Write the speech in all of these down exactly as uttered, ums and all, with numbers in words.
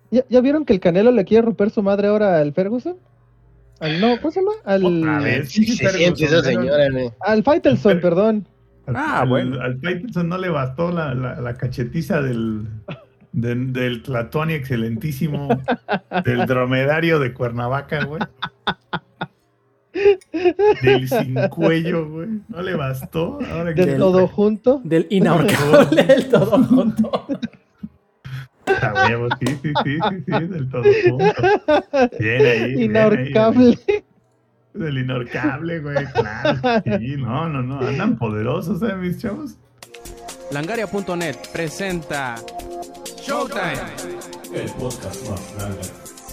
¿Ya, ya vieron que el Canelo le quiere romper su madre ahora al Ferguson? Al no, ¿cómo se llama? Otra Al, vez, Se, pinche se siente esa Ferguson. Era- señora, güey. al Al, Faitelson, Fer- perdón. al, Ah, al, bueno. al Faitelson no le bastó la, la, la cachetiza del, del, del Tlatoani excelentísimo, del dromedario de Cuernavaca, güey. Del sin cuello, güey. No le bastó. Ahora Del que todo junto. Del inahorcable del todo junto. a huevo, sí, sí, sí, sí, sí, del todo junto. Bien ahí, bien ahí. Inahorcable. Del inahorcable, güey, claro. Sí, no, no, no. Andan poderosos, ¿eh, mis chavos? Langaria punto net presenta Showtime. El podcast más grande.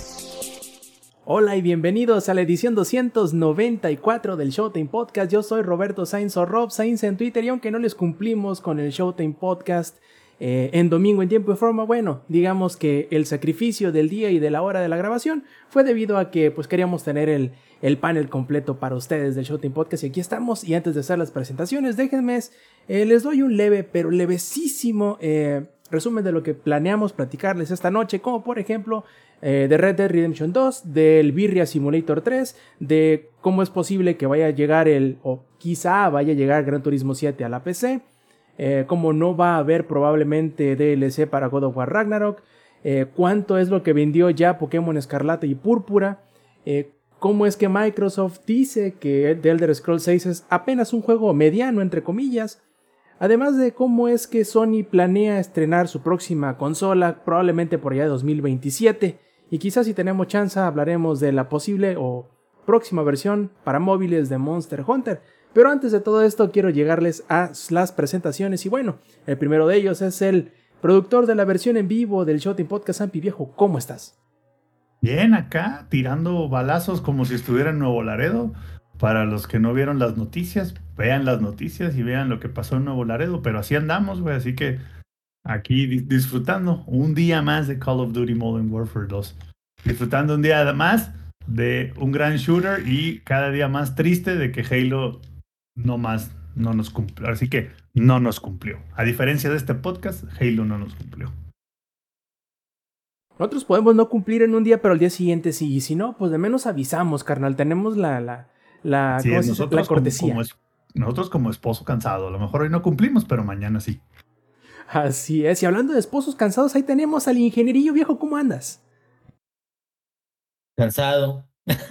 Hola y bienvenidos a la edición doscientos noventa y cuatro del Showtime Podcast. Yo soy Roberto Sainz o Rob Sainz en Twitter y aunque no les cumplimos con el Showtime Podcast eh, en domingo en tiempo y forma, bueno, digamos que el sacrificio del día y de la hora de la grabación fue debido a que pues queríamos tener el, el panel completo para ustedes del Showtime Podcast y aquí estamos. Y antes de hacer las presentaciones, déjenme, eh, les doy un leve pero levesísimo eh, resumen de lo que planeamos platicarles esta noche, como por ejemplo Eh, de Red Dead Redemption dos, del Birria Simulator tres, de cómo es posible que vaya a llegar el, o quizá vaya a llegar Gran Turismo siete a la P C, eh, cómo no va a haber probablemente D L C para God of War Ragnarok, eh, cuánto es lo que vendió ya Pokémon Escarlata y Púrpura, eh, cómo es que Microsoft dice que The Elder Scrolls seis es apenas un juego mediano entre comillas, además de cómo es que Sony planea estrenar su próxima consola probablemente por allá de dos mil veintisiete. Y quizás si tenemos chance hablaremos de la posible o próxima versión para móviles de Monster Hunter. Pero antes de todo esto quiero llegarles a las presentaciones y bueno, el primero de ellos es el productor de la versión en vivo del Showtime Podcast, Sampi Viejo. ¿Cómo estás? Bien, acá tirando balazos como si estuviera en Nuevo Laredo. Para los que no vieron las noticias, vean las noticias y vean lo que pasó en Nuevo Laredo. Pero así andamos, güey. Así que aquí di- disfrutando un día más de Call of Duty Modern Warfare dos. Disfrutando un día más de un gran shooter y cada día más triste de que Halo no más no nos cumplió. Así que no nos cumplió. A diferencia de este podcast, Halo no nos cumplió. Nosotros podemos no cumplir en un día, pero al día siguiente sí. Y si no, pues de menos avisamos, carnal. Tenemos la, la, la, Así ¿cómo es, se dice? nosotros La cortesía. Como, como es, nosotros como esposo cansado. A lo mejor hoy no cumplimos, pero mañana sí. Así es. Y hablando de esposos cansados, ahí tenemos al ingenierillo viejo. ¿Cómo andas? Cansado.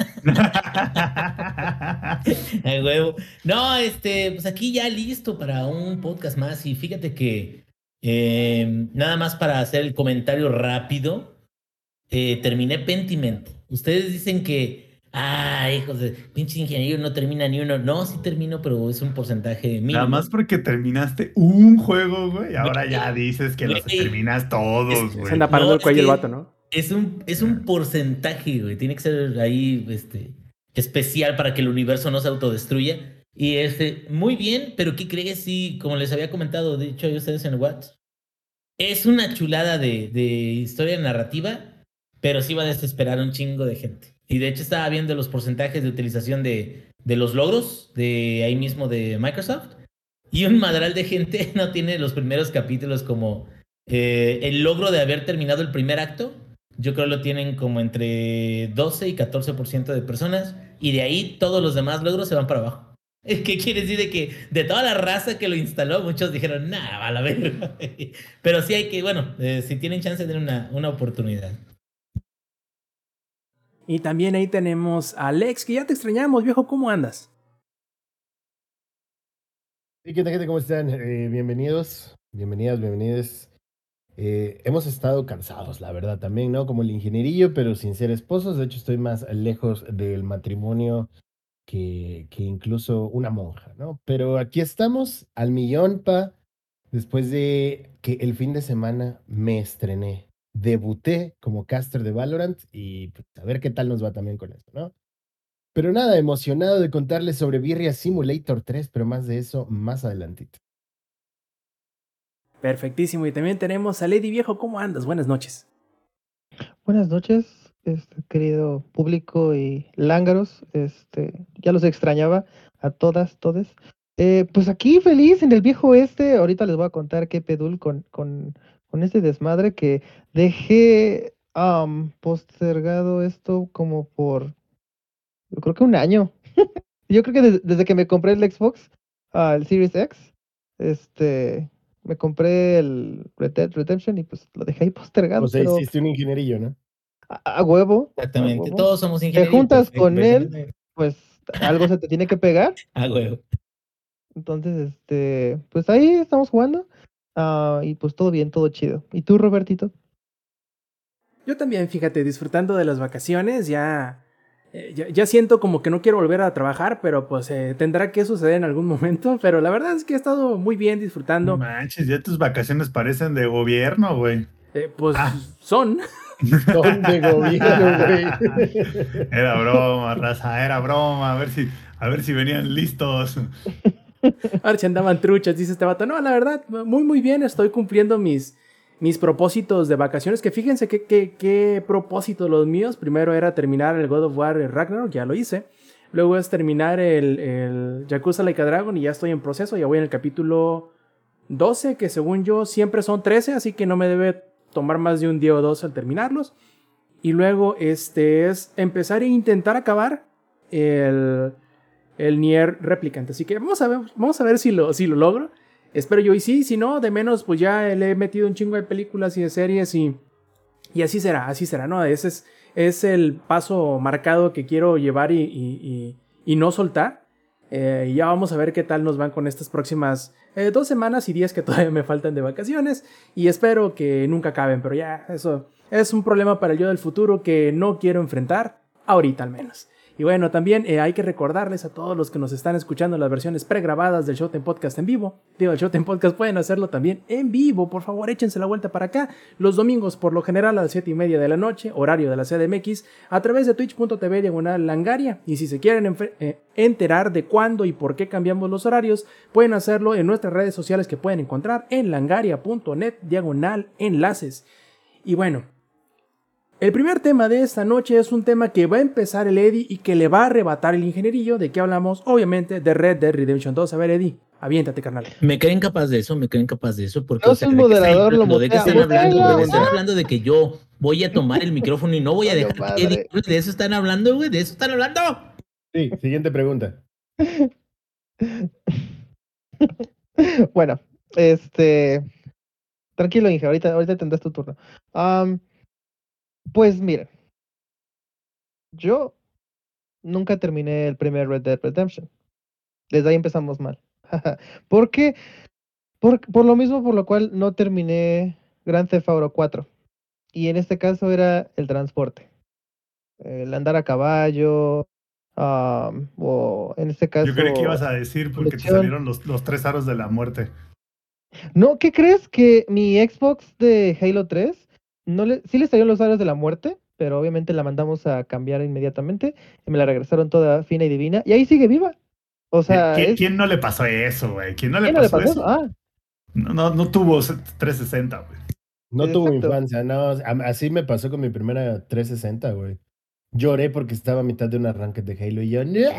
Ay, huevo. No, este, pues aquí ya listo para un podcast más. Y fíjate que eh, nada más para hacer el comentario rápido, eh, terminé Pentiment. Ustedes dicen que, ah, hijos de pinche ingeniero, no termina ni uno. No, sí termino, pero es un porcentaje mínimo. Nada más porque terminaste un juego, güey. Ahora ya dices que los Güey, terminas todos, es- güey. Se anda parando No, el cuello es el que- vato, ¿no? Es un, es un porcentaje, güey. Tiene que ser ahí, este, especial para que el universo no se autodestruya. Y este, muy bien, pero ¿qué crees? Sí, como les había comentado, de hecho, a ustedes en WhatsApp, es una chulada de, de historia narrativa, pero sí va a desesperar a un chingo de gente. Y de hecho estaba viendo los porcentajes de utilización de, de los logros de ahí mismo de Microsoft. Y un madral de gente no tiene los primeros capítulos como eh, el logro de haber terminado el primer acto. Yo creo lo tienen como entre doce y catorce por ciento de personas. Y de ahí todos los demás logros se van para abajo. ¿Qué quiere decir? De que de toda la raza que lo instaló, muchos dijeron, nah, va a la verga. Pero sí hay que, bueno, eh, si tienen chance, den una, una oportunidad. Y también ahí tenemos a Alex, que ya te extrañamos, viejo. ¿Cómo andas? ¿Y qué tal, gente? ¿Cómo están? Eh, bienvenidos, bienvenidas, bienvenidos. Eh, hemos estado cansados, la verdad, también, ¿no? Como el ingenierillo, pero sin ser esposos. De hecho, estoy más lejos del matrimonio que, que incluso una monja, ¿no? Pero aquí estamos, al millón, pa, después de que el fin de semana me estrené. Debuté como caster de Valorant y pues, a ver qué tal nos va también con esto, ¿no? Pero nada, emocionado de contarles sobre Birria Simulator tres, pero más de eso más adelantito. Perfectísimo. Y también tenemos a Lady Viejo. ¿Cómo andas? Buenas noches. Buenas noches, este, querido público y lángaros. Este, ya los extrañaba a todas, todes. Eh, pues aquí feliz en el viejo oeste. Ahorita les voy a contar qué pedul con, con, con este desmadre que dejé um, postergado esto como por, yo creo que un año. Yo creo que desde, desde que me compré el Xbox, ah, el Series X, este, me compré el Red Dead Redemption y pues lo dejé ahí O postergado, sea, pero hiciste un ingenierillo, ¿no? a, a huevo, a Exactamente. huevo. Todos somos Te ingeniería. juntas Pues, con versiones él, de- pues algo se te tiene que pegar. Ah, huevo. Entonces, este, pues ahí estamos jugando. ah, y pues todo bien, todo chido. ¿Y tú, Robertito? Yo también, fíjate, disfrutando de las vacaciones, ya, eh, ya, ya siento como que no quiero volver a trabajar, pero pues eh, tendrá que suceder en algún momento. Pero la verdad es que he estado muy bien No disfrutando. manches, ya tus vacaciones parecen de gobierno, güey. Eh, pues Ah. son. Son de gobierno, güey. Era broma, raza, era broma. A ver si, a ver si venían listos. A ver si andaban truchas, dice este vato. No, la verdad, muy muy bien, estoy cumpliendo mis, mis propósitos de vacaciones. Que fíjense qué que, que propósitos los míos. Primero era terminar el God of War Ragnarok, ya lo hice. Luego es terminar el, el Yakuza Like a Dragon y ya estoy en proceso. Ya voy en el capítulo doce, que según yo siempre son trece, así que no me debe tomar más de un día o dos al terminarlos. Y luego este es empezar e intentar acabar el, el Nier Replicant. Así que vamos a ver, vamos a ver si lo, si lo logro. Espero yo y sí, si no, de menos pues ya le he metido un chingo de películas y de series y, y así será, así será, ¿no? Ese es, es el paso marcado que quiero llevar y, y, y, y no soltar. Eh, y ya vamos a ver qué tal nos van con estas próximas eh, dos semanas y días que todavía me faltan de vacaciones. Y espero que nunca acaben, pero ya, eso es un problema para el yo del futuro que no quiero enfrentar, ahorita al menos. Y bueno, también eh, hay que recordarles a todos los que nos están escuchando las versiones pregrabadas del Showtime Podcast en vivo. Digo, el Showtime Podcast pueden hacerlo también en vivo. Por favor, échense la vuelta para acá. Los domingos, por lo general, a las siete y media de la noche, horario de la C D M X, a través de twitch punto tv diagonal langaria. Y si se quieren eh, enterar de cuándo y por qué cambiamos los horarios, pueden hacerlo en nuestras redes sociales que pueden encontrar en langaria punto net diagonal enlaces. Y bueno, el primer tema de esta noche es un tema que va a empezar el Eddie y que le va a arrebatar el ingenierillo. ¿De qué hablamos? Obviamente de Red Dead Redemption dos. A ver, Eddie, aviéntate, carnal. Me creen capaz de eso, me creen capaz de eso. Porque, No o sea, soy ¿de qué están moderador, lo hablando? ¿De qué mutea. están hablando? ¡Mutealo! güey? Están hablando de que yo voy a tomar el micrófono y no voy a Valió dejar que Eddie madre. hable. ¿De eso están hablando, güey? ¿De eso están hablando? Sí, siguiente pregunta. Bueno, este. Tranquilo, Inge, ahorita, ahorita tendrás tu turno. Am, pues miren, yo nunca terminé el primer Red Dead Redemption. Desde ahí empezamos mal. ¿Por qué? Por, por lo mismo por lo cual no terminé Grand Theft Auto cuatro. Y en este caso era el transporte. El andar a caballo. am, o en este caso. Yo creí que ibas a decir porque te conducción. salieron los, los tres aros de la muerte. No, ¿qué crees? Que mi Xbox de Halo tres no le, sí le salieron los aros de la muerte, pero obviamente la mandamos a cambiar inmediatamente y me la regresaron toda fina y divina y ahí sigue viva. O sea, ¿Qui- es, ¿Quién no le pasó eso, güey? ¿Quién no le ¿quién no le pasó pasó eso? eso? Ah, No, no, no tuvo trescientos sesenta, güey. No tuvo exacto. infancia, no. a- Así me pasó con mi primera trescientos sesenta, güey. Lloré porque estaba a mitad de un arranque de Halo y yo. "No".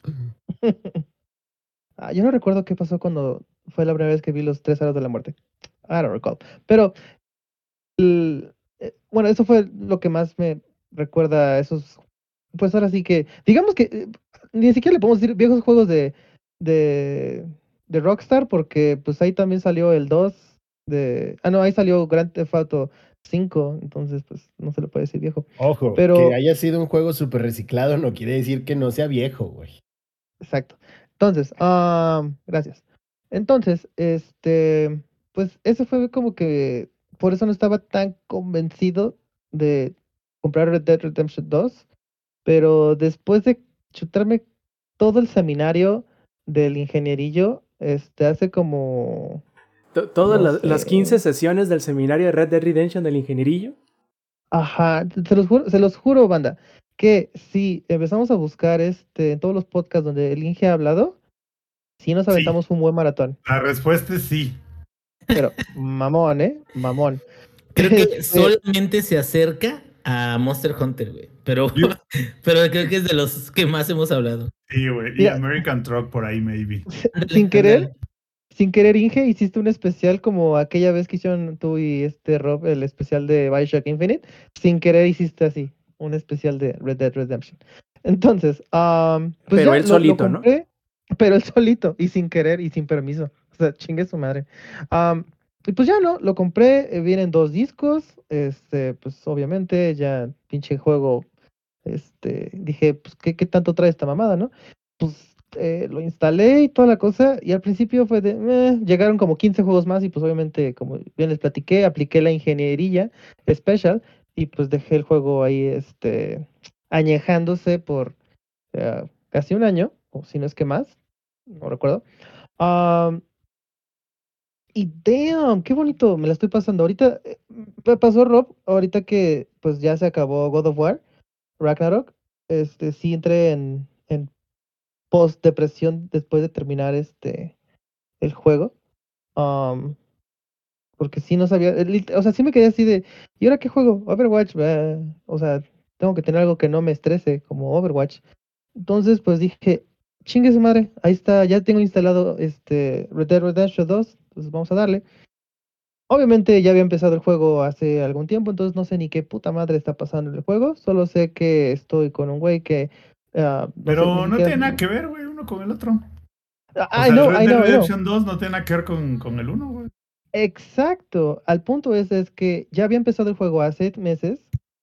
Ah, yo no recuerdo qué pasó cuando fue la primera vez que vi los tres aros de la muerte. I don't recall. Pero, el- eh, bueno, eso fue lo que más me recuerda a esos. Pues ahora sí que, digamos que eh, ni siquiera le podemos decir viejos juegos de, de, de Rockstar, porque pues ahí también salió el dos de. Ah, no, ahí salió Grand Theft Auto cinco, entonces pues no se le puede decir viejo. Ojo, Pero- que haya sido un juego súper reciclado no quiere decir que no sea viejo, güey. Exacto. Entonces, ah, gracias. Entonces, este, pues ese fue como que, por eso no estaba tan convencido de comprar Red Dead Redemption dos, pero después de chutarme todo el seminario del ingenierillo, este, hace como, T- Todas No las, sé. las quince sesiones del seminario de Red Dead Redemption del ingenierillo. ajá, se los juro, se los juro, banda, que si empezamos a buscar este, en todos los podcasts donde el Inge ha hablado, sí nos Sí. aventamos un buen maratón, La respuesta es sí. pero mamón, ¿eh? Mamón. Creo que Este, solamente se acerca a Monster Hunter, güey. Pero, Yo- pero creo que es de los que más hemos hablado. Sí, güey. Y Mira. American Truck por ahí, maybe. sin querer, sin querer, Inge, hiciste un especial como aquella vez que hicieron tú y este Rob, el especial de Bioshock Infinite. Sin querer hiciste así, un especial de Red Dead Redemption. Entonces, um, pues Pero ya él lo, solito, lo ¿no? compré, pero él solito, y sin querer y sin permiso. O sea, chingue su madre. Um, y pues ya no, lo compré, eh, vienen dos discos, este, pues obviamente ya pinche juego, este, dije, pues ¿qué, qué tanto trae esta mamada, no? Pues eh, lo instalé y toda la cosa, y al principio fue de, "Meh", llegaron como quince juegos más y pues obviamente, como bien les platiqué, apliqué la ingeniería special y pues dejé el juego ahí, este, añejándose por eh, casi un año, o si no es que más, no recuerdo. Am, y damn, qué bonito, me la estoy pasando. Ahorita, eh, me pasó Rob, ahorita que pues ya se acabó God of War, Ragnarok, este, sí entré en, en post-depresión después de terminar este, el juego. am, Porque sí no sabía, eh, lit- o sea, sí me quedé así de, ¿y ahora qué juego? Overwatch, bah, o sea, tengo que tener algo que no me estrese, como Overwatch. Entonces, pues dije, chingue su madre, ahí está, ya tengo instalado este Red Dead Redemption dos, entonces vamos a darle. Obviamente ya había empezado el juego hace algún tiempo, entonces no sé ni qué puta madre está pasando en el juego, solo sé que estoy con un güey que, ah, no sé, ni Pero no siquiera... tiene nada que ver, güey, uno con el otro. O I sea, el know, Red I Dead know, I know. Redemption dos no tiene nada que ver con, con el uno, güey. Exacto, al punto es, es que ya había empezado el juego hace meses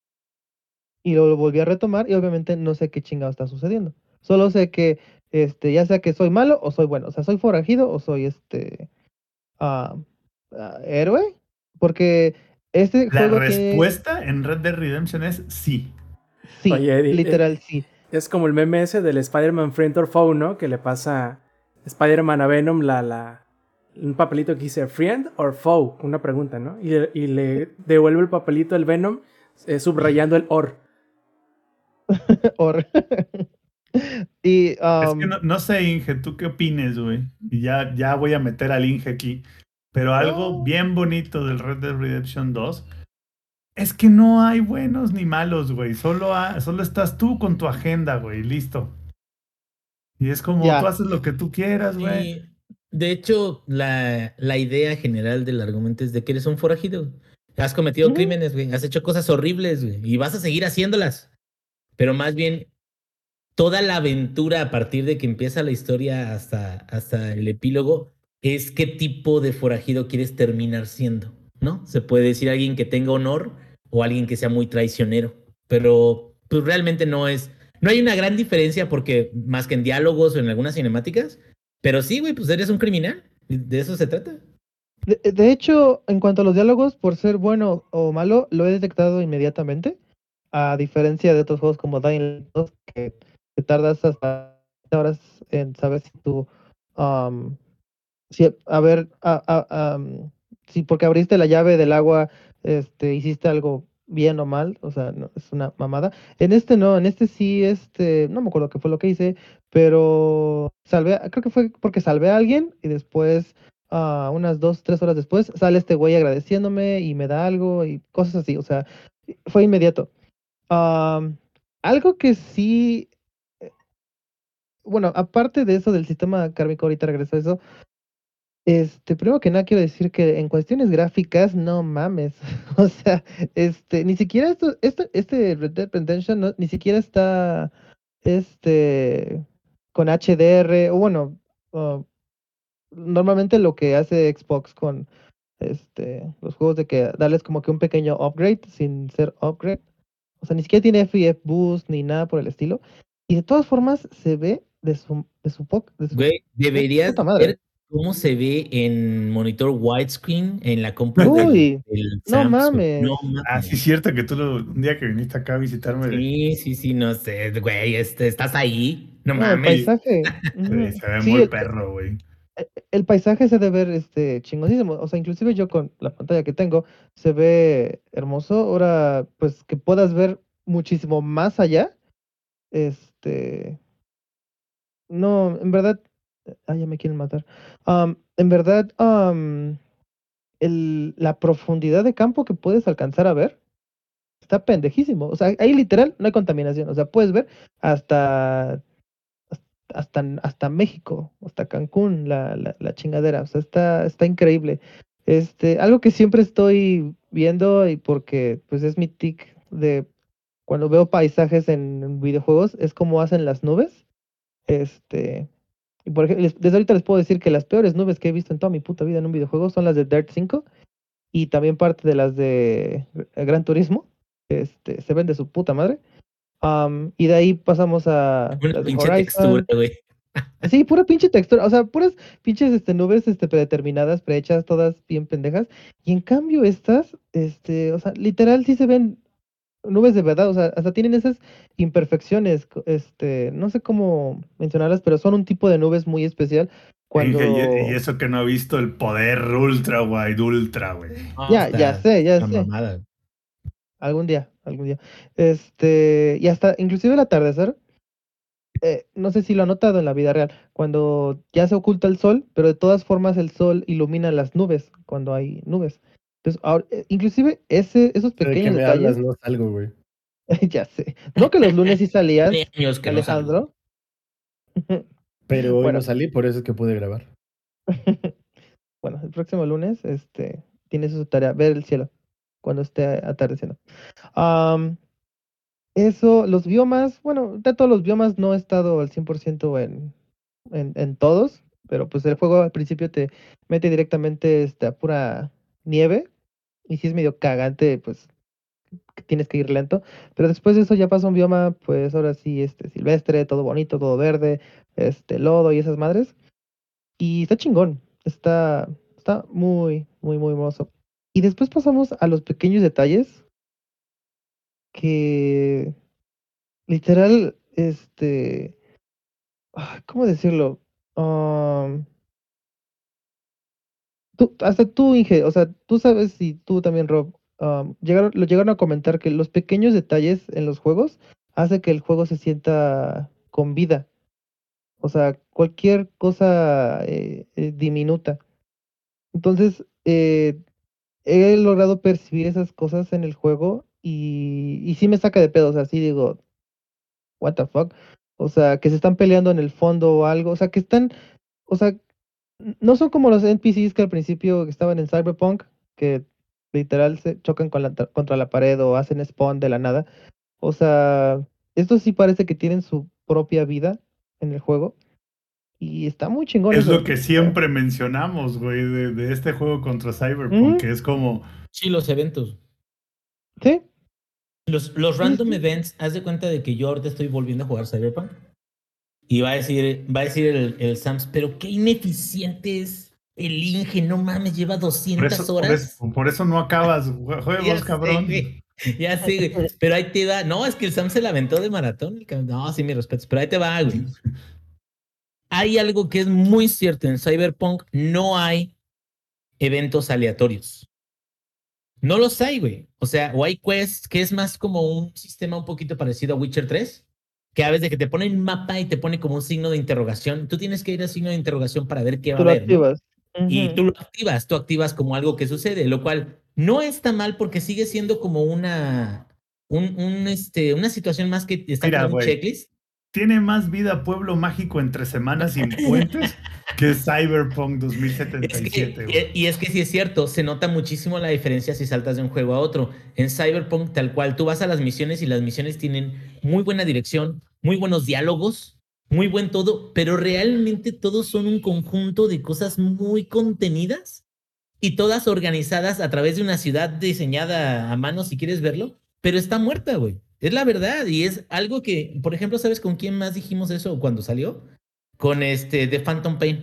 y lo volví a retomar y obviamente no sé qué chingado está sucediendo. Solo sé que, este, ya sea que soy malo o soy bueno, o sea, soy forajido o soy este ah, ah, héroe, porque este La juego tiene, respuesta en Red Dead Redemption es sí. sí, Oye, Eddie, eh, literal sí. es como el meme ese del Spider-Man Friend or Foe, ¿no? Que le pasa Spider-Man a Venom la, la, un papelito que dice Friend or Foe, una pregunta, ¿no? Y, le- y le devuelve el papelito al Venom eh, subrayando el or. Or- y Es que um, no, no sé, Inge, ¿tú qué opines, güey? Y ya, ya voy a meter al Inge aquí. Pero algo oh, bien bonito del Red Dead Redemption dos es que no hay buenos ni malos, güey. Solo, ha- solo estás tú con tu agenda, güey. Listo. Y es como tú ya, haces lo que tú quieras, güey. Y de hecho, la, la idea general del argumento es de que eres un forajido. Has cometido ujú, crímenes, güey. Has hecho cosas horribles, güey. Y vas a seguir haciéndolas. Pero más bien, toda la aventura a partir de que empieza la historia hasta, hasta el epílogo es qué tipo de forajido quieres terminar siendo, ¿no? Se puede decir alguien que tenga honor o alguien que sea muy traicionero. Pero pues realmente no es, no hay una gran diferencia porque más que en diálogos o en algunas cinemáticas, pero sí, güey, pues eres un criminal. De eso se trata. De, de hecho, en cuanto a los diálogos, por ser bueno o malo, lo he detectado inmediatamente, a diferencia de otros juegos como Dying Light dos, que te tardas hasta horas en saber si tú, um, si, a ver, a- a- am, si porque abriste la llave del agua, este, hiciste algo bien o mal, o sea, no, es una mamada. En este no, en este sí, este, no me acuerdo qué fue lo que hice, pero salvé, a- creo que fue porque salvé a alguien y después, ah, unas dos, tres horas después, sale este güey agradeciéndome y me da algo y cosas así, o sea, fue inmediato. Am, Algo que sí, eh, bueno, aparte de eso del sistema kármico, ahorita regreso a eso. Este, primero que nada quiero decir que en cuestiones gráficas, no mames. O sea, este, ni siquiera esto, esto, este Red Dead Redemption no- ni siquiera está, este, con H D R, o bueno, uh, normalmente lo que hace Xbox con, este, los juegos de que darles como que un pequeño upgrade sin ser upgrade. O sea, ni siquiera tiene F P S boost ni nada por el estilo. Y de todas formas se ve de su, de su, po- de su Güey, deberías puta madre. ver cómo se ve en monitor widescreen en la compu del, Uy, del no Samsung. No mames. Ah, sí, es mames. cierto que tú lo- un día que viniste acá a visitarme, Sí, sí, sí, no sé, güey, este, estás ahí, no No, el mames. sí, paisaje. güey, Ujú. se ve Sí, muy el, perro, güey. e- el paisaje se debe ver este chingonísimo. O sea, inclusive yo con la pantalla que tengo se ve hermoso. Ahora, pues que puedas ver muchísimo más allá. Este, no, en verdad, ah, ya me quieren matar. Am, en verdad, am, el, la profundidad de campo que puedes alcanzar a ver está pendejísimo. O sea, ahí literal no hay contaminación. O sea, puedes ver hasta hasta, hasta México, hasta Cancún, la, la, la chingadera. O sea, está, está increíble. Este, algo que siempre estoy viendo y porque pues es mi tic de cuando veo paisajes en videojuegos, es cómo hacen las nubes. Este, y por ejemplo, les- desde ahorita les puedo decir que las peores nubes que he visto en toda mi puta vida en un videojuego son las de Dirt cinco y también parte de las de eh, Gran Turismo. Este, se ven de su puta madre. Am, y de ahí pasamos a Una las de pinche textura, Horizon. güey. Sí, pura pinche textura, o sea, puras pinches este, nubes este, predeterminadas, prehechas, todas bien pendejas. Y en cambio estas, este, o sea, literal sí se ven nubes de verdad, o sea, hasta tienen esas imperfecciones, co- este, no sé cómo mencionarlas, pero son un tipo de nubes muy especial Inge, y, y cuando, eso que no ha visto el poder ultra wide, ultra, güey. No, ya, ya está, sé, ya está sé, mamada. algún día, algún día, este, y hasta, inclusive el atardecer, eh, no sé si lo ha notado en la vida real, cuando ya se oculta el sol, pero de todas formas el sol ilumina las nubes cuando hay nubes. Entonces, ahora, eh, inclusive ese, esos ¿De qué pequeños me hablas? detalles, No salgo, güey. ya sé, no que los lunes sí salías, Tiene años que no salgo. Alejandro. Pero hoy no Bueno, salí, por eso es que pude grabar. bueno, el próximo lunes, este, tiene su tarea, ver el cielo cuando esté atardeciendo. Am, eso, los biomas, bueno, de todos los biomas no he estado al cien por ciento en, en, en todos, pero pues el juego al principio te mete directamente este, a pura nieve, y si es medio cagante, pues que tienes que ir lento, pero después de eso ya pasa un bioma, pues ahora sí, este, silvestre, todo bonito, todo verde, este, lodo y esas madres. Y está chingón, está, está muy, muy, muy hermoso. Y después pasamos a los pequeños detalles que literal, este, ah, ¿cómo decirlo? Am, tú- hasta tú, Inge, o sea, tú sabes y tú también, Rob, am, llegaron, lo llegaron a comentar que los pequeños detalles en los juegos hace que el juego se sienta con vida. O sea, cualquier cosa eh, eh, diminuta. Entonces, eh, he logrado percibir esas cosas en el juego y, y sí me saca de pedo, o sea, sí digo, what the fuck, o sea, que se están peleando en el fondo o algo, o sea, que están, o sea, n- no son como los N P Cs que al principio estaban en Cyberpunk, que literal se chocan con la, tra- contra la pared o hacen spawn de la nada, o sea, estos sí parece que tienen su propia vida en el juego y está muy chingón Es eso. lo que siempre mencionamos, güey, de, de este juego contra Cyberpunk, Ujú, que es como, Sí, los eventos. sí, Los, los sí, random sí. events, haz de cuenta de que yo ahorita estoy volviendo a jugar Cyberpunk. Y va a decir, va a decir el, el Sams, pero qué ineficiente es el Inge, no mames, lleva por doscientas eso, por eso, horas. por eso no acabas jue- Ya juegos, sé, cabrón. güey. Ya sé, güey. Pero ahí te va. No, es que el Sam se la aventó de maratón. el cabrón. No, sí, mis respetos. Pero ahí te va, güey. Hay algo que es muy cierto. En Cyberpunk no hay eventos aleatorios. No los hay, güey. O sea, o hay quests que es más como un sistema un poquito parecido a Witcher tres, que a veces que te pone el mapa y te pone como un signo de interrogación. Tú tienes que ir al signo de interrogación para ver qué va a Tú lo haber, ¿no? activas. Y Ujú. tú lo activas, tú activas como algo que sucede, lo cual no está mal porque sigue siendo como una, un, un, este, una situación más que está Mira, como un güey, checklist. tiene más vida Pueblo Mágico entre semanas sin puentes que Cyberpunk Es que, dos mil setenta y siete, güey. eh, y es que sí es cierto, se nota muchísimo la diferencia si saltas de un juego a otro. En Cyberpunk, tal cual, tú vas a las misiones y las misiones tienen muy buena dirección, muy buenos diálogos, muy buen todo, pero realmente todos son un conjunto de cosas muy contenidas y todas organizadas a través de una ciudad diseñada a mano, si quieres verlo, pero está muerta, güey. Es la verdad y es algo que, por ejemplo, ¿sabes con quién más dijimos eso cuando salió? Con este The Phantom Pain.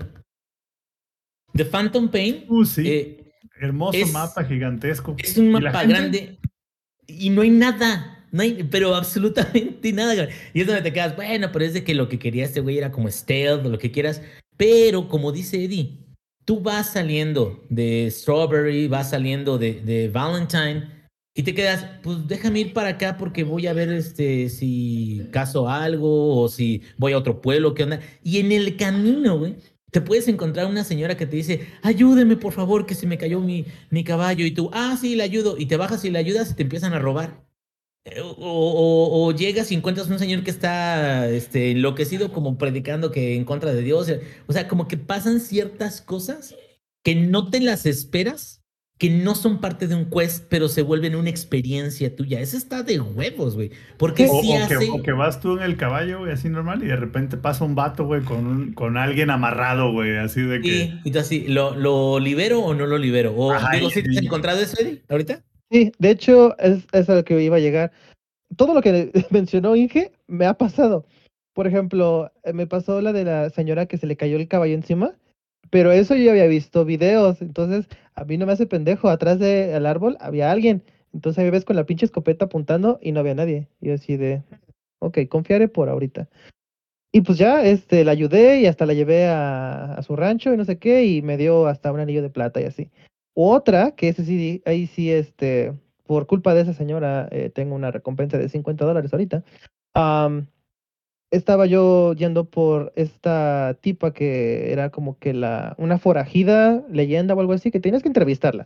The Phantom Pain Uh, sí, eh, hermoso es, mapa gigantesco. es un ¿Y la mapa gente? grande y no hay nada, no hay, pero absolutamente nada, güey. Y es donde te quedas, bueno, pero es de que lo que quería este güey era como stealth o lo que quieras. Pero como dice Eddie, tú vas saliendo de Strawberry, vas saliendo de, de Valentine y te quedas, pues déjame ir para acá porque voy a ver este, si caso algo o si voy a otro pueblo, qué onda. Y en el camino, güey, te puedes encontrar una señora que te dice, ayúdeme por favor, que se me cayó mi, mi caballo. Y tú, ah, sí, le ayudo. Y te bajas y le ayudas y te empiezan a robar. Eh, O, o- o llegas y encuentras un señor que está este, enloquecido como predicando que en contra de Dios. O sea, como que pasan ciertas cosas que no te las esperas, que no son parte de un quest, pero se vuelven una experiencia tuya. Eso está de huevos, güey. Porque Sí. O, sí o que, o hace... que vas tú en el caballo, güey, así normal, y de repente pasa un vato, güey, con, un, con alguien amarrado, güey, así de que... Sí, y tú así, ¿lo, lo libero o no lo libero? O Ajá, digo, ¿sí te has y, encontrado eso, Eddie, ahorita? Sí, de hecho, es, es a lo que iba a llegar. Todo lo que mencionó Inge me ha pasado. Por ejemplo, eh, me pasó la de la señora que se le cayó el caballo encima, pero eso yo ya había visto videos, entonces a mí no me hace pendejo. Atrás del árbol había alguien, entonces ahí ves con la pinche escopeta apuntando y no había nadie. Y yo así de, ok, confiaré por ahorita. Y pues ya, este, la ayudé y hasta la llevé a, a su rancho y no sé qué, y me dio hasta un anillo de plata y así. Otra, que ese sí, ahí sí, este, por culpa de esa señora, eh, tengo una recompensa de cincuenta dólares ahorita. Am, Estaba yo yendo por esta tipa que era como que la, una forajida, leyenda o algo así, que tenías que entrevistarla.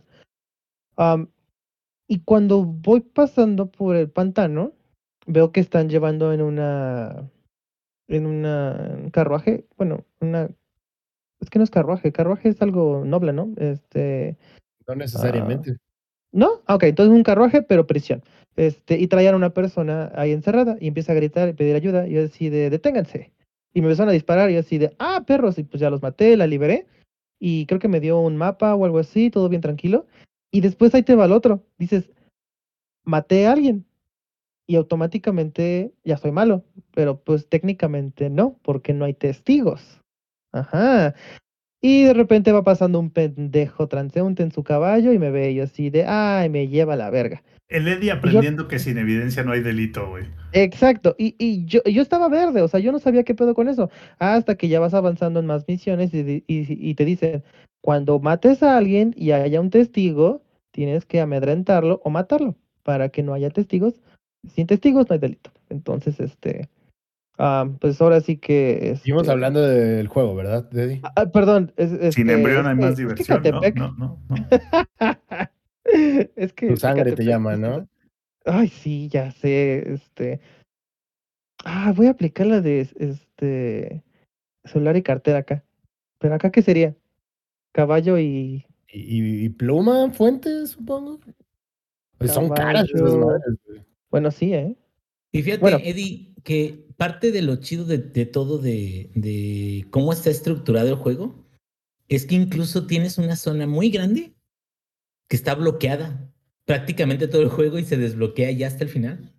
Am, y cuando voy pasando por el pantano, veo que están llevando en una, en una un carruaje, bueno, una, es que no es carruaje, carruaje es algo noble, ¿no? Este, No ah, necesariamente. ¿no? Ah, ok, entonces un carruaje, pero prisión. Este, y traían a una persona ahí encerrada y empieza a gritar y pedir ayuda. Y yo así de, deténganse. Y me empezaron a disparar y yo así de, ah, perros. Y pues ya los maté, la liberé. Y creo que me dio un mapa o algo así, todo bien tranquilo. Y después ahí te va el otro. Dices, maté a alguien. Y automáticamente ya soy malo. Pero pues técnicamente no, porque no hay testigos. Ajá. Y de repente va pasando un pendejo transeúnte en su caballo y me ve yo así de, ay, me lleva a la verga. el Eddie Y yo, aprendiendo que sin evidencia no hay delito, güey. exacto, y, y yo, yo estaba verde, o sea, yo no sabía qué pedo con eso, hasta que ya vas avanzando en más misiones y, di- y, y te dicen, cuando mates a alguien y haya un testigo, tienes que amedrentarlo o matarlo, para que no haya testigos. Sin testigos no hay delito. Entonces, este, ah, pues ahora sí que, Seguimos este, hablando del juego, ¿verdad, Deddy? ah, ah, perdón, es, Sin este, embrión es hay que, más es que diversión, ¿no? Catepec. No, no, no. Es Tu que, es que sangre te Catepec llama, sí se- ¿no? Ay, sí, ya sé, este. Ah, voy a aplicar la de este celular y cartera acá. Pero acá, ¿qué sería? Caballo y ¿Y, y- y pluma, fuente, supongo? Pues son caras esas caballo. madres, güey. Bueno, sí, ¿eh? Y Bueno, fíjate, Eddie, que parte de lo chido de, de todo de, de cómo está estructurado el juego es que incluso tienes una zona muy grande que está bloqueada prácticamente todo el juego y se desbloquea ya hasta el final.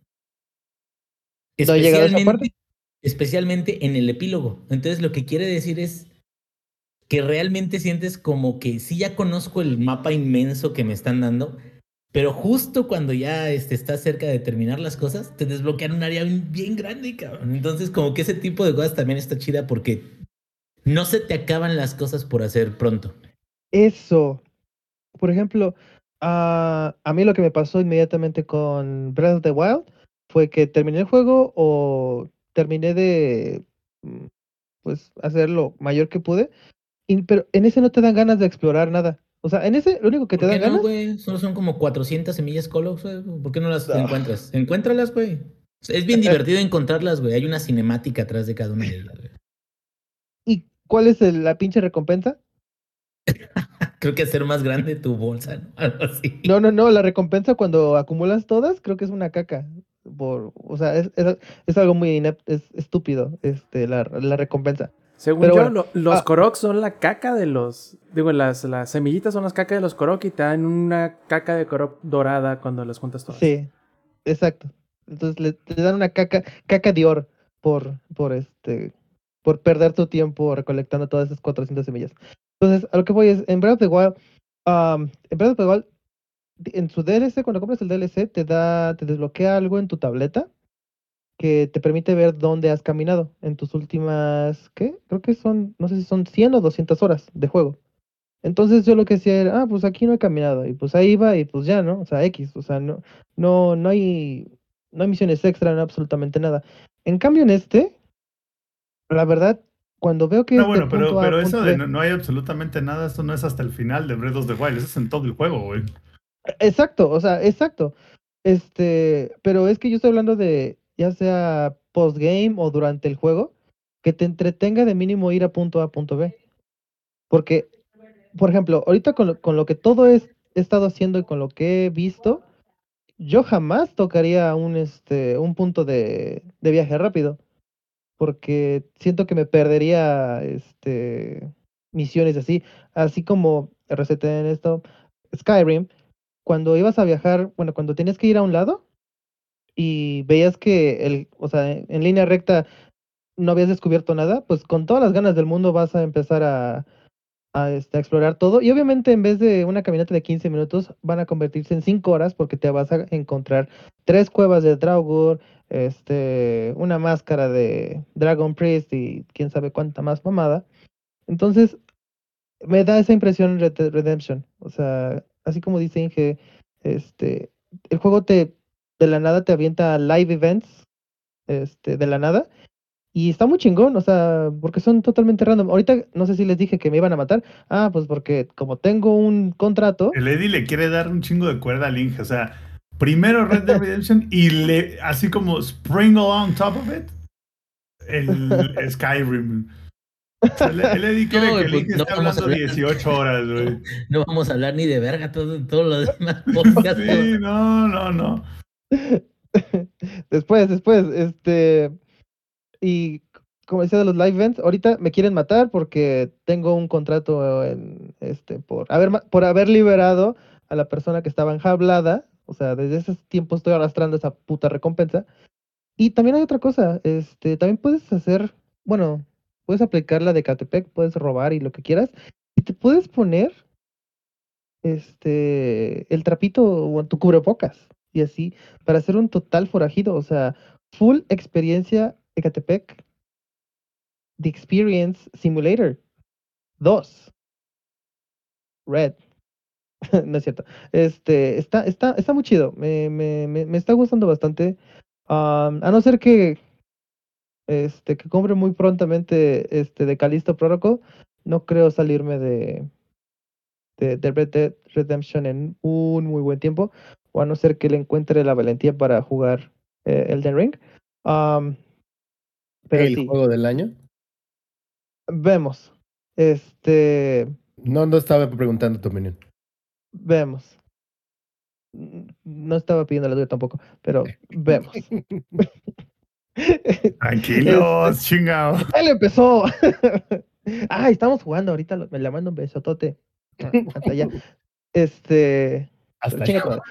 no he llegado a esa parte. Especialmente, especialmente en el epílogo. Entonces, lo que quiere decir es que realmente sientes como que sí ya conozco el mapa inmenso que me están dando, pero justo cuando ya este, estás cerca de terminar las cosas, te desbloquean un área bien, bien grande, cabrón. Entonces, como que ese tipo de cosas también está chida porque no se te acaban las cosas por hacer pronto. Eso. Por ejemplo, ah, a mí lo que me pasó inmediatamente con Breath of the Wild fue que terminé el juego o terminé de mm, pues hacer lo mayor que pude. Y- pero en ese no te dan ganas de explorar nada. O sea, en ese lo único que te ¿Por qué dan no, ganas. güey? Solo son como cuatrocientas semillas Colox, güey. ¿Por qué no las Ah, encuentras? Encuéntralas, güey. Es bien divertido encontrarlas, güey. Hay una cinemática atrás de cada una de ellas, güey. ¿y cuál es el- la pinche recompensa? Creo que hacer más grande tu bolsa, ¿no? Algo No, así. no, no, la recompensa cuando acumulas todas, creo que es una caca. Por, o sea, es, es, es algo muy inep- es estúpido, este, la, la recompensa. Según Pero yo, bueno, lo- los ah, Korok son la caca de los. Digo, las, las semillitas son las cacas de los Korok y te dan una caca de Korok dorada cuando las juntas todas. sí, exacto. Entonces le, te dan una caca, caca Dior por, por este, por perder tu tiempo recolectando todas esas cuatrocientas semillas. Entonces, a lo que voy es, en Breath of the Wild, am, en Breath of the Wild, en su D L C, cuando compras el D L C, te da, te desbloquea algo en tu tableta que te permite ver dónde has caminado en tus últimas, ¿qué? Creo que son, no sé si son cien o doscientas horas de juego. Entonces yo lo que hacía era, ah, pues aquí no he caminado, y pues ahí iba, y pues ya, ¿no? O sea, X, o sea, no, no, no hay, no hay misiones extra, no absolutamente nada. En cambio en este, la verdad, cuando veo que No, es de bueno, pero, punto A a pero eso punto de B, no, no hay absolutamente nada, eso no es hasta el final de Breath of the Wild, eso es en todo el juego, güey. exacto, o sea, exacto. Este, pero es que yo estoy hablando de ya sea postgame o durante el juego, que te entretenga de mínimo ir a punto A a punto B. Porque, por ejemplo, ahorita con lo, con lo que todo es, he estado haciendo y con lo que he visto, yo jamás tocaría un, este, un punto de, de viaje rápido, porque siento que me perdería este, misiones así, así como receta en esto, Skyrim, cuando ibas a viajar, bueno, cuando tenías que ir a un lado y veías que el, o sea, en, en línea recta no habías descubierto nada, pues con todas las ganas del mundo vas a empezar a, a, este, a explorar todo. Y obviamente en vez de una caminata de quince minutos, van a convertirse en cinco horas porque te vas a encontrar tres cuevas de Draugr, este, una máscara de Dragon Priest y quién sabe cuánta más mamada. Entonces, me da esa impresión Red Dead Redemption. O sea, así como dice Inge, este, el juego te de la nada te avienta live events, este, de la nada. Y está muy chingón, o sea, porque son totalmente random. Ahorita no sé si les dije que me iban a matar. Ah, pues porque como tengo un contrato. El Eddie le quiere dar un chingo de cuerda al Inge. O sea, primero Red Dead Redemption y le, así como sprinkle on top of it, el Skyrim. O sea, el, el Eddie quiere No, que güey, el pues Inge no esté vamos a hablando hablar. dieciocho horas, güey. No vamos a hablar ni de verga, todo, todo lo demás podcast. Sí, no, no, no. Después, después, este. Y como decía de los live events, ahorita me quieren matar porque tengo un contrato en, este, por haber, ma- por haber liberado a la persona que estaba enjaulada. O sea, desde ese tiempo estoy arrastrando esa puta recompensa. Y también hay otra cosa, este, también puedes hacer, bueno, puedes aplicar la de Catepec, puedes robar y lo que quieras, y te puedes poner, este, el trapito o tu cubrebocas, y así, para hacer un total forajido, o sea, full experiencia Ecatepec, The Experience Simulator dos, Red, no es cierto, este, está, está, está muy chido, me, me, me, me está gustando bastante, am, a no ser que este, que compre muy prontamente este de Callisto Protocol, no creo salirme de, de, de Red Dead Redemption en un muy buen tiempo, o a no ser que le encuentre la valentía para jugar eh, Elden Ring. Am, pero El sí, juego del año. vemos. Este, No, no estaba preguntando tu opinión. vemos. N- No estaba pidiendo la tuya tampoco, pero vemos. Este, Tranquilos, chingado. él empezó. Ay, estamos jugando ahorita, lo- me le mando un besotote. Ah, hasta allá. Este, pero Hasta chinga allá. tu madre.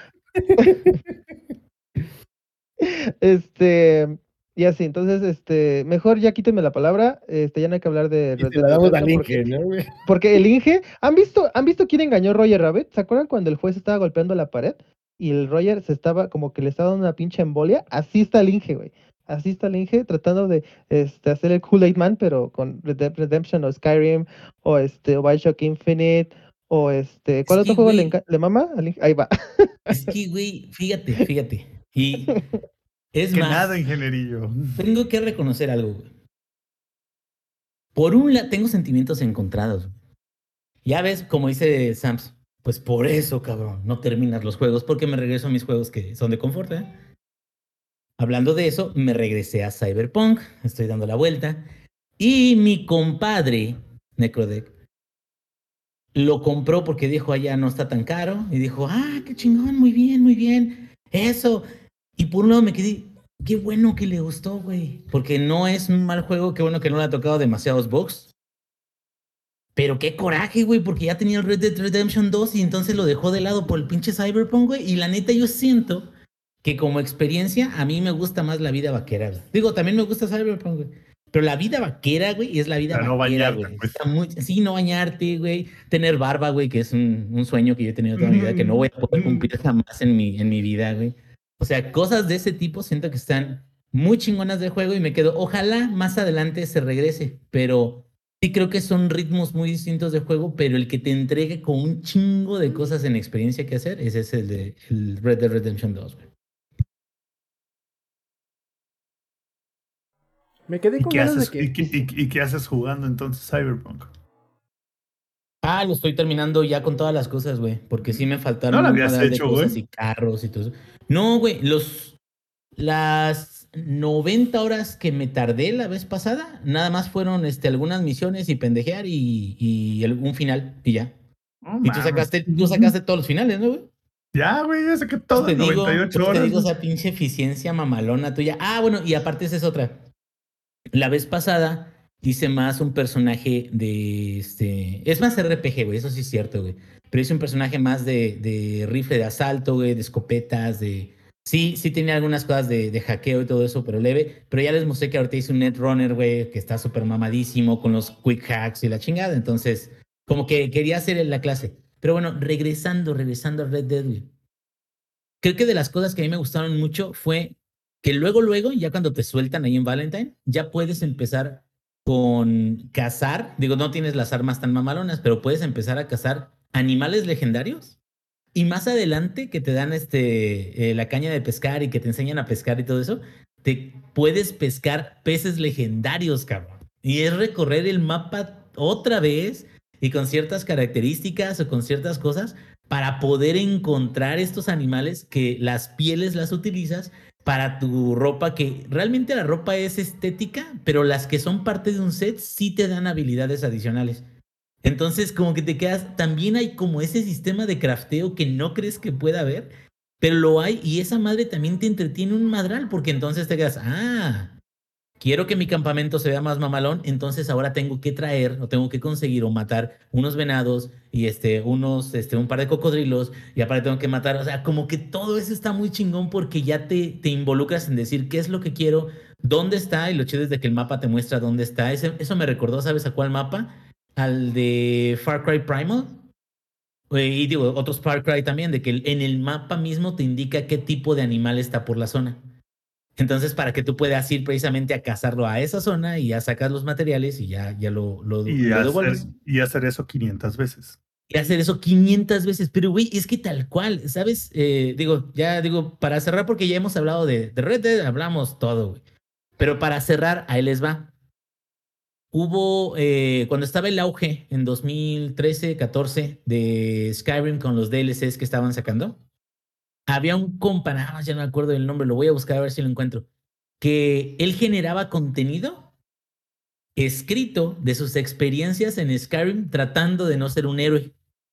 Este, y así, entonces, este, mejor ya quítenme la palabra, este, ya no hay que hablar de Y Red se Dead la damos al Redemption porque, Inge, ¿no, güey? porque el Inge, ¿han visto, han visto quién engañó a Roger Rabbit? ¿Se acuerdan cuando el juez estaba golpeando la pared y el Roger se estaba, como que le estaba dando una pinche embolia? Así está el Inge, güey. Así está el Inge tratando de este, hacer el Kool-Aid Man, pero con Red Dead Redemption o Skyrim o este o Bioshock Infinite o este, Es ¿cuál otro que, juego le, güey, enca- le mama al Inge? Ahí va. es que, güey, fíjate, fíjate. Y es Que nada, más, ingenierillo. tengo que reconocer algo, güey. Por un lado, tengo sentimientos encontrados, güey. Ya ves, como dice Sams, pues por eso, cabrón, no terminas los juegos, porque me regreso a mis juegos que son de confort, ¿eh? Hablando de eso, me regresé a Cyberpunk, estoy dando la vuelta, y mi compadre, Necrodeck, lo compró porque dijo, allá no está tan caro, y dijo, ah, qué chingón, muy bien, muy bien, eso. Y por un lado me quedé, qué bueno que le gustó, güey, porque no es un mal juego, qué bueno que no le ha tocado demasiados bugs. Pero qué coraje, güey, porque ya tenía el Red Dead Redemption dos y entonces lo dejó de lado por el pinche Cyberpunk, güey. Y la neta, yo siento que como experiencia, a mí me gusta más la vida vaquera, güey. Digo, también me gusta Cyberpunk, güey. Pero la vida vaquera, güey, es la vida Para no vaquera, bañarte, güey. pues. Está muy... Sí, no bañarte, güey. Tener barba, güey, que es un, un sueño que yo he tenido toda mi vida, que no voy a poder cumplir jamás en mi, en mi vida, güey. O sea, cosas de ese tipo siento que están muy chingonas del juego y me quedo, ojalá más adelante se regrese, pero sí creo que son ritmos muy distintos de juego, pero el que te entregue con un chingo de cosas en experiencia que hacer, ese es el de el Red Dead Redemption dos, güey. Me quedé ¿Y con qué ganas de haces, que... y qué, y- y qué haces jugando entonces Cyberpunk? Ah, lo estoy terminando ya con todas las cosas, güey. Porque sí me No faltaron lo un habías madral de hecho, cosas güey. y carros y todo eso. No, güey, los, las noventa horas que me tardé la vez pasada, nada más fueron este, algunas misiones y pendejear y, y el- un final y ya. No Y tú mames. sacaste, tú sacaste todos los finales, ¿no, güey? Ya, güey, ya saqué Pues todo te en noventa y digo, ocho pues te horas, digo güey. esa pinche eficiencia mamalona tuya. Ah, bueno, y aparte esa es otra. La vez pasada hice más un personaje de este. Es más R P G, güey, eso sí es cierto, güey. Pero hice un personaje más de, de rifle de asalto, güey, de escopetas, de. Sí, sí tenía algunas cosas de, de hackeo y todo eso, pero leve. Pero ya les mostré que ahorita hice un Netrunner, güey, que está súper mamadísimo con los quick hacks y la chingada. Entonces, como que quería hacer la clase. Pero bueno, regresando, regresando a Red Dead, güey. Creo que de las cosas que a mí me gustaron mucho fue que luego, luego, ya cuando te sueltan ahí en Valentine, ya puedes empezar con cazar. Digo, no tienes las armas tan mamalonas, pero puedes empezar a cazar animales legendarios. Y más adelante, que te dan este, eh, la caña de pescar y que te enseñan a pescar y todo eso, te puedes pescar peces legendarios, cabrón. Y es recorrer el mapa otra vez y con ciertas características o con ciertas cosas para poder encontrar estos animales que las pieles las utilizas para tu ropa, que realmente la ropa es estética, pero las que son parte de un set sí te dan habilidades adicionales. Entonces, como que te quedas, también hay como ese sistema de crafteo que no crees que pueda haber, pero lo hay y esa madre también te entretiene un madral, porque entonces te quedas, ah, quiero que mi campamento se vea más mamalón, entonces ahora tengo que traer o tengo que conseguir o matar unos venados y este, unos, este, un par de cocodrilos y aparte tengo que matar, o sea, como que todo eso está muy chingón porque ya te, te involucras en decir qué es lo que quiero, dónde está y lo chido es de que el mapa te muestra dónde está. Ese, eso me recordó, ¿sabes a cuál mapa? Al de Far Cry Primal. Eh, Y digo, otros Far Cry también, de que el- en el mapa mismo te indica qué tipo de animal está por la zona. Entonces, para que tú puedas ir precisamente a cazarlo a esa zona y ya sacas los materiales y ya, ya lo, lo, Y lo hacer, devuelves. y hacer eso quinientas veces. Y hacer eso quinientas veces. Pero, güey, es que tal cual, ¿sabes? Eh, digo, ya digo, para cerrar, porque ya hemos hablado de, de Red Dead, hablamos todo, güey. Pero para cerrar, ahí les va. Hubo, eh, cuando estaba el auge en dos mil trece, catorce de Skyrim con los D L Cs que estaban sacando, había un compa, nada más ya no me acuerdo del nombre, lo voy a buscar a ver si lo encuentro, que él generaba contenido escrito de sus experiencias en Skyrim tratando de no ser un héroe.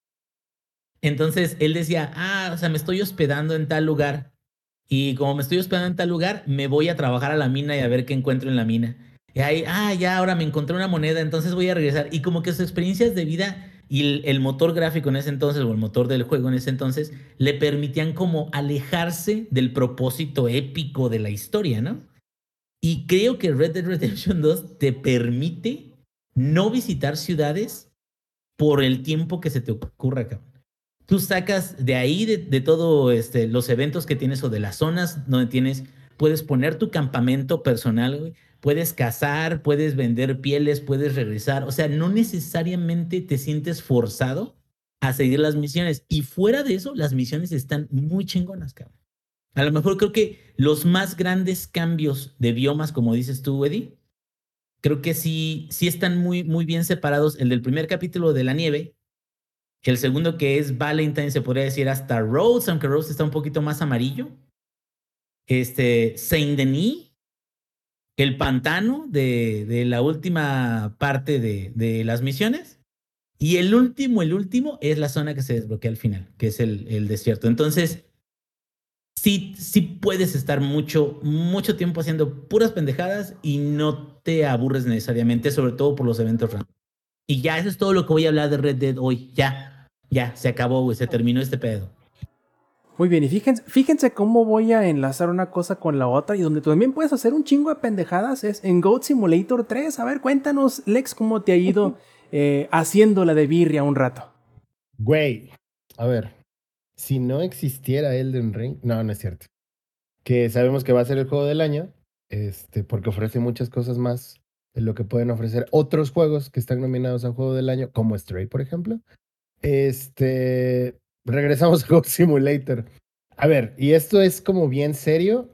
Entonces él decía, ah, o sea, me estoy hospedando en tal lugar y como me estoy hospedando en tal lugar, me voy a trabajar a la mina y a ver qué encuentro en la mina. Y ahí, ah, ya, ahora me encontré una moneda, entonces voy a regresar. Y como que sus experiencias de vida y el, el motor gráfico en ese entonces, o el motor del juego en ese entonces, le permitían como alejarse del propósito épico de la historia, ¿no? Y creo que Red Dead Redemption dos te permite no visitar ciudades por el tiempo que se te ocurra, cabrón. Tú sacas de ahí, de, de todo este, los eventos que tienes o de las zonas donde tienes, puedes poner tu campamento personal, güey. Puedes cazar, puedes vender pieles, puedes regresar. O sea, no necesariamente te sientes forzado a seguir las misiones. Y fuera de eso, las misiones están muy chingonas, cabrón. A lo mejor creo que los más grandes cambios de biomas, como dices tú, Eddie, creo que sí, sí están muy, muy bien separados. El del primer capítulo de la nieve, el segundo que es Valentine, se podría decir hasta Rhodes, aunque Rhodes está un poquito más amarillo. Este, Saint Denis, el pantano de, de la última parte de, de las misiones. Y el último, el último es la zona que se desbloquea al final, que es el, el desierto. Entonces, sí, sí puedes estar mucho, mucho tiempo haciendo puras pendejadas y no te aburres necesariamente, sobre todo por los eventos random. Y ya, eso es todo lo que voy a hablar de Red Dead hoy. Ya, ya, se acabó, güey, se terminó este pedo. Muy bien, y fíjense, fíjense cómo voy a enlazar una cosa con la otra y donde tú también puedes hacer un chingo de pendejadas es en Goat Simulator tres. A ver, cuéntanos, Lex, cómo te ha ido eh, haciendo la de birria un rato. Güey, a ver, si no existiera Elden Ring, no, no es cierto. Que sabemos que va a ser el juego del año, este, porque ofrece muchas cosas más de lo que pueden ofrecer otros juegos que están nominados a juego del año, como Stray, por ejemplo. Este, regresamos a Goat Simulator. A ver, y esto es como bien serio.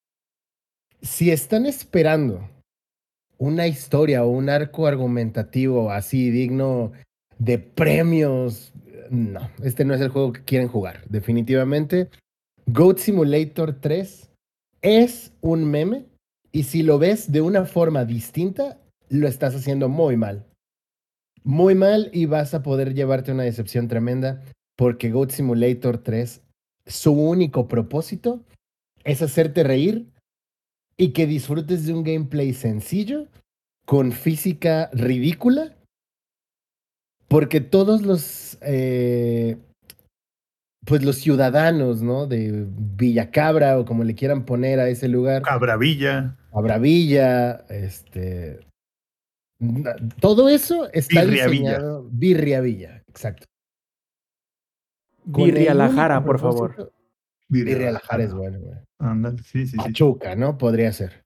Si están esperando una historia o un arco argumentativo así digno de premios. No, este no es el juego que quieren jugar. Definitivamente, Goat Simulator tres es un meme y si lo ves de una forma distinta, lo estás haciendo muy mal. Muy mal y vas a poder llevarte una decepción tremenda porque Goat Simulator tres, su único propósito es hacerte reír y que disfrutes de un gameplay sencillo con física ridícula porque todos los eh, pues los ciudadanos, ¿no? De Villacabra o como le quieran poner a ese lugar, Cabravilla, a Bravilla, este, na- todo eso está Birriavilla. diseñado, Birriavilla, exacto. Con el Birrialajara, único por favor. propósito- Birrialajara es bueno, güey. Ándale, sí, sí, sí. Pachuca, ¿no? Podría ser.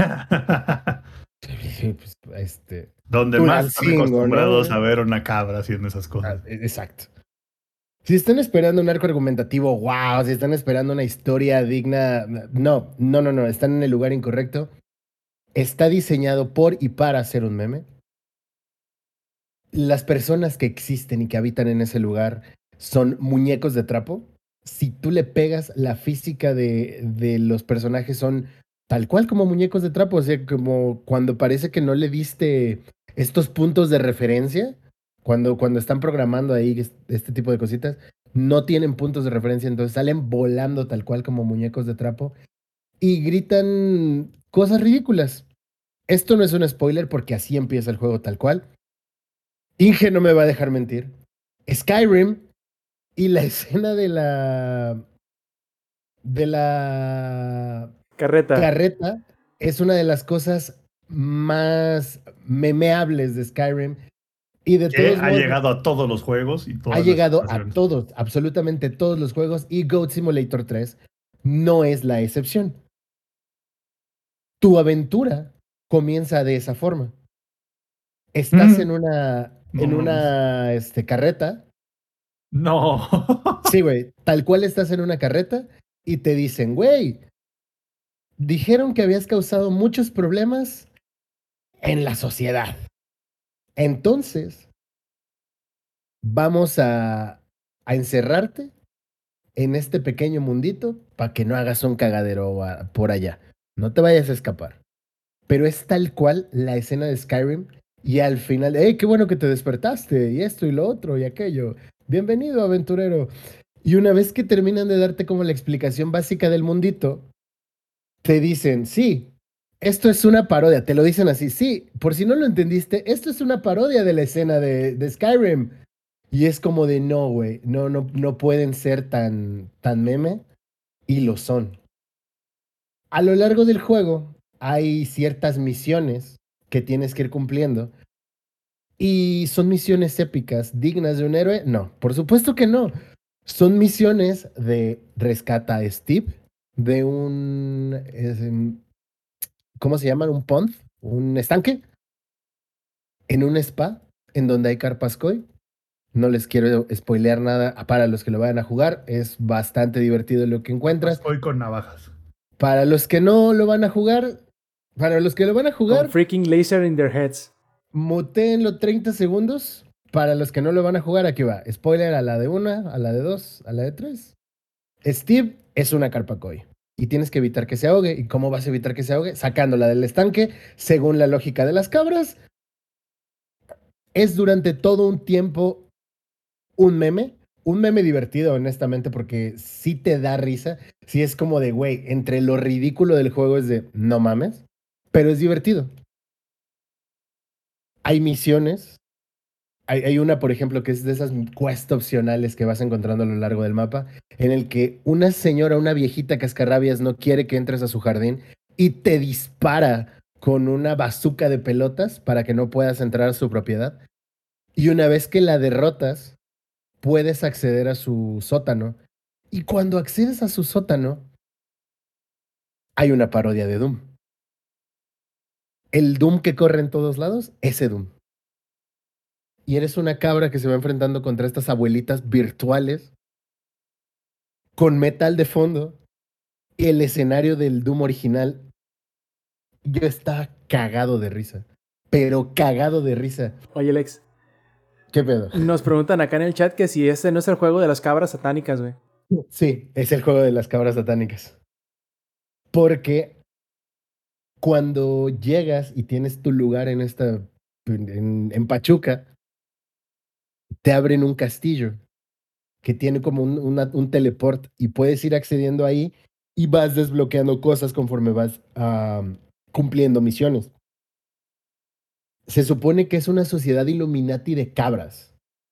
Sí, pues, este, Donde más están Tulancingo, acostumbrados ¿no? a ver una cabra haciendo esas Ah, cosas. e- exacto. Si están esperando un arco argumentativo, wow, si están esperando una historia digna, no, no, no, no, están en el lugar incorrecto. Está diseñado por y para ser un meme. Las personas que existen y que habitan en ese lugar son muñecos de trapo. Si tú le pegas la física de, de los personajes son tal cual como muñecos de trapo, o sea, como cuando parece que no le diste estos puntos de referencia, cuando, cuando están programando ahí es- este tipo de cositas, no tienen puntos de referencia, entonces salen volando tal cual como muñecos de trapo y gritan cosas ridículas. Esto no es un spoiler porque así empieza el juego tal cual. Inge no me va a dejar mentir. Skyrim y la escena de la de la Carreta. carreta es una de las cosas más memeables de Skyrim y de Que todos ha modos llegado a todos los juegos y ha todas las llegado a situaciones. todos, absolutamente todos los juegos y Goat Simulator tres no es la excepción. Tu aventura comienza de esa forma. Estás Mm. en una No en mames. una este, carreta. No. Sí, güey, tal cual estás en una carreta y te dicen, güey, dijeron que habías causado muchos problemas en la sociedad. Entonces, vamos a, a encerrarte en este pequeño mundito para que no hagas un cagadero a- por allá. No te vayas a escapar. Pero es tal cual la escena de Skyrim y al final, hey, qué bueno que te despertaste y esto y lo otro y aquello. Bienvenido, aventurero. Y una vez que terminan de darte como la explicación básica del mundito, te dicen, sí, esto es una parodia. Te lo dicen así, sí, por si no lo entendiste, esto es una parodia de la escena de, de Skyrim. Y es como de, no, güey, no, no, no pueden ser tan, tan meme. Y lo son. A lo largo del juego hay ciertas misiones que tienes que ir cumpliendo. ¿Y son misiones épicas dignas de un héroe? No, por supuesto que no. Son misiones de rescata a Steve de un, es, em, ¿cómo se llama? Un pond, un estanque, en un spa, en donde hay carpascoy. No les quiero spoilear nada para los que lo vayan a jugar. Es bastante divertido lo que encuentras. Hoy con navajas. Para los que no lo van a jugar, para los que lo van a Con jugar, freaking laser in their heads. mutéenlo treinta segundos. Para los que no lo van a jugar, aquí va. Spoiler a la de una, a la de dos, a la de tres. Steve es una carpacoy y tienes que evitar que se ahogue. ¿Y cómo vas a evitar que se ahogue? Sacándola del estanque, según la lógica de las cabras. Es durante todo un tiempo un meme, un meme divertido, honestamente, porque sí te da risa. Sí es como de, güey, entre lo ridículo del juego es de, no mames, pero es divertido. Hay misiones. Hay, hay una, por ejemplo, que es de esas quests opcionales que vas encontrando a lo largo del mapa, en el que una señora, una viejita cascarrabias, no quiere que entres a su jardín y te dispara con una bazuca de pelotas para que no puedas entrar a su propiedad. Y una vez que la derrotas, puedes acceder a su sótano. Y cuando accedes a su sótano, hay una parodia de Doom. El Doom que corre en todos lados, ese Doom. Y eres una cabra que se va enfrentando contra estas abuelitas virtuales con metal de fondo y el escenario del Doom original. Yo estaba cagado de risa, pero cagado de risa. Oye, Lex, ¿Qué pedo? Nos preguntan acá en el chat que si este no es el juego de las cabras satánicas, güey. Sí, es el juego de las cabras satánicas. Porque cuando llegas y tienes tu lugar en esta, en, en Pachuca, te abren un castillo que tiene como un, una, un teleport y puedes ir accediendo ahí y vas desbloqueando cosas conforme vas um, cumpliendo misiones. Se supone que es una sociedad Illuminati de cabras.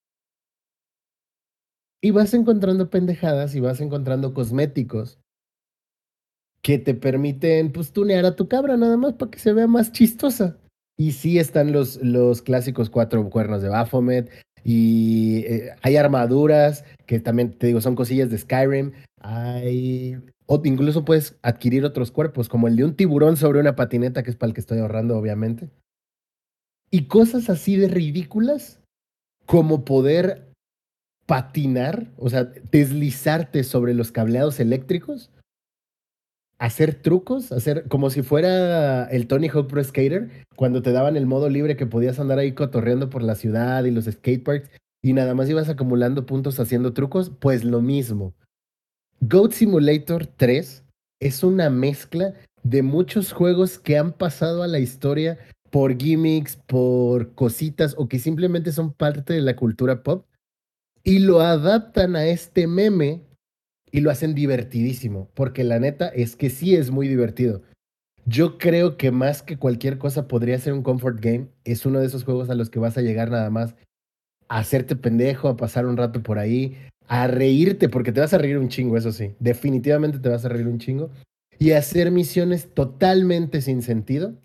Y vas encontrando pendejadas y vas encontrando cosméticos que te permiten, pues, tunear a tu cabra nada más para que se vea más chistosa. Y sí están los, los clásicos cuatro cuernos de Baphomet y eh, hay armaduras que también, te digo, son cosillas de Skyrim. Hay... O incluso puedes adquirir otros cuerpos, como el de un tiburón sobre una patineta, que es para el que estoy ahorrando, obviamente. Y cosas así de ridículas, como poder patinar, o sea, deslizarte sobre los cableados eléctricos, hacer trucos, hacer como si fuera el Tony Hawk Pro Skater, cuando te daban el modo libre que podías andar ahí cotorreando por la ciudad y los skateparks y nada más ibas acumulando puntos haciendo trucos, pues lo mismo. Goat Simulator tres es una mezcla de muchos juegos que han pasado a la historia por gimmicks, por cositas o que simplemente son parte de la cultura pop y lo adaptan a este meme y lo hacen divertidísimo, porque la neta es que sí es muy divertido. Yo creo que más que cualquier cosa podría ser un comfort game. Es uno de esos juegos a los que vas a llegar nada más a hacerte pendejo, a pasar un rato por ahí, a reírte, porque te vas a reír un chingo, eso sí. Definitivamente te vas a reír un chingo. Y hacer misiones totalmente sin sentido,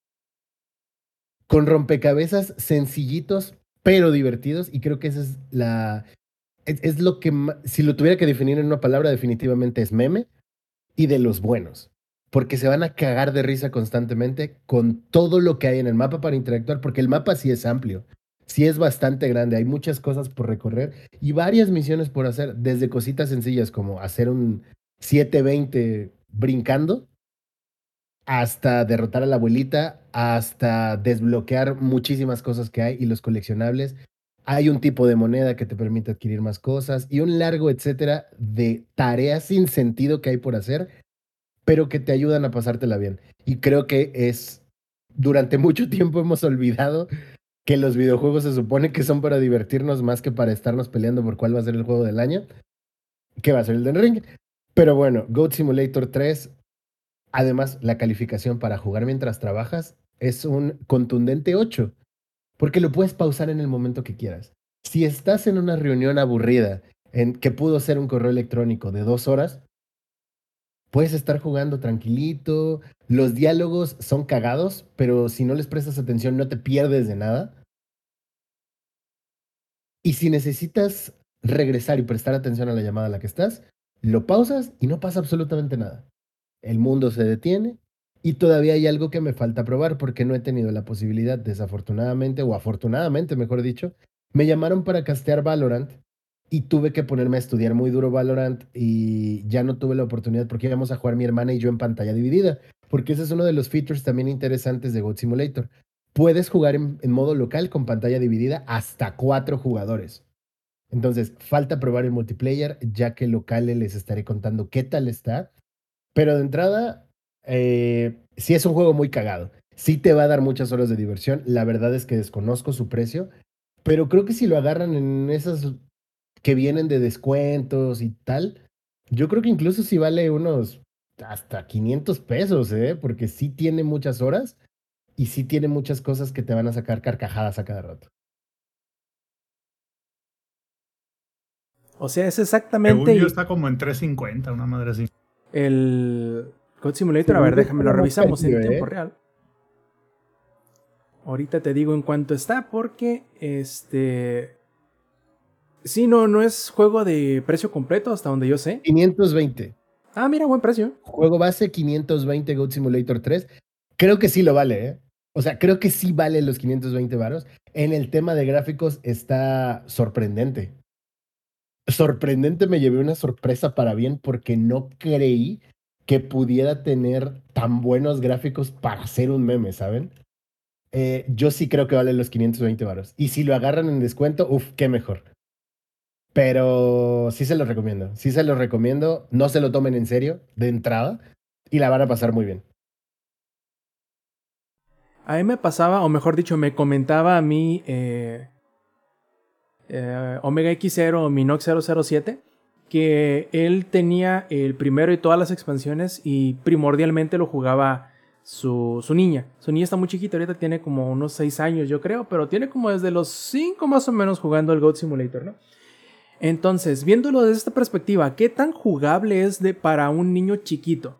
con rompecabezas sencillitos, pero divertidos. Y creo que esa es la... Es, es lo que, ma- si lo tuviera que definir en una palabra, definitivamente es meme y de los buenos. Porque se van a cagar de risa constantemente con todo lo que hay en el mapa para interactuar, porque el mapa sí es amplio, sí es bastante grande, hay muchas cosas por recorrer y varias misiones por hacer, desde cositas sencillas como hacer un siete veinte brincando, hasta derrotar a la abuelita, hasta desbloquear muchísimas cosas que hay y los coleccionables. Hay un tipo de moneda que te permite adquirir más cosas y un largo etcétera de tareas sin sentido que hay por hacer, pero que te ayudan a pasártela bien. Y creo que es, durante mucho tiempo hemos olvidado que los videojuegos se supone que son para divertirnos más que para estarnos peleando por cuál va a ser el juego del año, que va a ser el del Ring. Pero bueno, Goat Simulator tres, además la calificación para jugar mientras trabajas es un contundente ocho, porque lo puedes pausar en el momento que quieras. Si estás en una reunión aburrida, en que pudo ser un correo electrónico de dos horas, puedes estar jugando tranquilito. Los diálogos son cagados, pero si no les prestas atención no te pierdes de nada. Y si necesitas regresar y prestar atención a la llamada a la que estás, lo pausas y no pasa absolutamente nada. El mundo se detiene y todavía hay algo que me falta probar porque no he tenido la posibilidad, desafortunadamente o afortunadamente, mejor dicho. Me llamaron para castear Valorant y tuve que ponerme a estudiar muy duro Valorant y ya no tuve la oportunidad porque íbamos a jugar mi hermana y yo en pantalla dividida, porque ese es uno de los features también interesantes de Goat Simulator. Puedes jugar en, en modo local con pantalla dividida hasta cuatro jugadores. Entonces, falta probar el multiplayer, ya que local les estaré contando qué tal está. Pero de entrada, eh, sí es un juego muy cagado. Sí te va a dar muchas horas de diversión. La verdad es que desconozco su precio, pero creo que si lo agarran en esas que vienen de descuentos y tal, yo creo que incluso si vale unos hasta quinientos pesos, ¿eh? Porque sí tiene muchas horas y sí tiene muchas cosas que te van a sacar carcajadas a cada rato. O sea, es Según exactamente yo está como en tres cincuenta, una madre así. el Code Simulator. A Según ver, yo déjame lo está más revisamos en carillo, tiempo ¿eh? real. Ahorita te digo en cuánto está porque este... Sí, no, no es juego de precio completo hasta donde yo sé. quinientos veinte. Ah, mira, buen precio. Juego base quinientos veinte Goat Simulator tres. Creo que sí lo vale, ¿eh? O sea, creo que sí vale los quinientos veinte varos. En el tema de gráficos está sorprendente. Sorprendente, me llevé una sorpresa para bien porque no creí que pudiera tener tan buenos gráficos para hacer un meme, ¿saben? eh, yo sí creo que vale los quinientos veinte varos. Y si lo agarran en descuento, uff, qué mejor. Pero sí se los recomiendo. Sí se los recomiendo. No se lo tomen en serio de entrada y la van a pasar muy bien. A mí me pasaba, o mejor dicho, me comentaba a mí eh, eh, Omega X cero o Minox cero cero siete que él tenía el primero y todas las expansiones y primordialmente lo jugaba su, su niña. Su niña está muy chiquita, ahorita tiene como unos seis años yo creo, pero tiene como desde los cinco más o menos jugando el Goat Simulator, ¿no? Entonces, viéndolo desde esta perspectiva, ¿qué tan jugable es de, para un niño chiquito?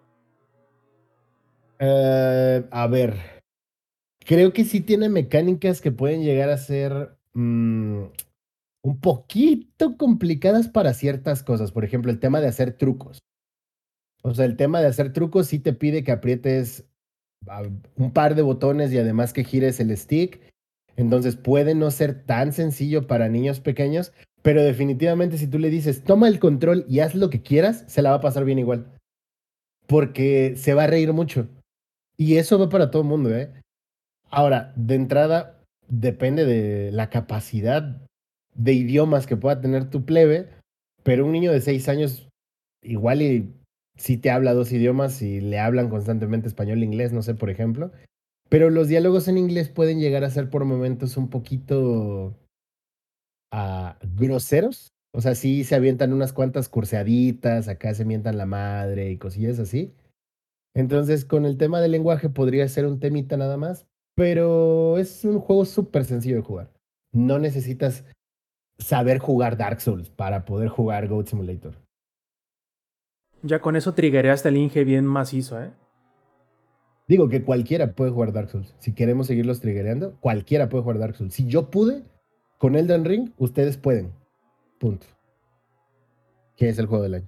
Eh, a ver, creo que sí tiene mecánicas que pueden llegar a ser mm, un poquito complicadas para ciertas cosas. Por ejemplo, el tema de hacer trucos. O sea, el tema de hacer trucos sí te pide que aprietes ah, un par de botones y además que gires el stick. Entonces puede no ser tan sencillo para niños pequeños, pero definitivamente si tú le dices, toma el control y haz lo que quieras, se la va a pasar bien igual. Porque se va a reír mucho. Y eso va para todo el mundo, ¿eh? Ahora, de entrada, depende de la capacidad de idiomas que pueda tener tu plebe, pero un niño de seis años igual y sí te habla dos idiomas y le hablan constantemente español e inglés, no sé, por ejemplo, pero los diálogos en inglés pueden llegar a ser por momentos un poquito ah, groseros. O sea, sí se avientan unas cuantas curseaditas, acá se mientan la madre y cosillas así. Entonces, con el tema del lenguaje podría ser un temita nada más, pero es un juego súper sencillo de jugar. No necesitas saber jugar Dark Souls para poder jugar Goat Simulator. Ya con eso triggereaste el Inge bien macizo, ¿eh? Digo que cualquiera puede jugar Dark Souls. Si queremos seguirlos triggereando, cualquiera puede jugar Dark Souls. Si yo pude, con Elden Ring, ustedes pueden. Punto. Que es el juego del año.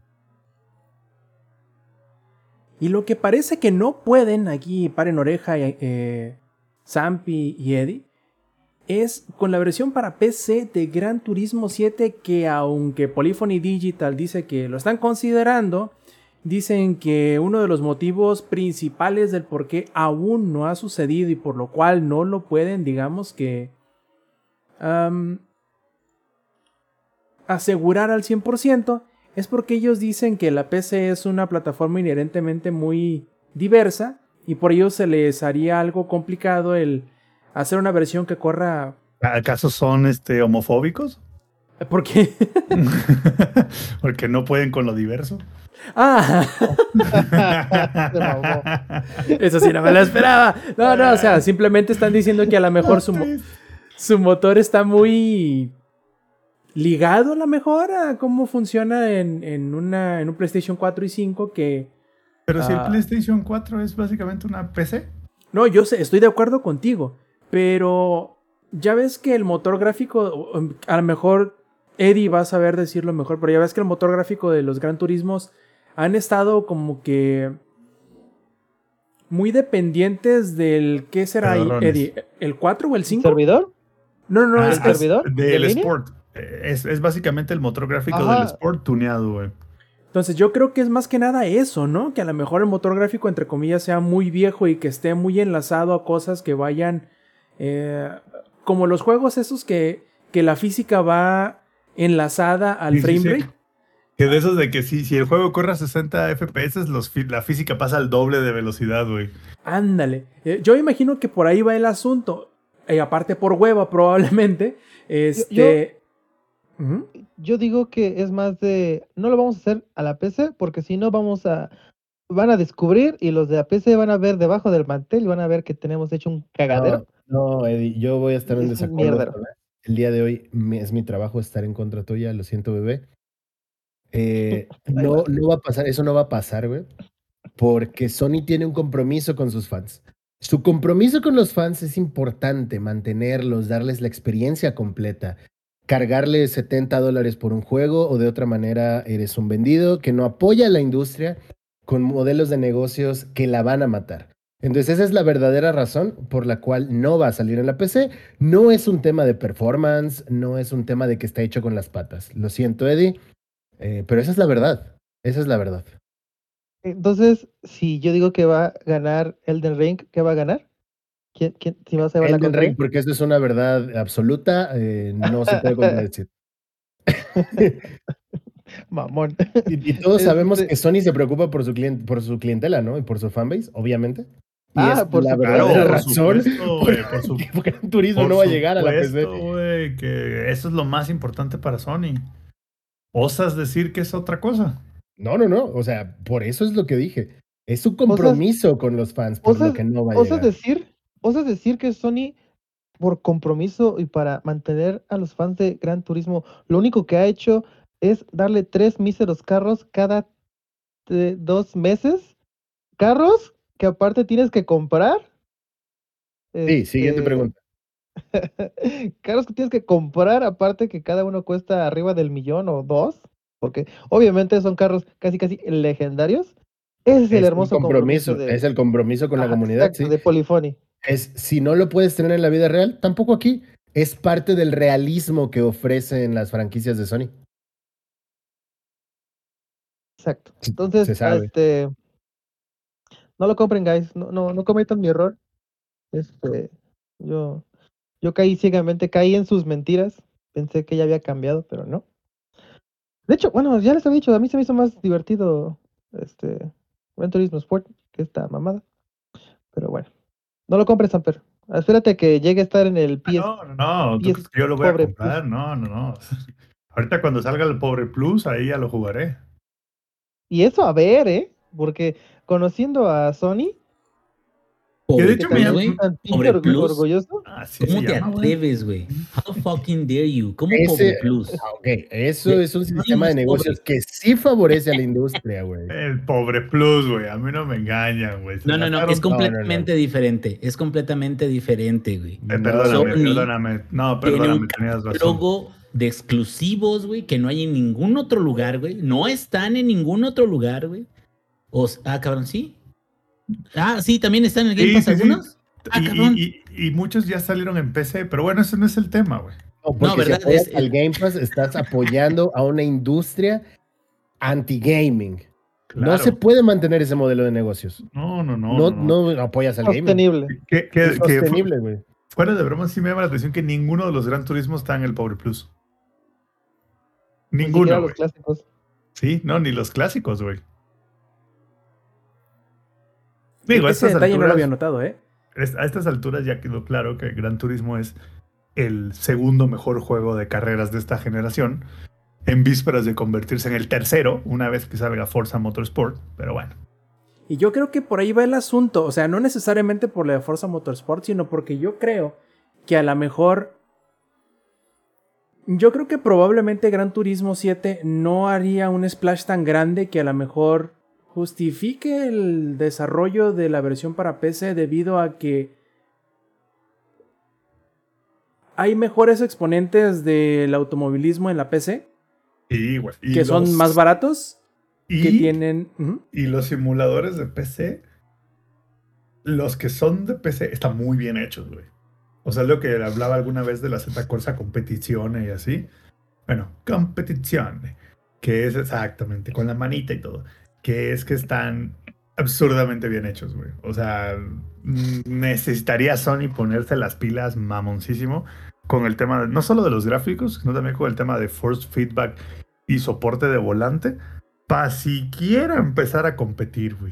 Y lo que parece que no pueden, aquí paren oreja, eh, Zampi y Eddie, es con la versión para P C de Gran Turismo siete, que aunque Polyphony Digital dice que lo están considerando, dicen que uno de los motivos principales del por qué aún no ha sucedido y por lo cual no lo pueden, digamos que, um, asegurar al cien por ciento, es porque ellos dicen que la P C es una plataforma inherentemente muy diversa y por ello se les haría algo complicado el hacer una versión que corra. ¿Acaso son este, homofóbicos? ¿Por qué? Porque no pueden con lo diverso. Ah, eso sí no me lo esperaba. No, no, o sea, simplemente están diciendo que a lo mejor su, mo- su motor está muy ligado a lo mejor a cómo funciona en, en, una, en un PlayStation cuatro y cinco que... Pero si el ah, PlayStation cuatro es básicamente una P C. No, yo sé, estoy de acuerdo contigo, pero ya ves que el motor gráfico, a lo mejor Eddie va a saber decirlo mejor, pero ya ves que el motor gráfico de los Gran Turismos han estado como que muy dependientes del... ¿Qué será ahí, Pedorrones. Eddie? ¿El cuatro o el cinco? ¿Servidor? No, no, no, Ah, es, ¿El es- servidor? Del ¿En línea? Sport. Eh, Es, es básicamente el motor gráfico Ajá. del Sport tuneado, güey. Entonces yo creo que es más que nada eso, ¿no? Que a lo mejor el motor gráfico, entre comillas, sea muy viejo y que esté muy enlazado a cosas que vayan... Eh, como los juegos esos que, que la física va enlazada al Sí, sí, frame sí. rate. Que de esos de que si, si el juego corre a sesenta F P S, los, fi- la física pasa al doble de velocidad, güey. Ándale. Eh, yo imagino que por ahí va el asunto. Eh, aparte por hueva, probablemente. Este. Ujú. Yo digo que es más de, no lo vamos a hacer a la P C porque si no vamos a, van a descubrir y los de la P C van a ver debajo del mantel y van a ver que tenemos hecho un cagadero. No, no, Eddie, yo voy a estar en Es un desacuerdo. mierdero. esta vez. El día de hoy mi- es mi trabajo estar en contra tuya, lo siento, bebé. Eh, no, no va a pasar, eso no va a pasar, güey, porque Sony tiene un compromiso con sus fans. Su compromiso con los fans es importante, mantenerlos, darles la experiencia completa. Cargarles setenta dólares por un juego o de otra manera eres un vendido que no apoya a la industria con modelos de negocios que la van a matar. Entonces esa es la verdadera razón por la cual no va a salir en la P C. No es un tema de performance, no es un tema de que está hecho con las patas. Lo siento, Eddie, eh, pero esa es la verdad. Esa es la verdad. Entonces, si yo digo que va a ganar Elden Ring, ¿qué va a ganar? ¿Quién, quién, si vas a llevar la Elden contraria? Ring, porque eso es una verdad absoluta, eh, no se puede contradecir. Mamón. Y, y todos sabemos Este, que Sony se preocupa por su cliente, por su clientela, ¿no? Y por su fanbase, obviamente. Y Ah, es por la supuesto. verdadera Claro, por razón supuesto, por güey, por su- que Gran Turismo Por no va a llegar a la P C. supuesto, güey, que eso es lo más importante para Sony. ¿Osas decir que es otra cosa? No, no, no. O sea, por eso es lo que dije. Es su ¿Osas, compromiso con los fans, por lo osas, que no va a osas llegar. decir, osas decir que Sony, por compromiso y para mantener a los fans de Gran Turismo, lo único que ha hecho es darle tres míseros carros cada eh, dos meses? ¿Carros que aparte tienes que comprar? Sí, siguiente Este, pregunta. carros que tienes que comprar, aparte que cada uno cuesta arriba del millón o dos, porque obviamente son carros casi casi legendarios. Ese es el Es el hermoso compromiso compromiso, es de, el compromiso con la ah, comunidad, exacto, sí. de Polyphony. Es, si no lo puedes tener en la vida real, tampoco aquí. Es parte del realismo que ofrecen las franquicias de Sony. Exacto. Se Entonces, sabe. este, no lo compren, guys. No, no, no cometan mi error. Este, yo, yo caí ciegamente, caí en sus mentiras. Pensé que ya había cambiado, pero no. De hecho, bueno, ya les había dicho, a mí se me hizo más divertido este Gran Turismo Sport que esta mamada. Pero bueno, no lo compres, Samper. Espérate que llegue a estar en el Ah, P S, no, no, no. ¿Tú P S crees que yo lo voy a Pobre comprar? Plus. No, no, no. Ahorita cuando salga el Pobre Plus, ahí ya lo jugaré. Y eso a ver, ¿eh? Porque conociendo a Sony, Que de Pobre hecho que me Plus, también güey. es tan pinche Pobre orgu- Plus. orgulloso. así se ¿Cómo te llama, güey. atreves, güey? How fucking dare you? ¿Cómo Ese, Pobre Plus? ah, ok, eso De- es un no hay sistema de más negocios pobre. que sí favorece a la industria, güey. El Pobre Plus, güey. A mí no me engañan, güey. Se No, no, no, es gastaron. no, no, no. completamente diferente. Es completamente diferente, güey. Eh, No, perdóname, Sony perdóname. No, Tiene un perdóname, tenías razón. catálogo de exclusivos, güey, que no hay en ningún otro lugar, güey. No están en ningún otro lugar, güey. O, s- ah, cabrón, ¿sí? Ah, sí, también están en el Game Sí, Pass sí, sí. algunos. Ah, Y, cabrón. y, y, y muchos ya salieron en P C, pero bueno, ese no es el tema, güey. No, porque No, si ¿verdad? apoyas Es, al es- Game Pass, estás apoyando a una industria anti-gaming. No se Claro. puede mantener ese modelo de negocios. No, no, no, No, no. no apoyas al gaming. Sostenible. Que, que, Es que fu- sostenible, güey. fuera de broma, sí me llama la atención que ninguno de los Gran Turismo está en el Pobre Plus. Ni siquiera Ninguno, los güey. clásicos. Sí, no, ni los clásicos, güey. Digo, a Ese estas detalle no lo alturas, había notado, ¿eh? es- a estas alturas ya quedó claro que Gran Turismo es el segundo mejor juego de carreras de esta generación, en vísperas de convertirse en el tercero, una vez que salga Forza Motorsport, pero bueno. Y yo creo que por ahí va el asunto. O sea, no necesariamente por la de Forza Motorsport, sino porque yo creo que a lo mejor... Yo creo que probablemente Gran Turismo siete no haría un splash tan grande que a lo mejor justifique el desarrollo de la versión para P C debido a que hay mejores exponentes del automovilismo en la P C Y, güey, y que son los- más baratos, y, que tienen... Ujú. y los simuladores de P C, los que son de P C, están muy bien hechos, güey. O sea, lo que hablaba alguna vez de la Z Corsa Competizione y así. Bueno, Competizione, que es exactamente con la manita y todo, que es que están absurdamente bien hechos, güey. O sea, mm, necesitaría Sony ponerse las pilas mamoncísimo con el tema, de- no solo de los gráficos, sino también con el tema de force feedback y soporte de volante, para siquiera empezar a competir, güey.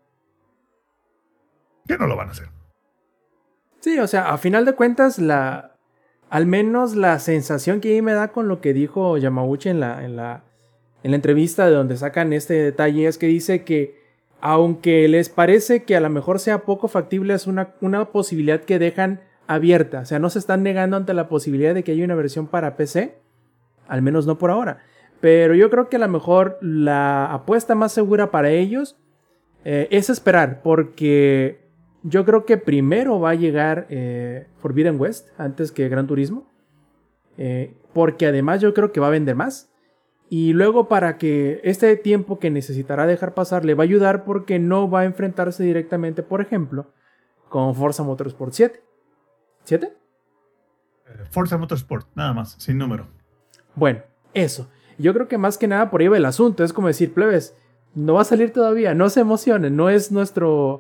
Que no lo van a hacer. Sí, o sea, a final de cuentas, la, al menos la sensación que ahí me da con lo que dijo Yamauchi en la, en la, en la entrevista de donde sacan este detalle es que dice que aunque les parece que a lo mejor sea poco factible, es una, una posibilidad que dejan abierta. O sea, no se están negando ante la posibilidad de que haya una versión para P C, al menos no por ahora. Pero yo creo que a lo mejor la apuesta más segura para ellos eh, es esperar, porque... Yo creo que primero va a llegar eh, Forbidden West antes que Gran Turismo. Eh, porque además yo creo que va a vender más. Y luego para que este tiempo que necesitará dejar pasar le va a ayudar porque no va a enfrentarse directamente, por ejemplo, con Forza Motorsport siete. ¿siete? Forza Motorsport, nada más, sin número. Bueno, eso. Yo creo que más que nada por ahí va el asunto. Es como decir, plebes, no va a salir todavía, no se emocionen, no es nuestro...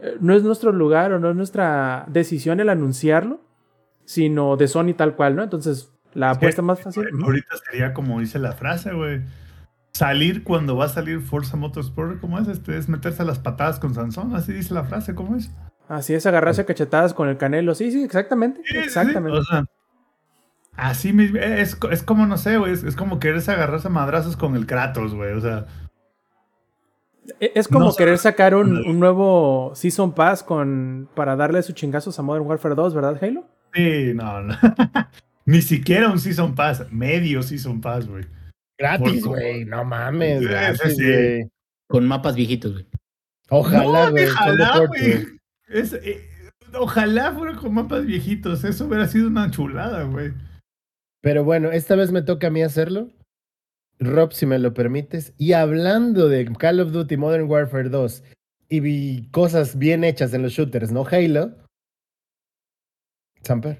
eh, no es nuestro lugar o no es nuestra decisión el anunciarlo, sino de Sony tal cual, ¿no? Entonces, la Es apuesta que más fácil. ahorita sería como dice la frase, güey. Salir cuando va a salir Forza Motorsport, ¿cómo es? Este, es meterse a las patadas con Sansón, así dice la frase, ¿cómo es? Así es, agarrarse a cachetadas con el Canelo. Sí, sí, exactamente. Sí, sí, sí. Exactamente. O sea, así mismo, es, es como, no sé, güey, es, es como quererse agarrarse a madrazos con el Kratos, güey, o sea. E- Es como No querer sabes. sacar un, un nuevo Season Pass con, para darle sus chingazos a Modern Warfare dos, ¿verdad, Halo? Sí, no, no. Ni siquiera un Season Pass, medio Season Pass, güey. Gratis, Por- güey. No mames, Ese gratis, sí. güey. Con mapas viejitos, güey. Ojalá, No, güey. Son de ojalá, corto. güey. Es, eh, ojalá fuera con mapas viejitos, eso hubiera sido una chulada, güey. Pero bueno, esta vez me toca a mí hacerlo. Rob, si me lo permites. Y hablando de Call of Duty Modern Warfare dos y vi cosas bien hechas en los shooters, ¿no? Halo. Samper.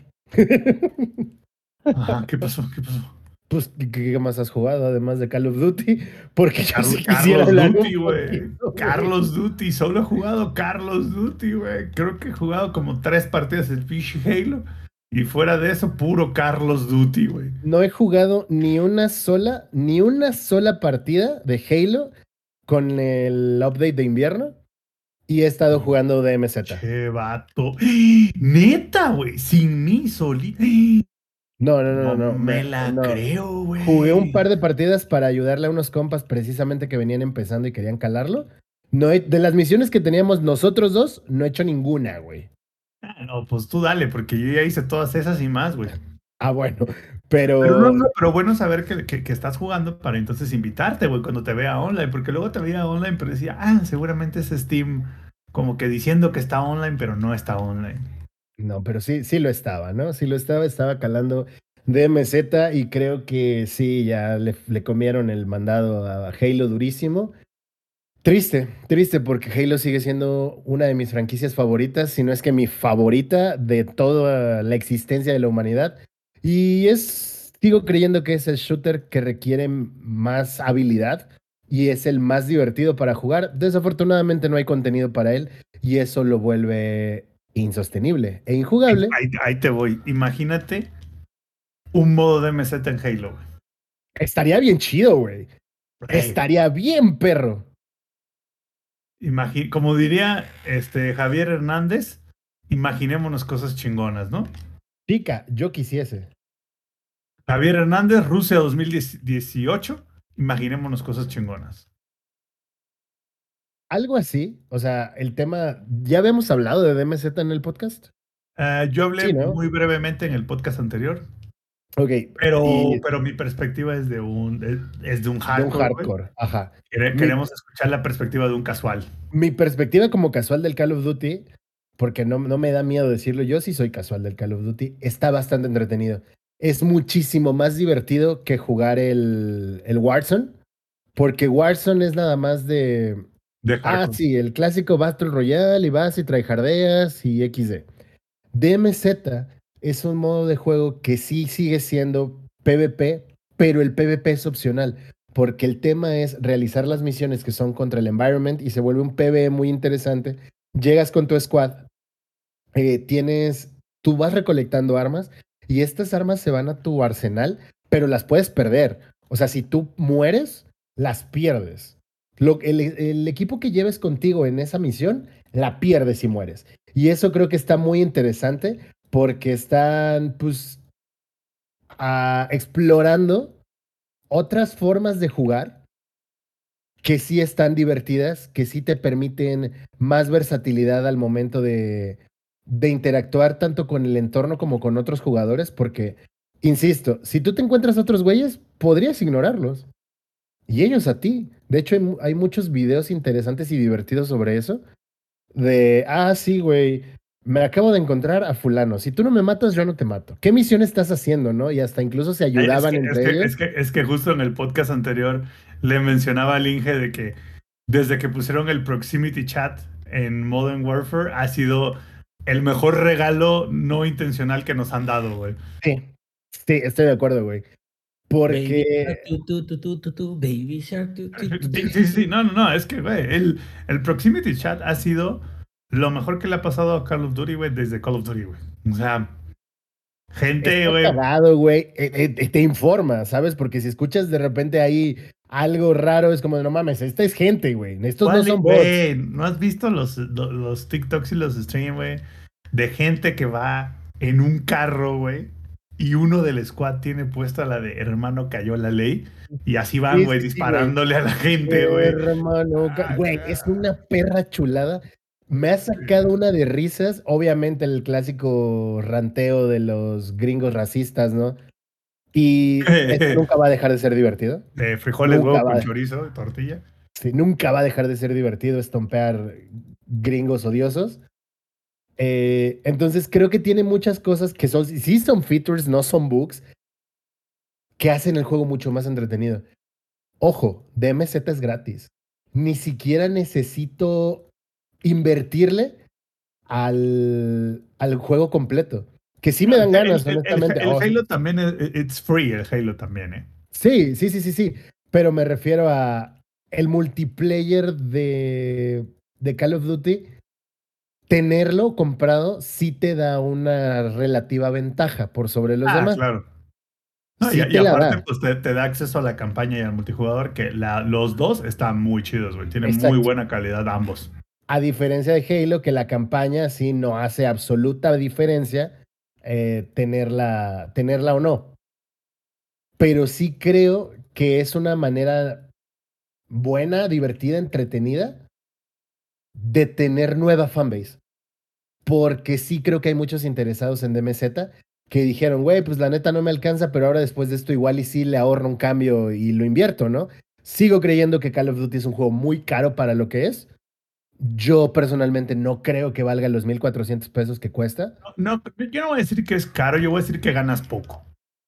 Ajá, ¿qué pasó? ¿Qué pasó? Pues, ¿qué, qué más has jugado además de Call of Duty? Porque yo Carlos, sí quisiera Carlos hablar Duty, un güey. poquito, güey. Carlos Duty, solo he jugado Carlos Duty, güey. Creo que he jugado como tres partidas del pinche Halo. Y fuera de eso, puro Carlos Duty, güey. No he jugado ni una sola, ni una sola partida de Halo con el update de invierno. Y he estado jugando D M Z. Che, vato. Neta, güey. Sin mí, solito. No, no, no, No no. me me- la no. creo, güey. Jugué un par de partidas para ayudarle a unos compas precisamente que venían empezando y querían calarlo. No he- de las misiones que teníamos nosotros dos, no he hecho ninguna, güey. Ah, no, pues tú dale, porque yo ya hice todas esas y más, güey. Ah, bueno. Pero, Pero, no, no, pero bueno saber que, que, que estás jugando para entonces invitarte, güey, cuando te vea online, porque luego te veía online, pero decía, ah, seguramente es Steam, como que diciendo que está online, pero no está online. no, pero sí, sí lo estaba, ¿no? Sí lo estaba, estaba calando D M Z y creo que sí, ya le, le comieron el mandado a Halo durísimo. Triste, triste porque Halo sigue siendo una de mis franquicias favoritas, si no es que mi favorita de toda la existencia de la humanidad. Y es, sigo creyendo que es el shooter que requiere más habilidad y es el más divertido para jugar. Desafortunadamente no hay contenido para él y eso lo vuelve insostenible e injugable. Ahí, ahí te voy. Imagínate un modo de M Z en Halo, güey. Estaría bien chido, güey. Hey, Estaría bien, perro. imagi- como diría este Javier Hernández, imaginémonos cosas chingonas, ¿no? Pica, yo quisiese. Javier Hernández, Rusia dos mil dieciocho, imaginémonos cosas chingonas. Algo así, o sea, el tema, ¿ya habíamos hablado de D M Z en el podcast? Uh, yo hablé Sí, ¿no? muy brevemente en el podcast anterior, Ok, pero, y pero mi perspectiva es de un, es, es de un de hardcore. un hardcore, güey. Ajá. Quere, Mi, queremos escuchar la perspectiva de un casual. Mi perspectiva como casual del Call of Duty, porque no, no me da miedo decirlo, yo sí soy casual del Call of Duty, está bastante entretenido. Es muchísimo más divertido que jugar el, el Warzone, porque Warzone es nada más de... De Ah, hardcore. sí, el clásico Battle Royale y vas y tryhardeas y equis de. D M Z es un modo de juego que sí sigue siendo PvP, pero el PvP es opcional, porque el tema es realizar las misiones que son contra el environment y se vuelve un PvE muy interesante. Llegas con tu squad, eh, tienes, tú vas recolectando armas y estas armas se van a tu arsenal, pero las puedes perder. O sea, si tú mueres, las pierdes. Lo, el, el equipo que lleves contigo en esa misión, la pierdes y mueres. Y eso creo que está muy interesante porque están, pues, ah, explorando otras formas de jugar que sí están divertidas, que sí te permiten más versatilidad al momento de, de interactuar tanto con el entorno como con otros jugadores, porque, insisto, si tú te encuentras a otros güeyes, podrías ignorarlos. Y ellos a ti. De hecho, hay, mu- hay muchos videos interesantes y divertidos sobre eso. De, ah, sí, güey, me acabo de encontrar a fulano. Si tú no me matas, yo no te mato. ¿Qué misión estás haciendo, no? Y hasta incluso se Ay, es, ayudaban que, es, entre que, ellos. es, que, es que justo en el podcast anterior le mencionaba al Inge de que desde que pusieron el Proximity Chat en Modern Warfare ha sido el mejor regalo no intencional que nos han dado, güey. Sí, sí, estoy de acuerdo, güey. Baby Porque Shark, tu, tu, tu, tu, tu, tu, Baby Shark, tu, tu, tu, tu. Sí, sí, sí, no, no, no, es que, güey, el, el Proximity Chat ha sido lo mejor que le ha pasado a Call of Duty, güey, desde Call of Duty, güey. O sea, gente, Está güey. cagado, güey. eh, eh, te informa, ¿sabes? Porque si escuchas de repente ahí algo raro, es como, no mames, esta es gente, güey. Estos no ¿Cuál, son bots. güey? ¿No has visto los, los, los TikToks y los streams, güey? De gente que va en un carro, güey. Y uno del squad tiene puesta la de hermano cayó la ley. Y así van, Sí, güey, sí, sí, güey. disparándole a la gente, güey. Hermano, ca- Ah, güey, es una perra chulada. Me ha sacado una de risas. Obviamente el clásico ranteo de los gringos racistas, ¿no? Y esto nunca va a dejar de ser divertido. De frijoles, Nunca huevo va, con a- chorizo, tortilla. sí, nunca va a dejar de ser divertido estompear gringos odiosos. Eh, entonces creo que tiene muchas cosas que son, sí son features, no son bugs, que hacen el juego mucho más entretenido. Ojo, D M Z es gratis. Ni siquiera necesito invertirle al, al juego completo. Que sí me dan El, ganas, el- el- honestamente. el Oh, Halo también es it's free, el Halo también, ¿eh? sí, sí, sí, sí, sí. Pero me refiero a el multiplayer de, de Call of Duty. Tenerlo comprado sí te da una relativa ventaja por sobre los Ah, demás. claro. No, y, Sí y te la aparte, da. pues te, te da acceso a la campaña y al multijugador, que la, los dos están muy chidos, güey. Tienen muy Exacto. buena calidad ambos. A diferencia de Halo, que la campaña sí no hace absoluta diferencia eh, tenerla, tenerla o no. Pero sí creo que es una manera buena, divertida, entretenida de tener nueva fanbase. Porque sí creo que hay muchos interesados en D M Z que dijeron, güey, pues la neta no me alcanza, pero ahora después de esto igual y sí le ahorro un cambio y lo invierto, ¿no? Sigo creyendo que Call of Duty es un juego muy caro para lo que es. Yo personalmente no creo que valga los mil cuatrocientos pesos que cuesta. No, yo no voy a decir que es caro, yo voy a decir que ganas poco.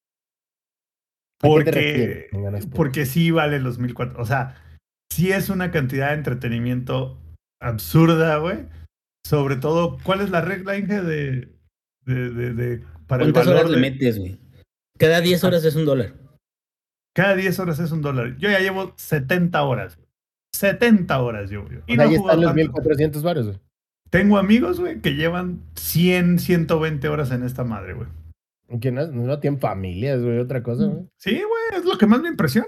¿A qué te refieres Porque, con ganas poco? porque sí vale los mil cuatro. O sea, sí es una cantidad de entretenimiento absurda, güey. Sobre todo, ¿cuál es la regla, Inge, de, de, de, de- para el ¿Cuántas horas valor le de. metes, güey? Cada diez horas es un dólar. Cada diez horas es un dólar. Yo ya llevo setenta horas. setenta horas yo, yo. Y O sea, no he ahí jugado están los mil tanto. cuatrocientos varos, güey. Tengo amigos, güey, que llevan cien, ciento veinte horas en esta madre, güey. Que no, no tienen familias, güey, otra cosa, güey. Sí, güey, es lo que más me impresiona.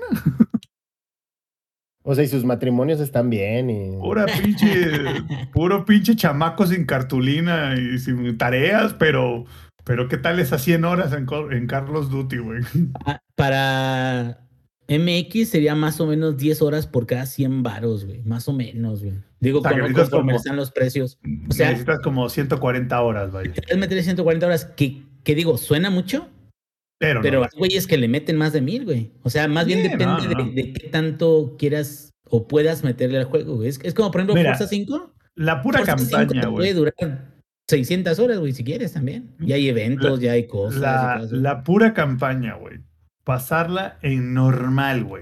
O sea, y sus matrimonios están bien y... Pura pinche, puro pinche chamaco sin cartulina y sin tareas, pero, pero ¿qué tal esas cien horas en, Col- en Carlos Duty, güey? Ah, para M X sería más o menos diez horas por cada cien varos, güey. Más o menos, güey. Digo, O sea, que con- necesitas conforme como, están los precios. O sea, necesitas como ciento cuarenta horas, vaya. puedes meter ciento cuarenta horas, que, que digo, suena mucho, Pero, pero no. hay güeyes que le meten más de mil, güey. O sea, más bien Sí, depende no, no. De, de qué tanto quieras o puedas meterle al juego, güey. Es, es como, por ejemplo, Mira, Forza cinco. La pura Forza cinco campaña, te güey. puede durar seiscientas horas, güey, si quieres también. Y hay eventos, La, ya hay cosas y la, todo eso. la pura campaña, güey. Pasarla en normal, güey.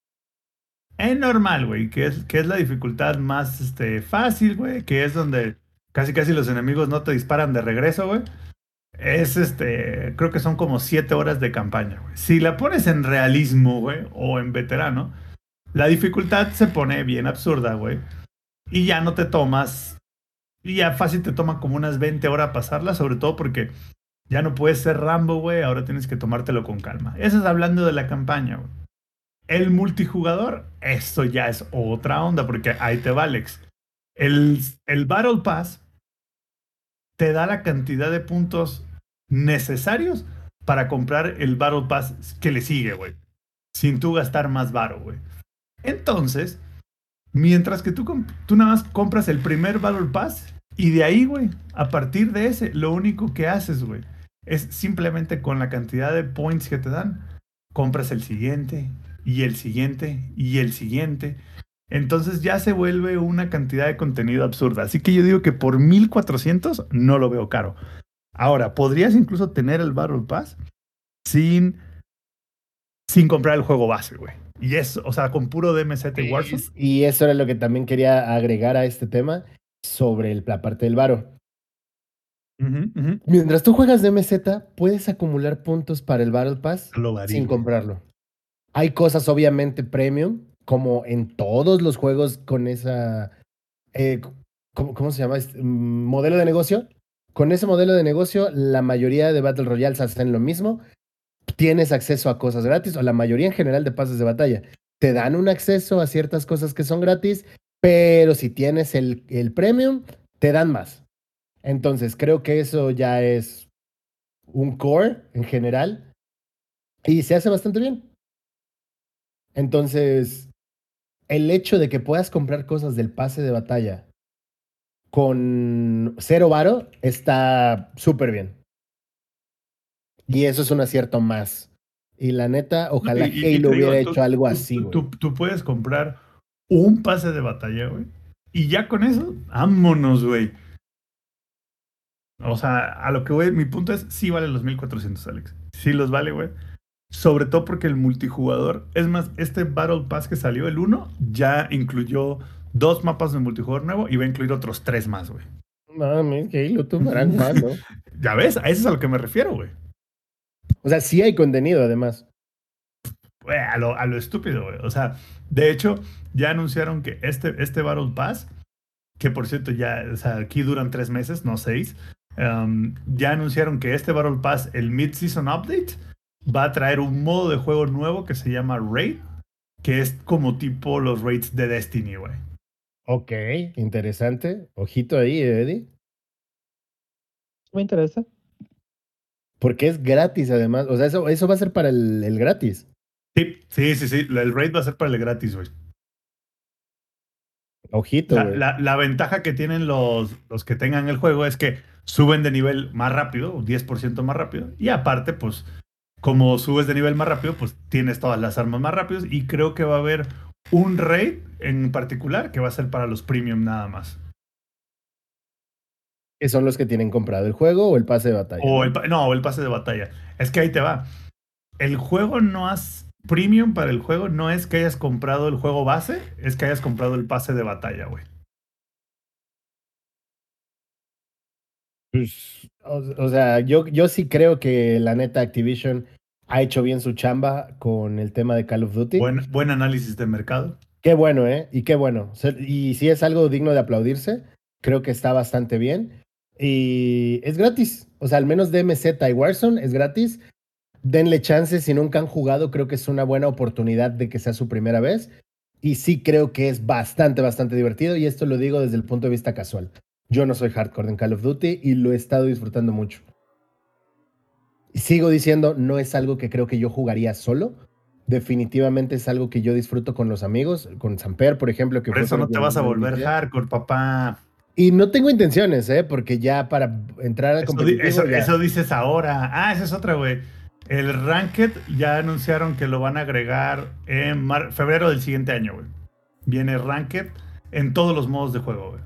En normal, güey, que es, que es la dificultad más este, fácil, güey, que es donde casi casi los enemigos no te disparan de regreso, güey. Es este, creo que son como siete horas de campaña, güey. Si la pones en realismo, güey, o en veterano, la dificultad se pone bien absurda, güey. Y ya no te tomas, y ya fácil te toma como unas veinte horas pasarla, sobre todo porque ya no puedes ser Rambo, güey, ahora tienes que tomártelo con calma. Eso es hablando de la campaña, güey. El multijugador, esto ya es otra onda, porque ahí te va, Alex. El, el Battle Pass te da la cantidad de puntos necesarios para comprar el Battle Pass que le sigue, güey. Sin tú gastar más varo, güey. Entonces, mientras que tú, tú nada más compras el primer Battle Pass y de ahí, güey, a partir de ese, lo único que haces, güey, es simplemente con la cantidad de points que te dan, compras el siguiente y el siguiente y el siguiente. Entonces ya se vuelve una cantidad de contenido absurda. Así que yo digo que por mil cuatrocientos no lo veo caro. Ahora, podrías incluso tener el Battle Pass sin, sin comprar el juego base, güey. Y eso, o sea, con puro D M Z y Warzone. Y eso era lo que también quería agregar a este tema sobre el, la parte del varo. Uh-huh, uh-huh. Mientras tú juegas D M Z, puedes acumular puntos para el Battle Pass Lo varí, sin güey. comprarlo. Hay cosas obviamente premium, como en todos los juegos con esa... Eh, ¿cómo, cómo se llama? Este, mm, modelo de negocio. Con ese modelo de negocio, la mayoría de Battle Royales hacen lo mismo. Tienes acceso a cosas gratis, o la mayoría en general de pases de batalla. Te dan un acceso a ciertas cosas que son gratis, pero si tienes el, el premium, te dan más. Entonces, creo que eso ya es un core en general y se hace bastante bien. Entonces, el hecho de que puedas comprar cosas del pase de batalla con cero varo está súper bien. Y eso es un acierto más. Y la neta, Y, ojalá y- y Halo te digo, hubiera tú, hecho algo tú- así, tú- güey. tú- tú puedes comprar un pase de batalla, güey. Y ya con eso, vámonos, güey. O sea, a lo que voy, mi punto es, sí vale los mil cuatrocientos, Alex. Sí los vale, güey. Sobre todo porque el multijugador, es más, este Battle Pass que salió, el uno, ya incluyó dos mapas de multijugador nuevo y va a incluir otros tres más, güey. Mames, Halo, tú eran fan, ¿no? Ya ves, a eso es a lo que me refiero, güey. O sea, sí hay contenido, además. Güey, A lo, a lo estúpido, güey. O sea, de hecho, ya anunciaron que este, este Battle Pass, que por cierto ya, o sea, aquí duran tres meses, no seis, um, ya anunciaron que este Battle Pass, el Mid-Season Update, va a traer un modo de juego nuevo que se llama Raid, que es como tipo los raids de Destiny, güey. Ok, interesante. Ojito ahí, Eddie. Me interesa. Porque es gratis, además. O sea, eso, eso va a ser para el, el gratis. Sí, sí, sí, sí. El raid va a ser para el gratis, güey. Ojito, La, güey. la, la ventaja que tienen los, los que tengan el juego es que suben de nivel más rápido, diez por ciento más rápido. Y aparte, pues, como subes de nivel más rápido, pues tienes todas las armas más rápidas. Y creo que va a haber un raid en particular que va a ser para los premium nada más. Que son los que tienen comprado el juego o el pase de batalla. O ¿no? el, pa- no, el pase de batalla. Es que ahí te va. El juego no has. Premium para el juego no es que hayas comprado el juego base, es que hayas comprado el pase de batalla, güey. Pues, o, o sea, yo, yo sí creo que la neta Activision ha hecho bien su chamba con el tema de Call of Duty. Buen, buen análisis de mercado. Qué bueno, ¿eh? Y qué bueno. O sea, y si es algo digno de aplaudirse, creo que está bastante bien. Y es gratis. O sea, al menos D M Z y Warzone es gratis. Denle chance si nunca han jugado, creo que es una buena oportunidad de que sea su primera vez. Y sí creo que es bastante, bastante divertido. Y esto lo digo desde el punto de vista casual. Yo no soy hardcore en Call of Duty y lo he estado disfrutando mucho. Y sigo diciendo, no es algo que creo que yo jugaría solo. Definitivamente es algo que yo disfruto con los amigos, con Samper, por ejemplo, que Por fue eso con no te quien vas a lo volver inicié. hardcore, papá. Y no tengo intenciones, ¿eh? Porque ya para entrar al Eso, di- competitivo eso, ya... eso dices ahora. Ah, esa es otra, güey. El Ranked ya anunciaron que lo van a agregar en mar- febrero del siguiente año, güey. Viene Ranked en todos los modos de juego, güey.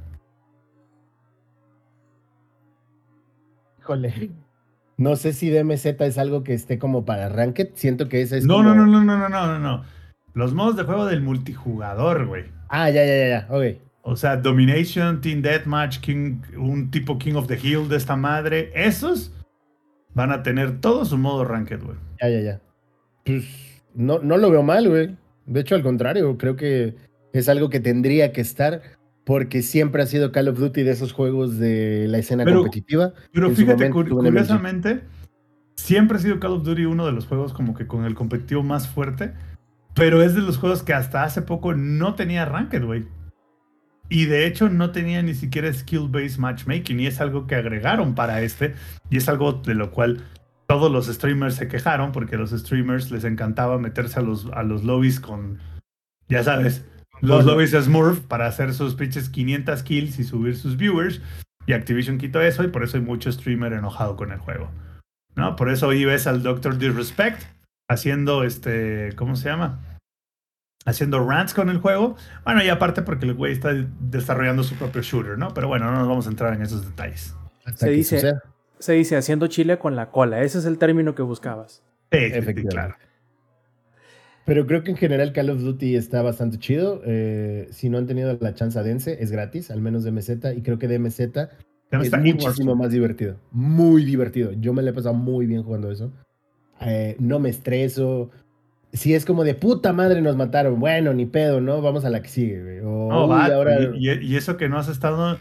Híjole. No sé si D M Z es algo que esté como para Ranked. Siento que ese es No, como... no, no, no, no, no, no, no, no. Los modos de juego del multijugador, güey. Ah, ya, ya, ya, ya. Ok. O sea, Domination, Team Deathmatch, King, un tipo King of the Hill de esta madre. Esos van a tener todo su modo Ranked, güey. Ya, ya, ya. Pues no, no lo veo mal, güey. De hecho, al contrario, creo que es algo que tendría que estar porque siempre ha sido Call of Duty de esos juegos de la escena Pero- competitiva. Pero En su fíjate, momento cur- tuvo un M L G. curiosamente, siempre ha sido Call of Duty uno de los juegos como que con el competitivo más fuerte, pero es de los juegos que hasta hace poco no tenía Ranked, güey. Y de hecho no tenía ni siquiera skill-based matchmaking y es algo que agregaron para este y es algo de lo cual todos los streamers se quejaron porque a los streamers les encantaba meterse a los, a los lobbies con, ya sabes, los Bueno. lobbies Smurf para hacer sus pinches quinientas kills y subir sus viewers. Y Activision quitó eso y por eso hay mucho streamer enojado con el juego. ¿No? Por eso hoy ves al doctor Disrespect haciendo este, ¿cómo se llama? Haciendo rants con el juego. Bueno, y aparte porque el güey está desarrollando su propio shooter, ¿no? Pero bueno, no nos vamos a entrar en esos detalles. Hasta Se que dice- suceda. Se dice haciendo chile con la cola. Ese es el término que buscabas. Sí, sí, sí, Efectivamente. claro. Pero creo que en general Call of Duty está bastante chido. Eh, si no han tenido la chance, dense. Es gratis, al menos D M Z. Y creo que D M Z Ya me es está y muchísimo Warzone. más divertido. Muy divertido. Yo me lo he pasado muy bien jugando eso. Eh, no me estreso. Si es como de puta madre nos mataron, bueno, ni pedo, ¿no? Vamos a la que sigue, güey. O, No, uy, va. ahora... Y, y- y eso que no has estado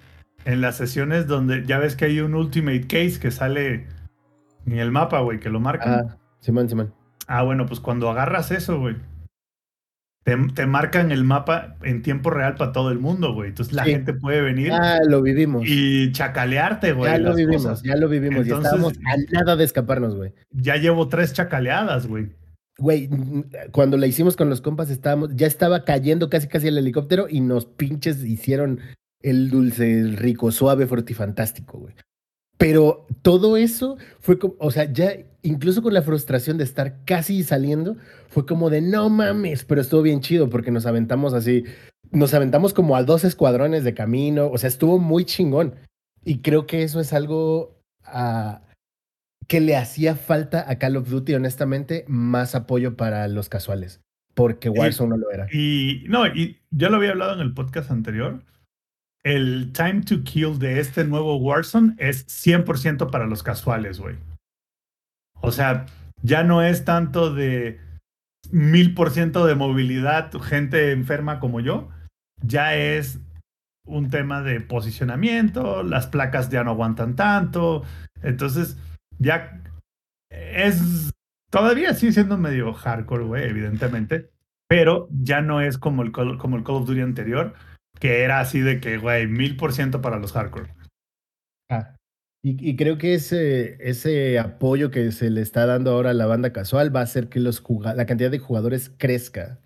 en las sesiones donde ya ves que hay un Ultimate Case que sale en el mapa, güey, que lo marcan. Ah, Simón, Simón. Ah, bueno, pues cuando agarras eso, güey, te, te marcan el mapa en tiempo real para todo el mundo, güey. Entonces la Sí. gente puede venir Ya lo vivimos. y chacalearte, güey. Ya lo las vivimos, cosas. ya lo vivimos. Entonces, y estábamos a nada de escaparnos, güey. Ya llevo tres chacaleadas, güey. Güey, cuando la hicimos con los compas, estábamos, ya estaba cayendo casi casi el helicóptero y nos pinches hicieron el dulce, el rico, suave, fantástico, güey. Pero todo eso fue como, o sea, ya incluso con la frustración de estar casi saliendo, fue como de no mames, pero estuvo bien chido porque nos aventamos así, nos aventamos como a dos escuadrones de camino, o sea, estuvo muy chingón. Y creo que eso es algo uh, que le hacía falta a Call of Duty, honestamente, más apoyo para los casuales, porque Warzone y, no lo era. Y no, y yo lo había hablado en el podcast anterior. El time to kill de este nuevo Warzone es cien por ciento para los casuales, güey. O sea, ya no es tanto de mil por ciento de movilidad, gente enferma como yo. Ya es un tema de posicionamiento, las placas ya no aguantan tanto. Entonces, ya es. Todavía sigue siendo medio hardcore, güey, evidentemente. Pero ya no es como el, Call, como el Call of Duty anterior, que era así de que, güey, mil por ciento para los hardcore. Ah, y, y creo que ese, ese apoyo que se le está dando ahora a la banda casual va a hacer que los la cantidad de jugadores crezca.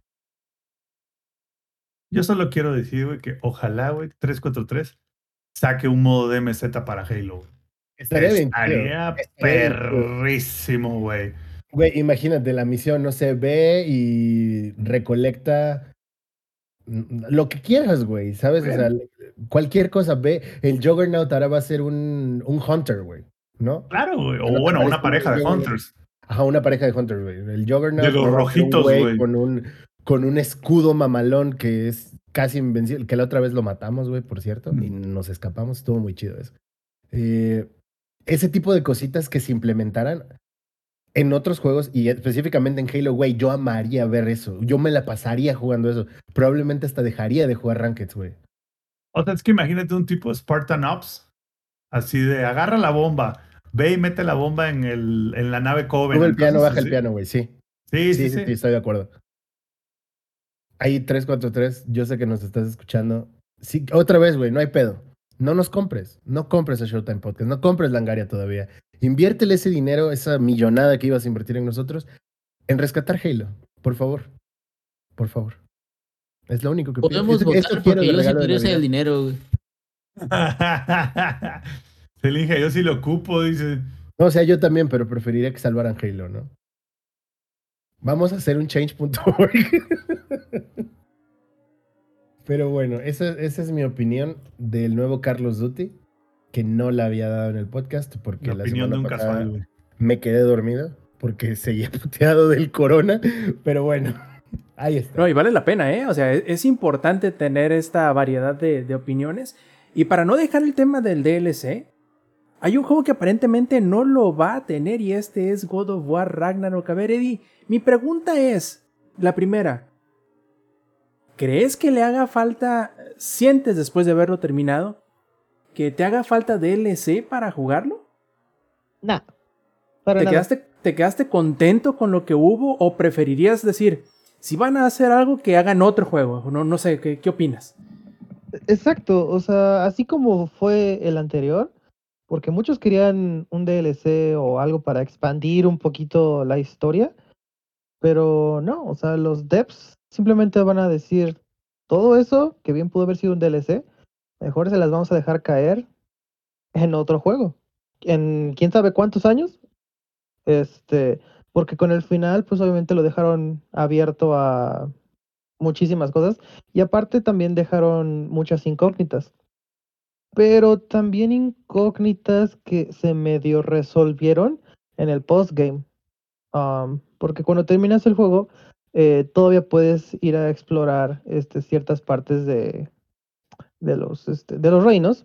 Yo solo quiero decir, güey, que ojalá, güey, trescientos cuarenta y tres saque un modo de M Z para Halo. Estaría bien chido. Estaría perrísimo, güey. Güey, imagínate la misión, no sé, ve y recolecta lo que quieras, güey, ¿sabes? O sea, cualquier cosa, ve, el Juggernaut ahora va a ser un, un Hunter, güey, ¿no? Claro, güey. O ¿No te bueno, parece una pareja un de Juggernaut? Hunters. Ajá, una pareja de Hunters, güey. El Juggernaut De los ahora va a ser un rojitos, güey güey. con un, con un escudo mamalón que es casi invencible, que la otra vez lo matamos, güey, por cierto, Mm. y nos escapamos, estuvo muy chido eso. Eh, ese tipo de cositas que se implementaran en otros juegos y específicamente en Halo, güey, yo amaría ver eso. Yo me la pasaría jugando eso. Probablemente hasta dejaría de jugar Rankeds, güey. O sea, es que imagínate un tipo Spartan Ops, así de agarra la bomba, ve y mete la bomba en, el, en la nave Covenant. Sube el piano, baja así. el piano, güey, sí. Sí, sí, Sí, sí, sí, sí, sí. estoy de acuerdo. Ahí tres cuatro tres, yo sé que nos estás escuchando. Sí, otra vez, güey, no hay pedo. No nos compres, no compres a Showtime Podcast, no compres Langaria todavía. Inviértele ese dinero, esa millonada que ibas a invertir en nosotros, en rescatar Halo, por favor. Por favor. Es lo único que pido. Podemos Esto, votar esto quiero porque de yo sí regalo de quiero ese Navidad. dinero, güey. Se elige, yo sí lo ocupo, dice. No, o sea, yo también, pero preferiría que salvaran Halo, ¿no? Vamos a hacer un change punto org. Pero bueno, esa, esa es mi opinión del nuevo Carlos Duty, que no la había dado en el podcast porque La la opinión semana de un pasada casual, güey. me quedé dormido porque seguía puteado del corona, pero bueno, ahí está. No, y vale la pena, ¿eh? O sea, es, es importante tener esta variedad de, de opiniones. Y para no dejar el tema del D L C, hay un juego que aparentemente no lo va a tener y este es God of War Ragnarok. A ver, Eddie, mi pregunta es, la primera, ¿crees que le haga falta, sientes después de haberlo terminado, que te haga falta D L C para jugarlo? Nah, para ¿Te nada. quedaste, ¿Te quedaste contento con lo que hubo o preferirías decir, si van a hacer algo, que hagan otro juego? No, no sé, ¿qué, qué opinas? Exacto, o sea, así como fue el anterior, porque muchos querían un D L C o algo para expandir un poquito la historia, pero no, o sea, los devs simplemente van a decir todo eso, que bien pudo haber sido un D L C, mejor se las vamos a dejar caer en otro juego, en quién sabe cuántos años, este, porque con el final, pues obviamente lo dejaron abierto a muchísimas cosas y aparte también dejaron muchas incógnitas, pero también incógnitas que se medio resolvieron en el postgame, um, porque cuando terminas el juego eh, todavía puedes ir a explorar este, ciertas partes de, de, los, este, de los reinos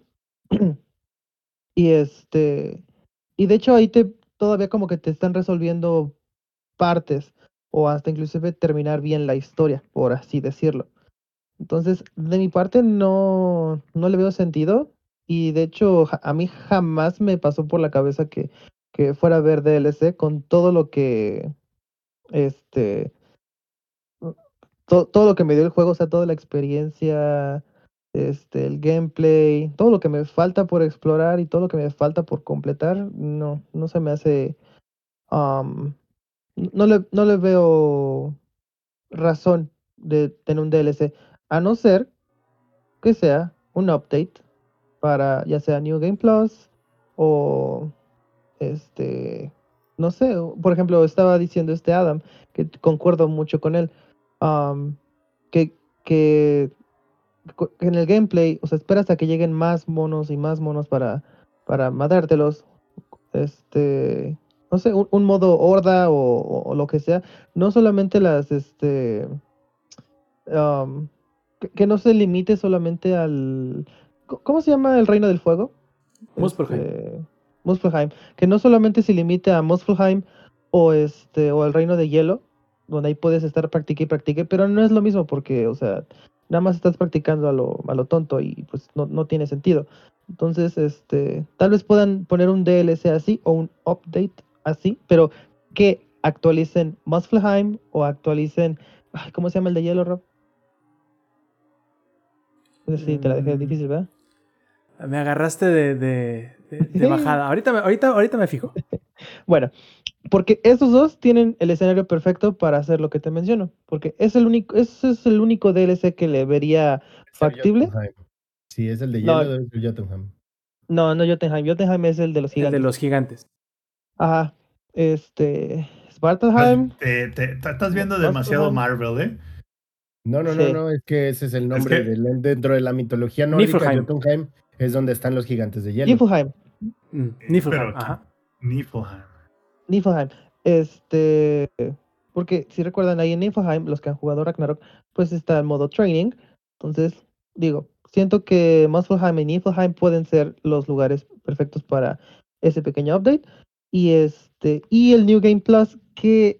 y este y de hecho ahí te todavía como que te están resolviendo partes o hasta inclusive terminar bien la historia, por así decirlo. Entonces, de mi parte no, no le veo sentido Y de hecho, ja- a mí jamás me pasó por la cabeza que, que fuera a ver D L C con todo lo que, este, to- todo lo que me dio el juego, o sea, toda la experiencia, este, el gameplay, todo lo que me falta por explorar y todo lo que me falta por completar, no, no se me hace, um, no le, no le veo razón de tener un D L C, a no ser que sea un update para ya sea New Game Plus o este, no sé, o- por ejemplo, estaba diciendo este Adam, que concuerdo mucho con él, am, que, que, co- que en el gameplay, o sea, esperas a que lleguen más monos y más monos para, para matártelos, este, no sé, un, un modo horda o, o- o lo que sea, no solamente las, este, am, que, que no se limite solamente al, co- ¿cómo se llama el Reino del Fuego? Muspelheim. Este, Muspelheim, que no solamente se limite a Muspelheim o este o el Reino de Hielo, donde ahí puedes estar practique y practique, pero no es lo mismo porque, o sea, nada más estás practicando a lo, a lo tonto y pues no, no tiene sentido. Entonces, este, tal vez puedan poner un D L C así o un update así, pero que actualicen Muspelheim o actualicen, ay, ¿cómo se llama el de Hielo, Rob? No sé si te la dejé Mm, difícil, ¿verdad? me agarraste de, de, de- de bajada. Ahorita me, ahorita, ahorita me fijo. Bueno, porque esos dos tienen el escenario perfecto para hacer lo que te menciono. Porque es el único, ese es el único D L C que le vería Es el factible. Jotunheim. Si es el de No, hielo, debe ser Jotunheim. no, no Jotunheim. Jotunheim es el de los El de gigantes. los gigantes. Ajá. Este. Estás, Svartalheim. te- te- te- estás Mu- viendo demasiado Muspelheim. Marvel, ¿eh? No, no, no, Sí. no, es que ese es el Es nombre que, del, dentro de la mitología nórdica. Niflheim. Jotunheim es donde están los gigantes de hielo. Niflheim. Mm, eh, Niflheim, pero, ajá. Niflheim. Niflheim. Este. Porque si recuerdan ahí en Niflheim, los que han jugado Ragnarok, pues está el modo training. Entonces, digo, siento que Muspelheim y Niflheim pueden ser los lugares perfectos para ese pequeño update. Y este, y el New Game Plus, que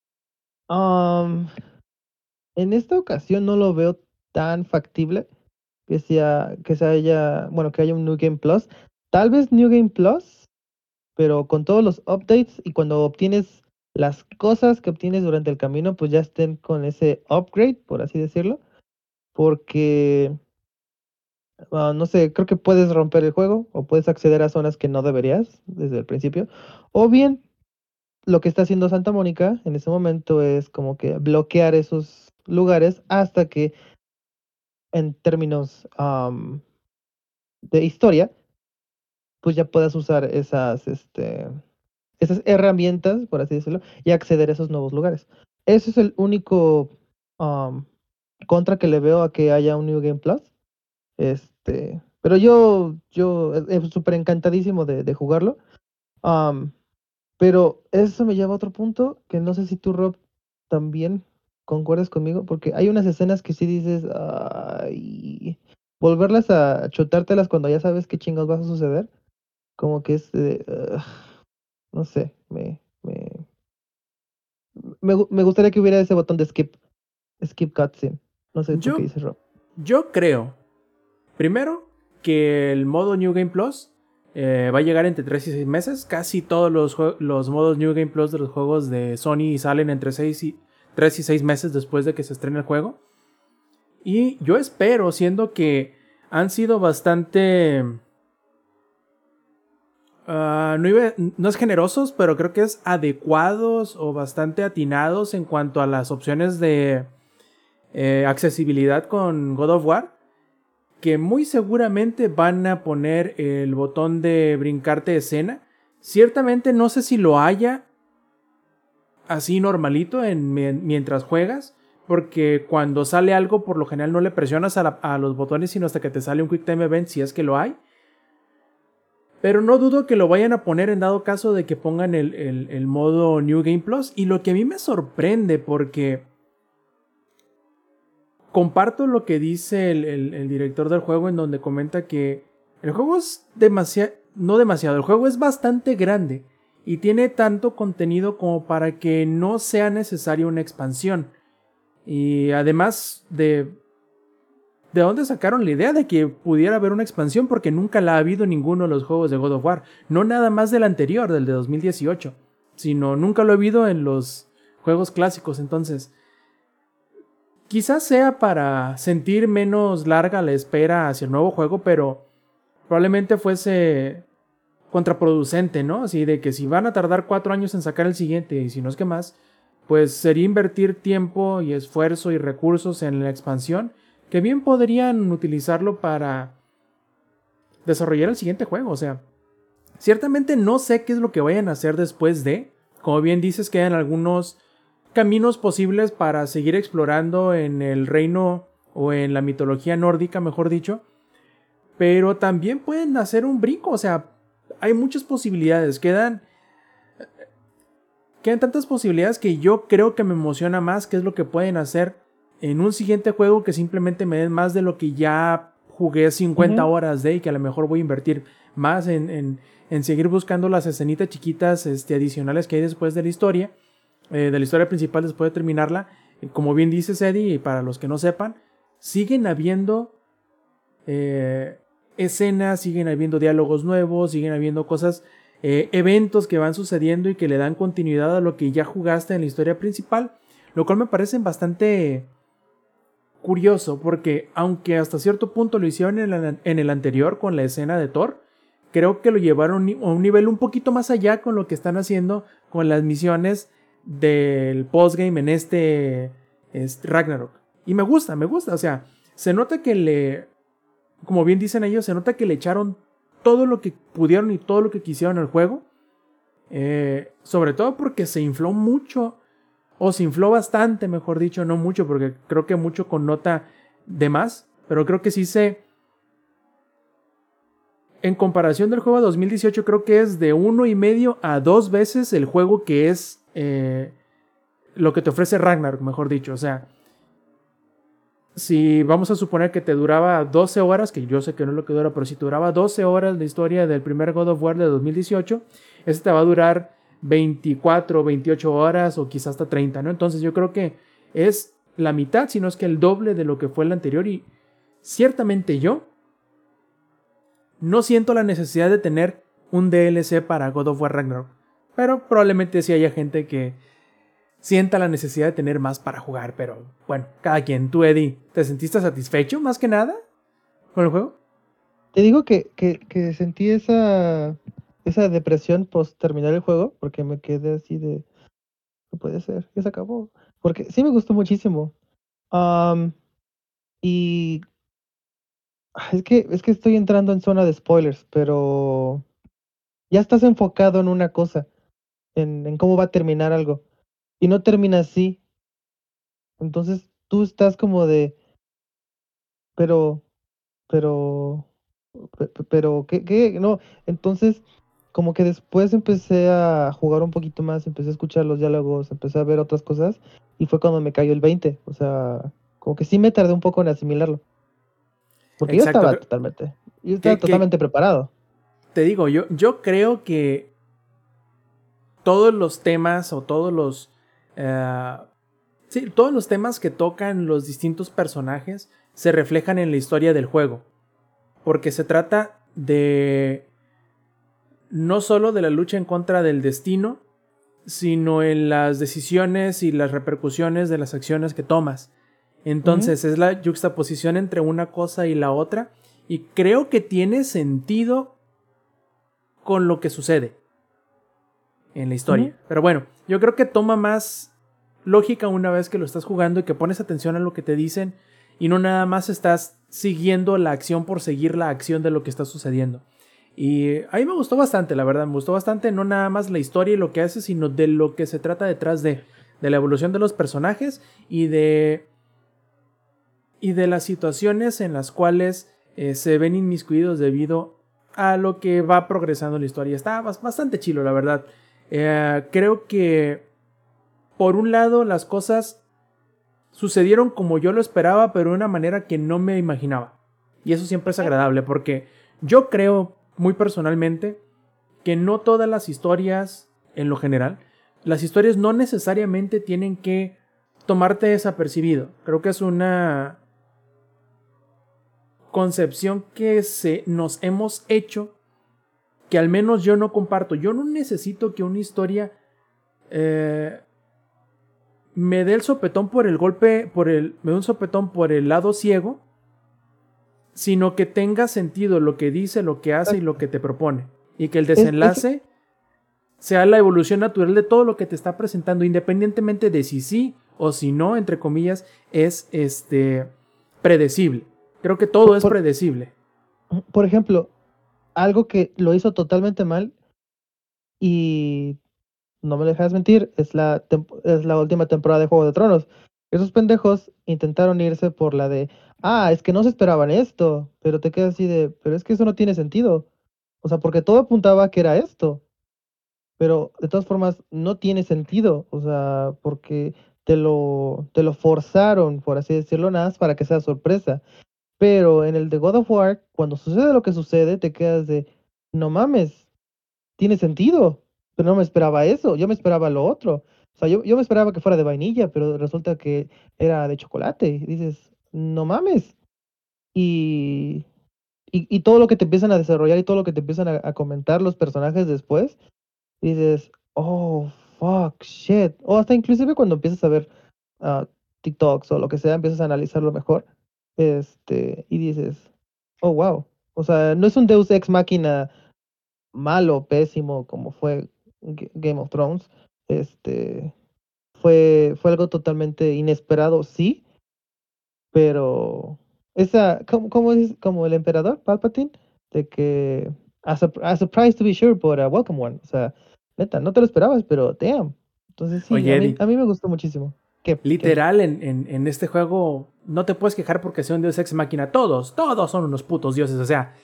um, en esta ocasión no lo veo tan factible que sea, que se haya, bueno, que haya un New Game Plus. Tal vez New Game Plus, pero con todos los updates y cuando obtienes las cosas que obtienes durante el camino, pues ya estén con ese upgrade, por así decirlo, porque, ah, no sé, creo que puedes romper el juego o puedes acceder a zonas que no deberías desde el principio, o bien lo que está haciendo Santa Mónica en ese momento es como que bloquear esos lugares hasta que en términos am, de historia, pues ya puedas usar esas, este, esas herramientas, por así decirlo, y acceder a esos nuevos lugares. Ese es el único um, contra que le veo a que haya un New Game Plus. Este, pero yo, yo, es súper encantadísimo de, de jugarlo. Um, pero eso me lleva a otro punto que no sé si tú, Rob, también concuerdas conmigo, porque hay unas escenas que sí dices, ay, volverlas a chutártelas cuando ya sabes qué chingados va a suceder, como que es, eh, ugh, no sé, me, me, me, gu- me gustaría que hubiera ese botón de skip, skip cutscene. No sé tú qué Yo, dices, Rob. yo creo, primero, que el modo New Game Plus eh, va a llegar entre tres y seis meses. Casi todos los, jue- los modos New Game Plus de los juegos de Sony salen entre seis y, tres y seis meses después de que se estrene el juego. Y yo espero, siendo que han sido bastante... ah, no, iba- no es generosos, pero creo que es adecuados o bastante atinados en cuanto a las opciones de eh, accesibilidad con God of War, que muy seguramente van a poner el botón de brincarte escena. Ciertamente no sé si lo haya así normalito en, mientras juegas, porque cuando sale algo por lo general no le presionas a, la, a los botones sino hasta que te sale un Quick Time Event, si es que lo hay. Pero no dudo que lo vayan a poner en dado caso de que pongan el, el, el modo New Game Plus. Y lo que a mí me sorprende, porque comparto lo que dice el, el, el director del juego, en donde comenta que el juego es demasiado, no demasiado, el juego es bastante grande y tiene tanto contenido como para que no sea necesaria una expansión. Y además de ¿de dónde sacaron la idea de que pudiera haber una expansión? Porque nunca la ha habido en ninguno de los juegos de God of War. No nada más del anterior, del de dos mil dieciocho. Sino nunca lo ha habido en los juegos clásicos. Entonces, quizás sea para sentir menos larga la espera hacia el nuevo juego, pero probablemente fuese contraproducente, ¿no? Así de que si van a tardar cuatro años en sacar el siguiente, y si no es que más, pues sería invertir tiempo y esfuerzo y recursos en la expansión, que bien podrían utilizarlo para desarrollar el siguiente juego. O sea, ciertamente no sé qué es lo que vayan a hacer después de, como bien dices, quedan algunos caminos posibles para seguir explorando en el reino o en la mitología nórdica, mejor dicho, pero también pueden hacer un brinco. O sea, hay muchas posibilidades, quedan quedan tantas posibilidades que yo creo que me emociona más qué es lo que pueden hacer en un siguiente juego, que simplemente me den más de lo que ya jugué cincuenta uh-huh. horas de, y que a lo mejor voy a invertir más en, en, en seguir buscando las escenitas chiquitas este, adicionales que hay después de la historia, eh, de la historia principal después de terminarla. Como bien dices, Eddie, y para los que no sepan, siguen habiendo eh, escenas, siguen habiendo diálogos nuevos, siguen habiendo cosas, eh, eventos que van sucediendo y que le dan continuidad a lo que ya jugaste en la historia principal, lo cual me parece bastante curioso, porque aunque hasta cierto punto lo hicieron en el, en el anterior con la escena de Thor, creo que lo llevaron a un nivel un poquito más allá con lo que están haciendo con las misiones del postgame en este, este Ragnarok. Y me gusta, me gusta, o sea, se nota que le, como bien dicen ellos, se nota que le echaron todo lo que pudieron y todo lo que quisieron al juego, eh, sobre todo porque se infló mucho, o se infló bastante, mejor dicho, no mucho, porque creo que mucho connota de más, pero creo que sí se, en comparación del juego de dos mil dieciocho, creo que es de uno y medio a dos veces el juego que es eh, lo que te ofrece Ragnarok, mejor dicho. O sea, si vamos a suponer que te duraba doce horas, que yo sé que no es lo que dura, pero si te duraba doce horas la historia del primer God of War de dos mil dieciocho, este te va a durar veinticuatro, veintiocho horas o quizás hasta treinta, ¿no? Entonces yo creo que es la mitad, si no es que el doble de lo que fue el anterior, y ciertamente yo no siento la necesidad de tener un D L C para God of War Ragnarok, pero probablemente sí haya gente que sienta la necesidad de tener más para jugar, pero bueno, cada quien. Tú, Eddie, ¿te sentiste satisfecho más que nada con el juego? Te digo que, que, que sentí esa... esa depresión post terminar el juego, porque me quedé así de, no puede ser, ya se acabó, porque sí me gustó muchísimo. Um, y es que, es que estoy entrando en zona de spoilers, pero ya estás enfocado en una cosa, en, en cómo va a terminar algo, y no termina así. Entonces tú estás como de, pero, pero, pe- pe- pero, ¿qué, qué? No, entonces como que después empecé a jugar un poquito más, empecé a escuchar los diálogos, empecé a ver otras cosas, y fue cuando me cayó el veinte. O sea, como que sí me tardé un poco en asimilarlo. Porque Exacto. yo estaba totalmente, yo estaba Que- totalmente que- preparado. Te digo, yo, yo creo que todos los temas o todos los... eh, sí, todos los temas que tocan los distintos personajes se reflejan en la historia del juego. Porque se trata de no solo de la lucha en contra del destino, sino en las decisiones y las repercusiones de las acciones que tomas. Entonces uh-huh. es la yuxtaposición entre una cosa y la otra, y creo que tiene sentido con lo que sucede en la historia. Uh-huh. Pero bueno, yo creo que toma más lógica una vez que lo estás jugando y que pones atención a lo que te dicen y no nada más estás siguiendo la acción por seguir la acción de lo que está sucediendo. Y a mí me gustó bastante, la verdad, me gustó bastante, no nada más la historia y lo que hace, sino de lo que se trata detrás de, de la evolución de los personajes y de, y de las situaciones en las cuales eh, se ven inmiscuidos debido a lo que va progresando en la historia. Está bastante chilo, la verdad. Eh, creo que por un lado las cosas sucedieron como yo lo esperaba, pero de una manera que no me imaginaba. Y eso siempre es agradable, porque yo creo muy personalmente que no todas las historias, en lo general, las historias no necesariamente tienen que tomarte desapercibido. Creo que es una concepción que se nos hemos hecho, que al menos yo no comparto. Yo no necesito que una historia eh, me dé el sopetón por el golpe, por el, me dé un sopetón por el lado ciego, sino que tenga sentido lo que dice, lo que hace y lo que te propone. Y que el desenlace es, es... sea la evolución natural de todo lo que te está presentando, independientemente de si sí o si no, entre comillas, es este predecible. Creo que todo por, es predecible. Por ejemplo, algo que lo hizo totalmente mal y no me lo dejas mentir, es la, es la última temporada de Juego de Tronos. Esos pendejos intentaron irse por la de, ah, es que no se esperaban esto, pero te quedas así de, pero es que eso no tiene sentido. O sea, porque todo apuntaba a que era esto. Pero de todas formas no tiene sentido, o sea, porque te lo, te lo forzaron, por así decirlo, nada más para que sea sorpresa. Pero en el de God of War, cuando sucede lo que sucede, te quedas de, no mames, tiene sentido, pero no me esperaba eso, yo me esperaba lo otro. O sea, yo, yo me esperaba que fuera de vainilla, pero resulta que era de chocolate. Y dices, no mames. Y, y, y todo lo que te empiezan a desarrollar y todo lo que te empiezan a, a comentar los personajes después, dices, oh, fuck, shit. O hasta inclusive cuando empiezas a ver uh, TikToks o lo que sea, empiezas a analizarlo mejor. Este, y dices, oh, wow. O sea, no es un Deus Ex Machina malo, pésimo, como fue G- Game of Thrones. Este, fue, fue algo totalmente inesperado, sí, pero esa, como, como es, como el emperador Palpatine, de que a, sur- a surprise to be sure, but a welcome one. O sea, neta, no te lo esperabas, pero damn. Entonces sí, Oye, a mí, Eddie, a mí me gustó muchísimo. ¿Qué? literal, en, en, en este juego no te puedes quejar porque sea un Deus Ex Machina. Todos, todos son unos putos dioses, o sea.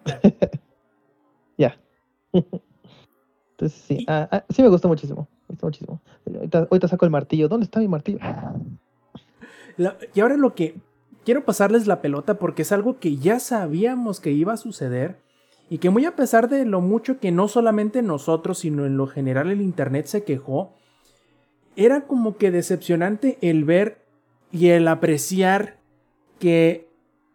Ya. Entonces sí, ah, ah, sí me gustó muchísimo. Me gustó muchísimo. Ahorita, ahorita saco el martillo. ¿Dónde está mi martillo? La, y ahora lo que quiero pasarles la pelota porque es algo que ya sabíamos que iba a suceder y que muy a pesar de lo mucho que no solamente nosotros, sino en lo general el internet se quejó, era como que decepcionante el ver y el apreciar que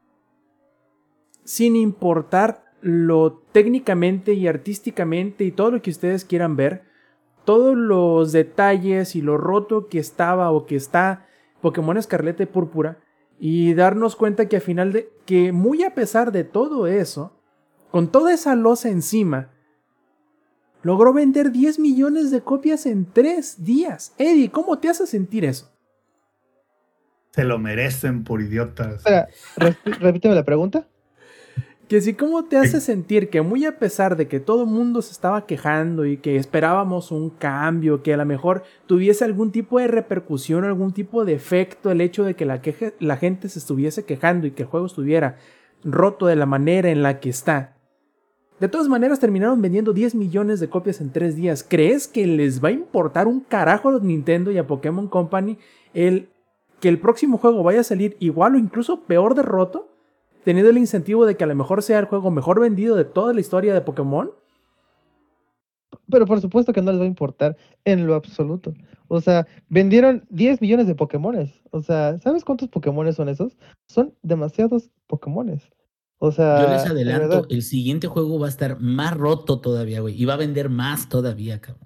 sin importar lo técnicamente y artísticamente y todo lo que ustedes quieran ver, todos los detalles y lo roto que estaba o que está Pokémon Escarlata y Púrpura, y darnos cuenta que al final de que muy a pesar de todo eso, con toda esa losa encima, logró vender diez millones de copias en tres días. Eddie, ¿cómo te hace sentir eso? Se lo merecen por idiotas. Espera, rep- repíteme la pregunta. Que sí, ¿cómo te hace sentir que muy a pesar de que todo el mundo se estaba quejando y que esperábamos un cambio, que a lo mejor tuviese algún tipo de repercusión, algún tipo de efecto el hecho de que la, queje, la gente se estuviese quejando y que el juego estuviera roto de la manera en la que está? De todas maneras terminaron vendiendo diez millones de copias en tres días. ¿Crees que les va a importar un carajo a los Nintendo y a Pokémon Company el que el próximo juego vaya a salir igual o incluso peor de roto, teniendo el incentivo de que a lo mejor sea el juego mejor vendido de toda la historia de Pokémon? Pero por supuesto que no les va a importar en lo absoluto. O sea, vendieron diez millones de Pokémones. O sea, ¿sabes cuántos Pokémones son esos? Son demasiados Pokémones. O sea, Yo les en adelanto, verdad. el siguiente juego va a estar más roto todavía, güey. Y va a vender más todavía, cabrón.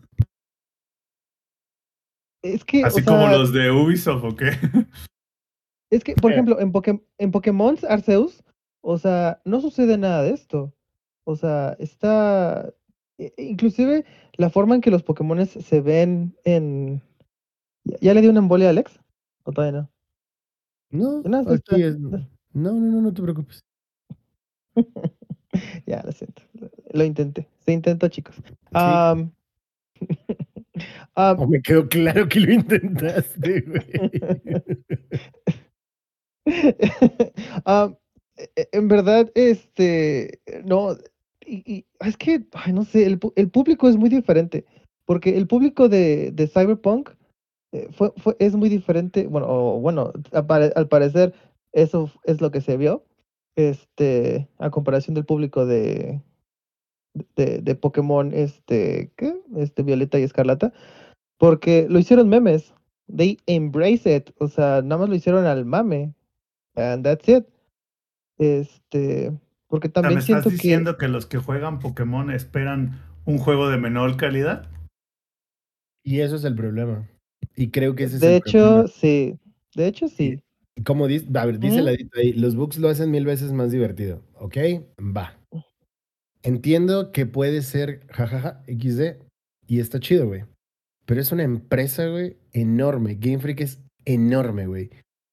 Es que, Así o como sea, los de Ubisoft, ¿o qué? es que, por ejemplo, en, Poké- en Pokémon Arceus, o sea, no sucede nada de esto. O sea, está... e- e Inclusive la forma en que los Pokémones se ven en... ¿Ya, ya le dio una embolia a Alex? ¿O todavía no? No, Yo nada más aquí está- es. No, no, no, no te preocupes. Ya, lo siento. Lo, lo intenté. Se intentó, chicos. Sí. Am, am, Oh, me quedó claro que lo intentaste, güey. am, e- e- en verdad, este, no, y, y- es que, ay, no sé, el, pu- el público es muy diferente, porque el público de, de Cyberpunk eh, fue, fue, es muy diferente, bueno, o, bueno, al pare- al parecer eso es lo que se vio, este, a comparación del público de, de, de Pokémon, este, ¿qué? Este, Violeta y Escarlata, porque lo hicieron memes, they embrace it, o sea, nada más lo hicieron al mame, and that's it. Este, porque O sea, ¿me también estás siento que, diciendo que los que juegan Pokémon esperan un juego de menor calidad? Y eso es el problema. Y creo que ese es de el problema. hecho, sí, de hecho, Y sí. como dice, a ver, dice Ujú. la dita ahí, los bugs lo hacen mil veces más divertido. ¿Ok? Va. Entiendo que puede ser jajaja equis de y está chido, güey. Pero es una empresa, güey, enorme. Game Freak es enorme, güey.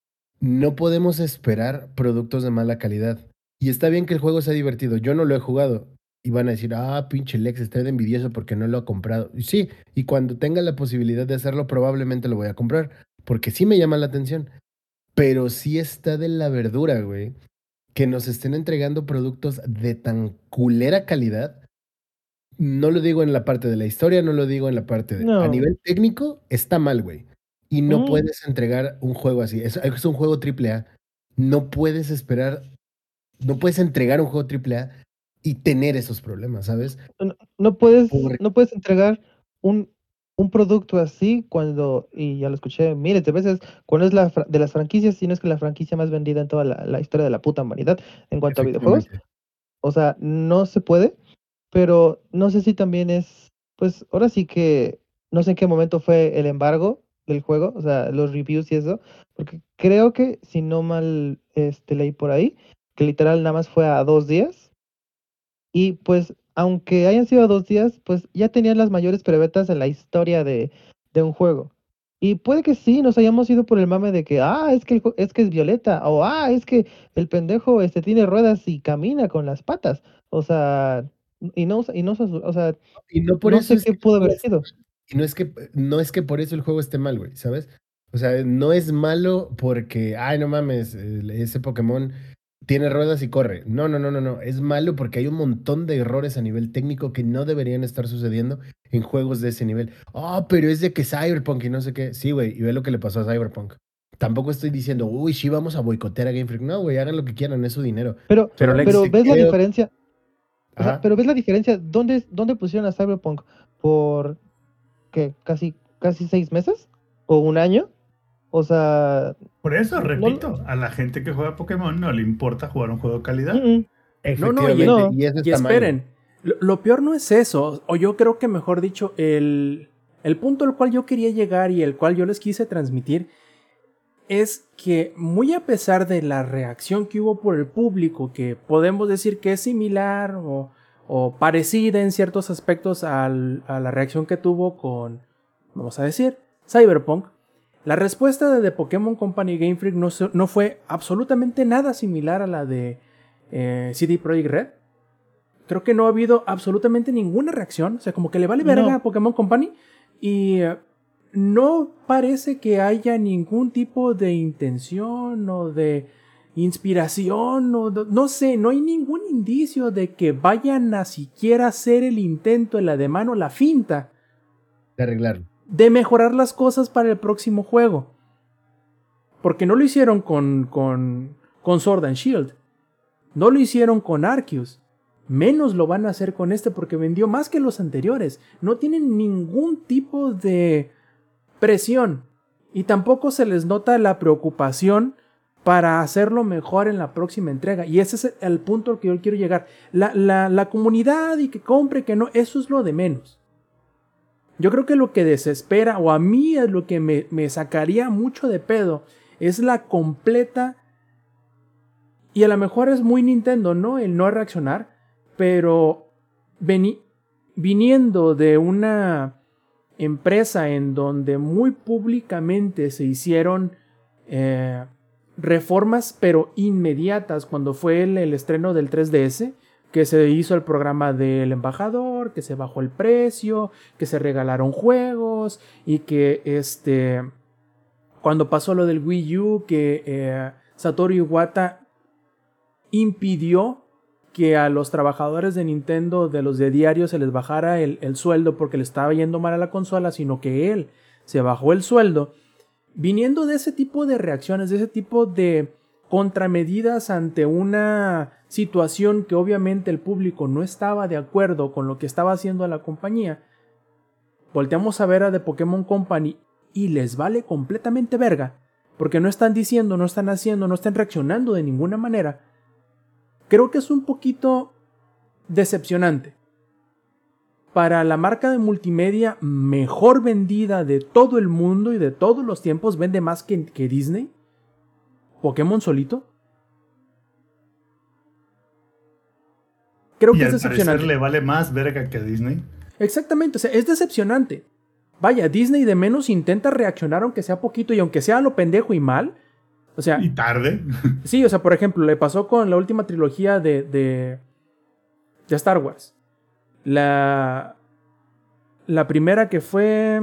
No podemos esperar productos de mala calidad. Y está bien que el juego sea divertido. Yo no lo he jugado. Y van a decir, ah, pinche Lex, está de envidioso porque no lo ha comprado. Y sí, y cuando tenga la posibilidad de hacerlo, probablemente lo voy a comprar. Porque sí me llama la atención. Pero sí está de la verdura, güey. Que nos estén entregando productos de tan culera calidad. No lo digo en la parte de la historia, no lo digo en la parte de... A No. nivel técnico, está mal, güey. Y no Ujú. puedes entregar un juego así. Es, es un juego triple A. No puedes esperar, no puedes entregar un juego triple A y tener esos problemas, ¿sabes? No, no puedes, Por- no puedes entregar un, un producto así cuando, y ya lo escuché miles de veces, cuando es la fra- de las franquicias, si no es que la franquicia más vendida en toda la, la historia de la puta humanidad en cuanto a videojuegos. efectivamente. O sea, no se puede, pero no sé si también es, pues ahora sí que, no sé en qué momento fue el embargo del juego, o sea, los reviews y eso, porque creo que, si no mal este, leí por ahí, que literal nada más fue a dos días. Y pues, aunque hayan sido dos días, pues ya tenían las mayores preventas en la historia de, de un juego. Y puede que sí, nos hayamos ido por el mame de que, ah, es que, el jue- es que es violeta, o ah, es que el pendejo este, tiene ruedas y camina con las patas. O sea, y no, usa- y no, usa su- o sea, Y no por no eso sé es qué que el pudo juego haber es- sido. y no es que no es que por eso el juego esté mal, güey, ¿sabes? O sea, no es malo porque, ay, no mames, el- ese Pokémon tiene ruedas y corre. No, no, no, no, no. Es malo porque hay un montón de errores a nivel técnico que no deberían estar sucediendo en juegos de ese nivel. Oh, pero es de que Cyberpunk y no sé qué. Sí, güey, y ve lo que le pasó a Cyberpunk. Tampoco estoy diciendo, uy, sí, vamos a boicotear a Game Freak. No, güey, hagan lo que quieran, es su dinero. Pero, Pero Lex, pero Solamente ¿ves la creo. diferencia? O sea, Ajá. pero ¿ves la diferencia? ¿Dónde, dónde pusieron a Cyberpunk? ¿Por qué? ¿Casi, casi seis meses? ¿O un año? O sea, Por eso, no, no, repito, a la gente que juega Pokémon no le importa jugar un juego de mm, calidad. mm, no, no, y, Efectivamente, no. y eso y está mal, güey. esperen. Lo, lo peor no es eso, o yo creo que mejor dicho, el, el punto al cual yo quería llegar y el cual yo les quise transmitir es que muy a pesar de la reacción que hubo por el público, que podemos decir que es similar o, o parecida en ciertos aspectos al, a la reacción que tuvo con, vamos a decir, Cyberpunk, la respuesta de The Pokémon Company Game Freak no, se- no fue absolutamente nada similar a la de eh, C D Projekt Red. Creo que no ha habido absolutamente ninguna reacción. O sea, como que le vale verga No. a Pokémon Company. Y eh, no parece que haya ningún tipo de intención o de inspiración. O de- no sé, no hay ningún indicio de que vayan a siquiera hacer el intento, el ademán o la finta De arreglarlo. de mejorar las cosas para el próximo juego. Porque no lo hicieron con, con, con Sword and Shield. No lo hicieron con Arceus. Menos lo van a hacer con este porque vendió más que los anteriores. No tienen ningún tipo de presión. Y tampoco se les nota la preocupación para hacerlo mejor en la próxima entrega. Y ese es el punto al que yo quiero llegar. La, la, la comunidad y que compre, que no, eso es lo de menos. Yo creo que lo que desespera, o a mí es lo que me, me sacaría mucho de pedo, es la completa... Y a lo mejor es muy Nintendo, ¿no? El no reaccionar. Pero veni- viniendo de una empresa en donde muy públicamente se hicieron eh, reformas, pero inmediatas, cuando fue el, el estreno del tres D S, que se hizo el programa del embajador, que se bajó el precio, que se regalaron juegos y que este, cuando pasó lo del Wii U, que eh, Satoru Iwata impidió que a los trabajadores de Nintendo, de los de diario, se les bajara el, el sueldo porque le estaba yendo mal a la consola, sino que él se bajó el sueldo. Viniendo de ese tipo de reacciones, de ese tipo de contramedidas ante una situación que obviamente el público no estaba de acuerdo con lo que estaba haciendo la compañía, volteamos a ver a The Pokémon Company y les vale completamente verga, porque no están diciendo, no están haciendo, no están reaccionando de ninguna manera. creo que es un poquito decepcionante. Para la marca de multimedia mejor vendida de todo el mundo y de todos los tiempos, vende más que, que Disney. Pokémon solito. Creo y que es al decepcionante. parecer le vale más verga que a Disney. Exactamente, o sea, es decepcionante. Vaya, Disney de menos intenta reaccionar aunque sea poquito y aunque sea a lo pendejo y mal. O sea, Y tarde. sí, o sea, por ejemplo, le pasó con la última trilogía de, de, de Star Wars. La, la primera que fue...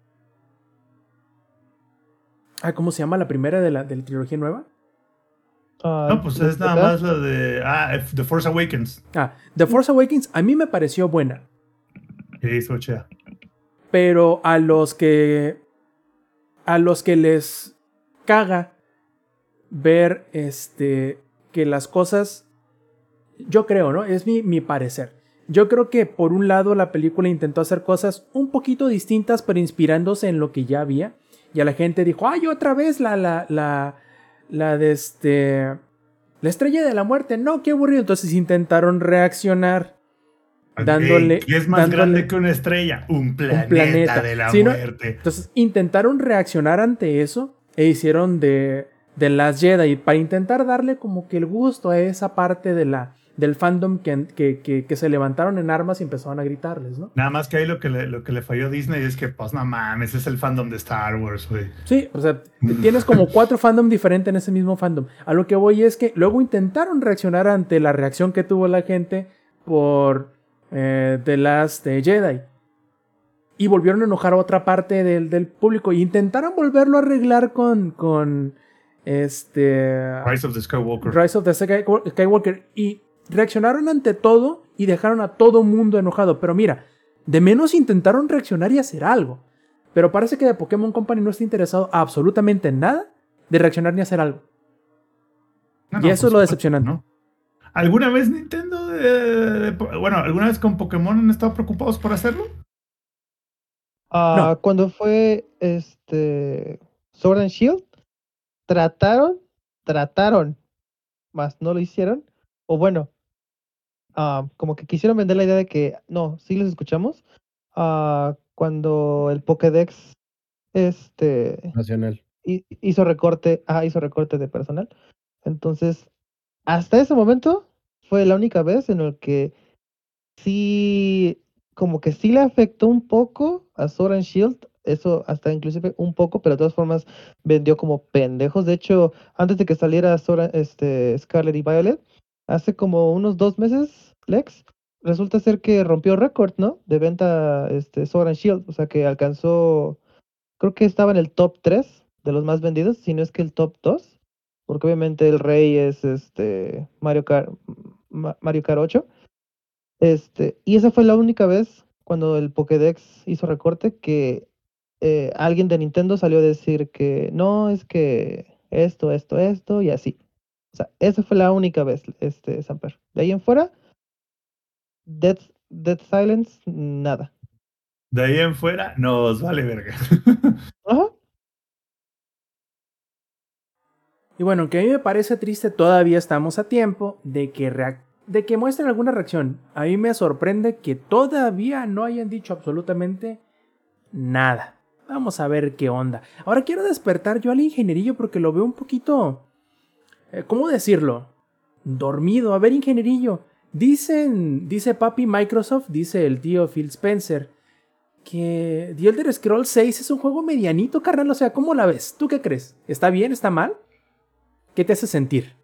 Ah, ¿cómo se llama la primera de la, de la trilogía nueva? Ah, No, pues es nada más la de ah, The Force Awakens. Ah, The Force Awakens a mí me pareció buena. Que hizo Chea. Pero a los que... A los que les caga ver este que las cosas... Yo creo, ¿no? Es mi, mi parecer. Yo creo que por un lado la película intentó hacer cosas un poquito distintas, pero inspirándose en lo que ya había. Y a la gente dijo, ¡ay, otra vez la, la, la, la de este... La estrella de la muerte! No, qué aburrido. Entonces intentaron reaccionar dándole... ¿Qué es más dándole grande que una estrella? Un planeta, un planeta de la Sí, ¿no? muerte. Entonces intentaron reaccionar ante eso e hicieron de, de Last Jedi para intentar darle como que el gusto a esa parte de la... del fandom que, que, que, que se levantaron en armas y empezaron a gritarles, ¿no? Nada más que ahí lo que le, lo que le falló a Disney es que, pues, no mames, es el fandom de Star Wars, güey. Sí, o sea, tienes como cuatro fandom diferentes en ese mismo fandom. A lo que voy es que luego intentaron reaccionar ante la reacción que tuvo la gente por eh, The Last Jedi. Y volvieron a enojar a otra parte del, del público. E intentaron volverlo a arreglar con... con este... Rise of the Skywalker. Rise of the Skywalker. Y reaccionaron ante todo y dejaron a todo mundo enojado. Pero mira, de menos intentaron reaccionar y hacer algo. Pero parece que The Pokémon Company no está interesado absolutamente en nada de reaccionar ni hacer algo. No, y no, eso es lo decepcionante. ¿no? ¿Alguna vez Nintendo, de, de, de, bueno, alguna vez con Pokémon han estado preocupados por hacerlo? Ah, No. Cuando fue este Sword and Shield, trataron, trataron, más no lo hicieron. O bueno, ah, como que quisieron vender la idea de que no, sí los escuchamos. Ah, cuando el Pokédex este Nacional. hi- hizo recorte, ah, hizo recorte de personal. Entonces, hasta ese momento fue la única vez en el que sí, como que sí le afectó un poco a Sword and Shield, eso hasta inclusive un poco, pero de todas formas vendió como pendejos. De hecho, antes de que saliera Sword, este, Scarlet y Violet, hace como unos dos meses, Lex, resulta ser que rompió récord, ¿no? De venta este, Sword and Shield, o sea que alcanzó, creo que estaba en el top tres de los más vendidos, si no es que el top dos, porque obviamente el rey es este Mario Kart, Ma- Mario Kart ocho. Este, y esa fue la única vez cuando el Pokédex hizo recorte que eh, alguien de Nintendo salió a decir que no, es que esto, esto, esto y así. O sea, esa fue la única vez, este, Samper. De ahí en fuera, Dead, Dead Silence, nada. De ahí en fuera, nos vale verga. Ajá. Y bueno, aunque a mí me parece triste, todavía estamos a tiempo de que, reac- de que muestren alguna reacción. A mí me sorprende que todavía no hayan dicho absolutamente nada. Vamos a ver qué onda. Ahora quiero despertar yo al ingenierillo porque lo veo un poquito... eh, ¿Cómo decirlo? Dormido. A ver, ingenierillo. Dicen, dice papi Microsoft, dice el tío Phil Spencer, que The Elder Scrolls seis es un juego medianito, carnal. O sea, ¿cómo la ves? ¿Tú qué crees? ¿Está bien? ¿Está mal? ¿Qué te hace sentir?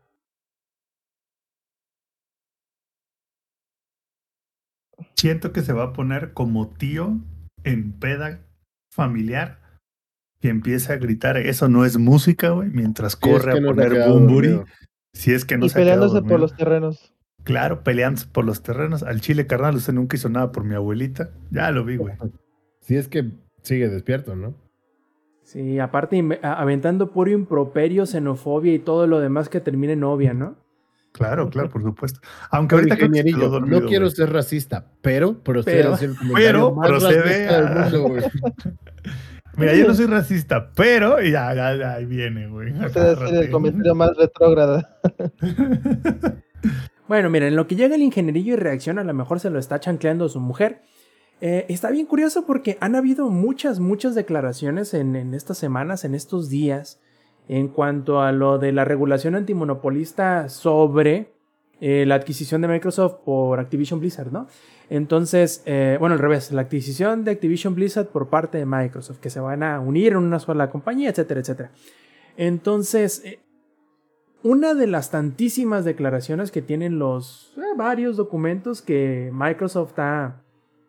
Siento que se va a poner como tío en peda familiar que empieza a gritar, eso no es música, güey, mientras Sí, es corre que a no se ha poner quedado Bumburi. dormido. Si es que no Y se ha quedado peleándose por dormido. los terrenos. Claro, peleándose por los terrenos. Al chile, carnal, usted nunca hizo nada por mi abuelita. Ya lo vi, güey. Sí, es que sigue despierto, ¿no? Sí, aparte inve- a- aventando puro improperio, xenofobia y todo lo demás que termine en novia, ¿no? Claro, claro, por supuesto. Aunque Pero, ahorita creo que se quedó ingenierillo, dormido, no quiero güey. ser racista, pero procede Pero- a ser el comentario pero más procede racista a- del mundo, güey. Mira, yo no soy racista, pero y ya, ya, ya, ahí viene, güey. Usted decir el Agárrate. comentario más retrógrado. Bueno, miren, en lo que llega el ingenierillo y reacciona, a lo mejor se lo está chancleando su mujer. Eh, está bien curioso porque han habido muchas, muchas declaraciones en, en estas semanas, en estos días, en cuanto a lo de la regulación antimonopolista sobre eh, la adquisición de Microsoft por Activision Blizzard, ¿no? Entonces, eh, bueno, al revés, la adquisición de Activision Blizzard por parte de Microsoft, que se van a unir en una sola compañía, etcétera, etcétera. Entonces, eh, una de las tantísimas declaraciones que tienen los eh, varios documentos que Microsoft ha,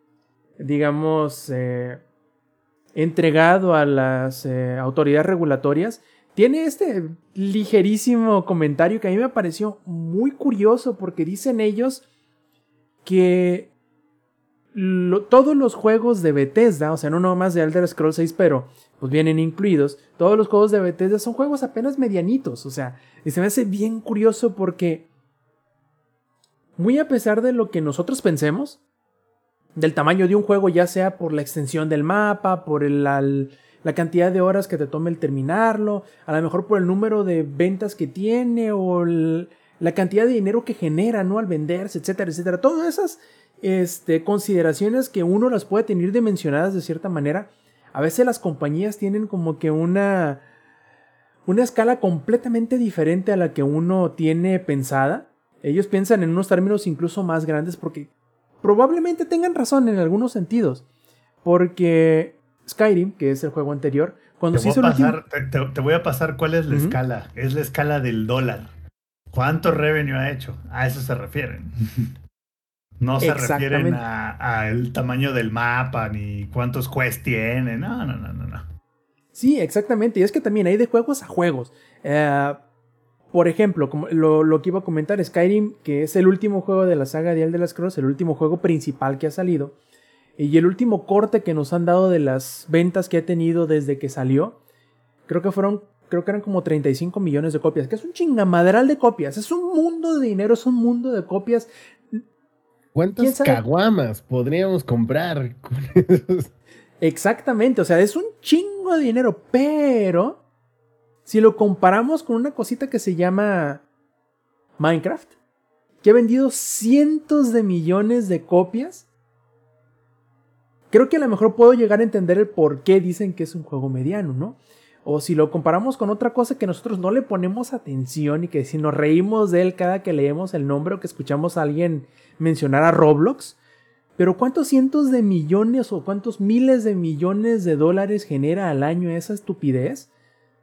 digamos, eh, entregado a las eh, autoridades regulatorias, tiene este ligerísimo comentario que a mí me pareció muy curioso porque dicen ellos que lo, todos los juegos de Bethesda, o sea, no nomás de Elder Scrolls seis, pero pues vienen incluidos, todos los juegos de Bethesda son juegos apenas medianitos, o sea, y se me hace bien curioso porque muy a pesar de lo que nosotros pensemos, del tamaño de un juego, ya sea por la extensión del mapa, por el, la, la cantidad de horas que te tome el terminarlo, a lo mejor por el número de ventas que tiene o el, la cantidad de dinero que genera, ¿no? Al venderse, etcétera, etcétera. Todas esas este, consideraciones que uno las puede tener dimensionadas de cierta manera, a veces las compañías tienen como que una, una escala completamente diferente a la que uno tiene pensada. Ellos piensan en unos términos incluso más grandes porque probablemente tengan razón en algunos sentidos. Porque Skyrim, que es el juego anterior, cuando te se hizo voy a el último... pasar, te, te- te voy a pasar cuál es la Ujú. escala. Es la escala del dólar. ¿Cuánto revenue ha hecho? A eso se refieren. No se refieren Exactamente. a, a el tamaño del mapa ni cuántos quests tiene. No, no, no, no, no. Sí, exactamente. Y es que también hay de juegos a juegos. Eh, por ejemplo, como lo, lo que iba a comentar, Skyrim, que es el último juego de la saga de Elder Scrolls, el último juego principal que ha salido, y el último corte que nos han dado de las ventas que ha tenido desde que salió, creo que fueron, creo que eran como treinta y cinco millones de copias, que es un chingamadral de copias, es un mundo de dinero, es un mundo de copias. ¿Quién ¿Cuántas sabe? caguamas podríamos comprar con esos? Exactamente, o sea, es un chingo de dinero, pero si lo comparamos con una cosita que se llama Minecraft, que ha vendido cientos de millones de copias, creo que a lo mejor puedo llegar a entender el por qué dicen que es un juego mediano, ¿no? O si lo comparamos con otra cosa que nosotros no le ponemos atención y que si nos reímos de él cada que leemos el nombre o que escuchamos a alguien mencionar a Roblox, pero ¿cuántos cientos de millones o cuántos miles de millones de dólares genera al año esa estupidez?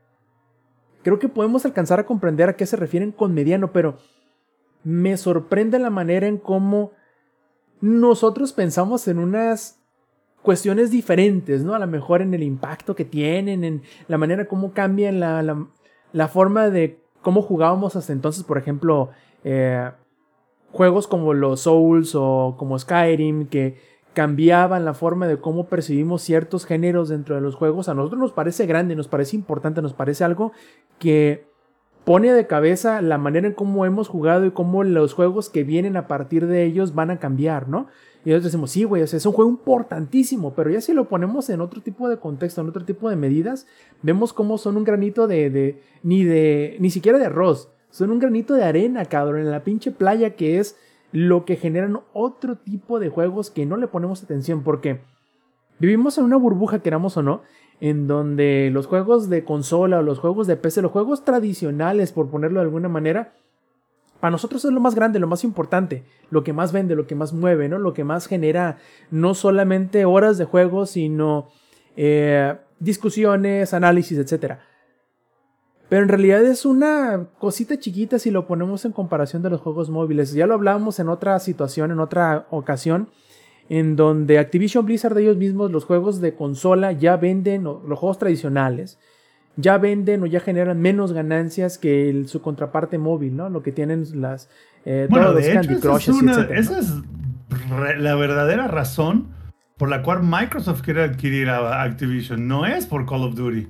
Creo que podemos alcanzar a comprender a qué se refieren con mediano, pero me sorprende la manera en cómo nosotros pensamos en unas cuestiones diferentes, ¿no? A lo mejor en el impacto que tienen, en la manera como cambian la, la, la forma de cómo jugábamos hasta entonces, por ejemplo, eh, juegos como los Souls o como Skyrim, que cambiaban la forma de cómo percibimos ciertos géneros dentro de los juegos. A nosotros nos parece grande, nos parece importante, nos parece algo que pone de cabeza la manera en cómo hemos jugado y cómo los juegos que vienen a partir de ellos van a cambiar, ¿no? Y nosotros decimos, sí, güey, o sea, es un juego importantísimo, pero ya si lo ponemos en otro tipo de contexto, en otro tipo de medidas, vemos cómo son un granito de, de ni de, ni siquiera de arroz, son un granito de arena, cabrón, en la pinche playa, que es lo que generan otro tipo de juegos que no le ponemos atención, porque vivimos en una burbuja, queramos o no, en donde los juegos de consola o los juegos de P C, los juegos tradicionales, por ponerlo de alguna manera, para nosotros es lo más grande, lo más importante, lo que más vende, lo que más mueve, ¿no? Lo que más genera no solamente horas de juego, sino eh, discusiones, análisis, etcétera. Pero en realidad es una cosita chiquita si lo ponemos en comparación de los juegos móviles. Ya lo hablábamos en otra situación, en otra ocasión, en donde Activision Blizzard, ellos mismos, los juegos de consola ya venden, o los juegos tradicionales, ya venden o ya generan menos ganancias que el, su contraparte móvil, ¿no? Lo que tienen las eh, Bueno, todos los de hecho, Candy esa es, Crushes, y una- etcétera, esa ¿no? es re- la verdadera razón por la cual Microsoft quiere adquirir a Activision. No es por Call of Duty.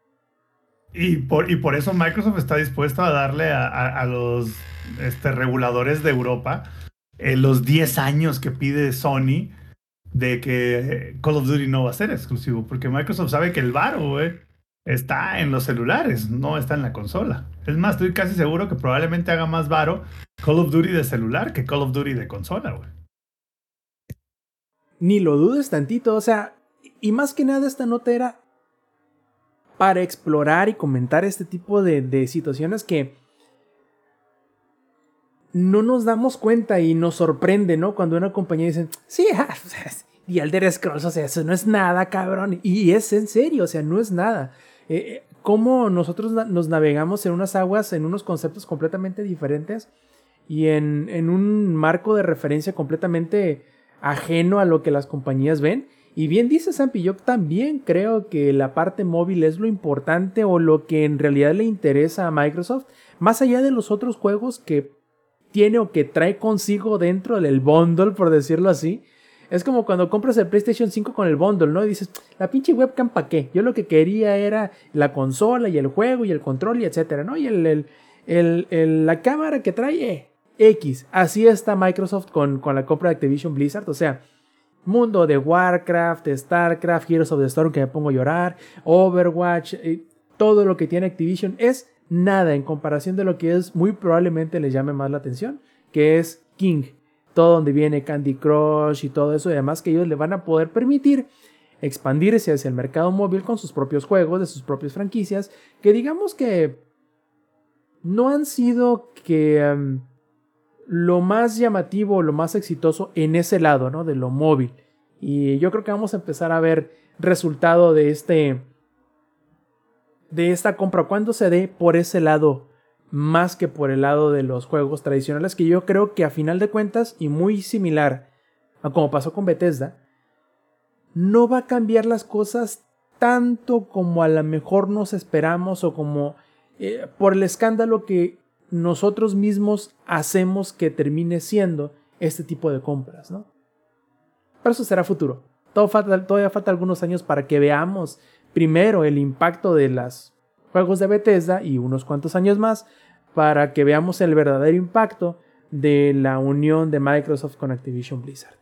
Y por, y por eso Microsoft está dispuesto a darle a, a- a los este, reguladores de Europa eh, los diez años que pide Sony de que Call of Duty no va a ser exclusivo. Porque Microsoft sabe que el varo, güey, está en los celulares, no está en la consola. Es más, estoy casi seguro que probablemente haga más varo Call of Duty de celular que Call of Duty de consola, güey. Ni lo dudes tantito, o sea, y más que nada esta nota era para explorar y comentar este tipo de, de situaciones que no nos damos cuenta y nos sorprende, ¿no? Cuando una compañía dice, sí, ah, y Elder Scrolls, o sea, eso no es nada, cabrón. Y es en serio, o sea, no es nada. Eh, cómo nosotros na- nos navegamos en unas aguas, en unos conceptos completamente diferentes y en, en un marco de referencia completamente ajeno a lo que las compañías ven. Y bien dice Sampi, yo también creo que la parte móvil es lo importante o lo que en realidad le interesa a Microsoft, más allá de los otros juegos que tiene o que trae consigo dentro del bundle, por decirlo así. Es como cuando compras el PlayStation cinco con el bundle, ¿no? Y dices, la pinche webcam, ¿para qué? Yo lo que quería era la consola y el juego y el control y etcétera, ¿no? Y el, el, el, el- la cámara que trae, eh, X. Así está Microsoft con, con la compra de Activision Blizzard. O sea, mundo de Warcraft, Starcraft, Heroes of the Storm, que me pongo a llorar, Overwatch, eh, todo lo que tiene Activision es nada en comparación de lo que es muy probablemente les llame más la atención, que es King. Todo donde viene Candy Crush y todo eso, y además que ellos le van a poder permitir expandirse hacia el mercado móvil con sus propios juegos, de sus propias franquicias, que digamos que no han sido que um, lo más llamativo, lo más exitoso en ese lado, ¿no? De lo móvil. Y yo creo que vamos a empezar a ver resultado de este de esta compra cuando se dé por ese lado más que por el lado de los juegos tradicionales, que yo creo que a final de cuentas y muy similar a como pasó con Bethesda, no va a cambiar las cosas tanto como a lo mejor nos esperamos o como eh, por el escándalo que nosotros mismos hacemos que termine siendo este tipo de compras, ¿no? Pero eso será futuro. Todo falta, todavía falta algunos años para que veamos primero el impacto de los juegos de Bethesda y unos cuantos años más para que veamos el verdadero impacto de la unión de Microsoft con Activision Blizzard.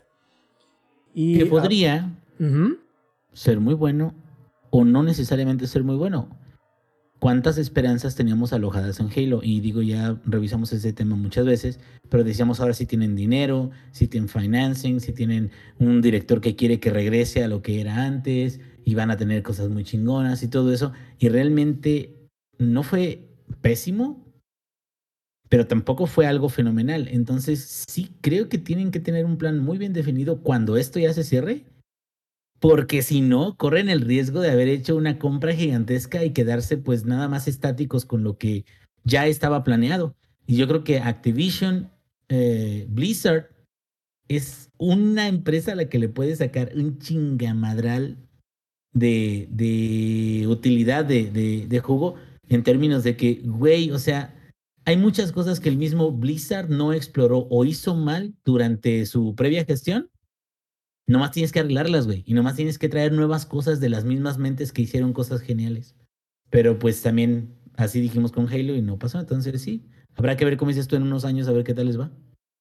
Y, Que podría uh, uh-huh. ser muy bueno o no necesariamente ser muy bueno. ¿Cuántas esperanzas teníamos alojadas en Halo? Y digo, ya revisamos ese tema muchas veces, pero decíamos ahora si tienen dinero, si tienen financing, si tienen un director que quiere que regrese a lo que era antes y van a tener cosas muy chingonas y todo eso. Y realmente no fue pésimo, pero tampoco fue algo fenomenal. Entonces sí creo que tienen que tener un plan muy bien definido cuando esto ya se cierre. Porque si no, corren el riesgo de haber hecho una compra gigantesca y quedarse pues nada más estáticos con lo que ya estaba planeado. Y yo creo que Activision, eh, Blizzard, es una empresa a la que le puede sacar un chingamadral de, de utilidad, de, de, de jugo, en términos de que, güey, o sea, hay muchas cosas que el mismo Blizzard no exploró o hizo mal durante su previa gestión. Nomás tienes que arreglarlas, güey. Y nomás tienes que traer nuevas cosas de las mismas mentes que hicieron cosas geniales. Pero pues también así dijimos con Halo y no pasó. Entonces sí, habrá que ver cómo dices tú en unos años, a ver qué tal les va.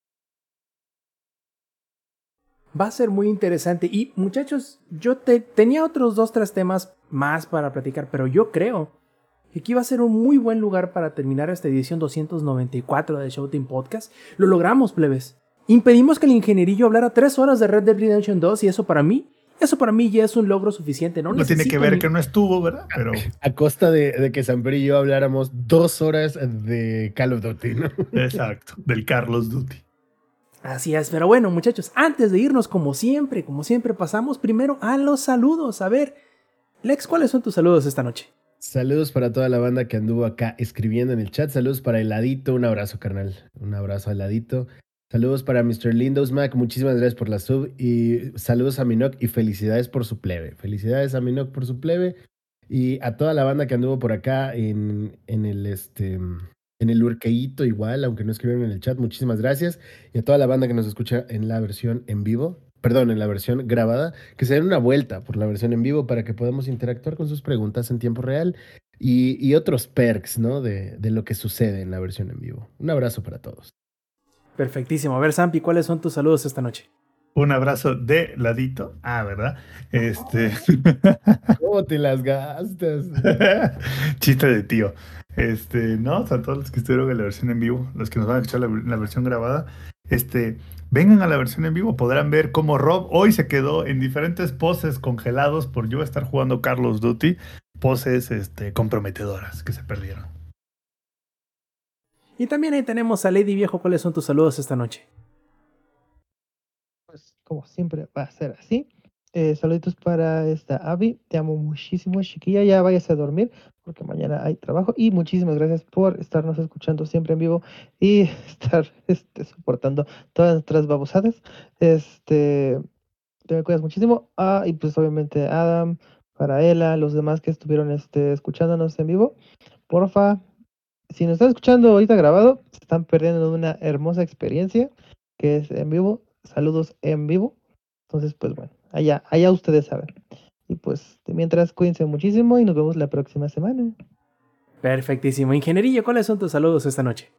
Va a ser muy interesante. Y muchachos, yo te, tenía otros dos, tres temas más para platicar, pero yo creo que aquí va a ser un muy buen lugar para terminar esta edición doscientos noventa y cuatro de Showtime Podcast. Lo logramos, plebes. Impedimos que el ingenierillo hablara tres horas de Red Dead Redemption dos y eso para mí, eso para mí ya es un logro suficiente. No, No tiene que ver ni... que no estuvo, ¿verdad? Pero a costa de, de que Samper y yo habláramos dos horas de Call of Duty, ¿no? exacto, del Carlos Duty. Así es, pero bueno, muchachos, antes de irnos, como siempre, como siempre, pasamos primero a los saludos. A ver, Lex, ¿cuáles son tus saludos esta noche? Saludos para toda la banda que anduvo acá escribiendo en el chat. Saludos para Heladito, un abrazo, carnal. Un abrazo a Heladito. Saludos para mister Lindos Mac, muchísimas gracias por la sub. Y saludos a Minoc y felicidades por su plebe. Felicidades a Minoc por su plebe. Y a toda la banda que anduvo por acá en, en el este en el Urqueíto igual, aunque no escribieron en el chat, muchísimas gracias. Y a toda la banda que nos escucha en la versión en vivo, perdón, en la versión grabada, que se den una vuelta por la versión en vivo para que podamos interactuar con sus preguntas en tiempo real y, y otros perks, ¿no? De, de lo que sucede en la versión en vivo. Un abrazo para todos. Perfectísimo. A ver, Sampi, ¿cuáles son tus saludos esta noche? Un abrazo de ladito. Ah, ¿verdad? Este. ¿Cómo te las gastas? Chiste de tío. Este, no, a todos los que estuvieron en la versión en vivo, los que nos van a escuchar la, la versión grabada, este, vengan a la versión en vivo, podrán ver cómo Rob hoy se quedó en diferentes poses congelados por yo estar jugando Call of Duty, poses este, comprometedoras que se perdieron. Y también ahí tenemos a Lady Viejo. ¿Cuáles son tus saludos esta noche? Pues como siempre va a ser así. Eh, saluditos para esta Abby. Te amo muchísimo, chiquilla. Ya váyase a dormir porque mañana hay trabajo. Y muchísimas gracias por estarnos escuchando siempre en vivo y estar este, soportando todas nuestras babosadas. Este, te me cuidas muchísimo. Ah, y pues obviamente Adam, para Ela, los demás que estuvieron este, escuchándonos en vivo. Porfa, si nos están escuchando ahorita grabado, se están perdiendo de una hermosa experiencia que es en vivo. Saludos en vivo. Entonces, pues bueno, allá, allá ustedes saben. Y pues, de mientras, cuídense muchísimo y nos vemos la próxima semana. Perfectísimo. Ingenierillo, ¿cuáles son tus saludos esta noche?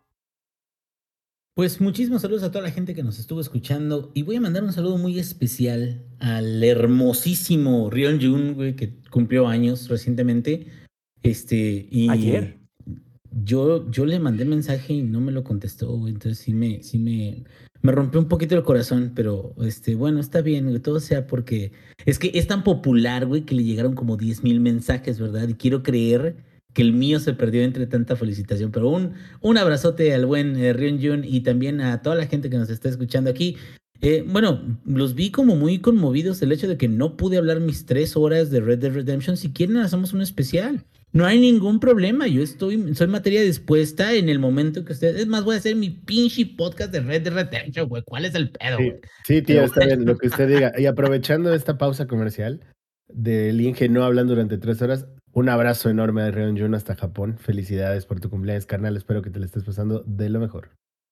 Pues muchísimos saludos a toda la gente que nos estuvo escuchando. Y voy a mandar un saludo muy especial al hermosísimo Rion Jun, güey, que cumplió años recientemente. Este, y Ayer. Yo, yo le mandé mensaje y no me lo contestó, güey. Entonces sí me, sí me, me rompió un poquito el corazón, pero este, bueno, está bien, güey. Todo sea porque es que es tan popular, güey, que le llegaron como diez mil mensajes, ¿verdad? Y quiero creer que el mío se perdió entre tanta felicitación. Pero un, un abrazote al buen eh, Rion Jun y también a toda la gente que nos está escuchando aquí. Eh, bueno, los vi como muy conmovidos del hecho de que no pude hablar mis tres horas de Red Dead Redemption. Si quieren, hacemos un especial. No hay ningún problema. Yo estoy, soy materia dispuesta en el momento que ustedes. Es más, voy a hacer mi pinche podcast de Red Dead Redemption, güey. ¿Cuál es el pedo, Sí, güey? sí, tío, Pero está bueno. bien, lo que usted diga. Y aprovechando esta pausa comercial del Inge no hablando durante tres horas, un abrazo enorme de Rion Jun hasta Japón. Felicidades por tu cumpleaños, carnal. Espero que te lo estés pasando de lo mejor.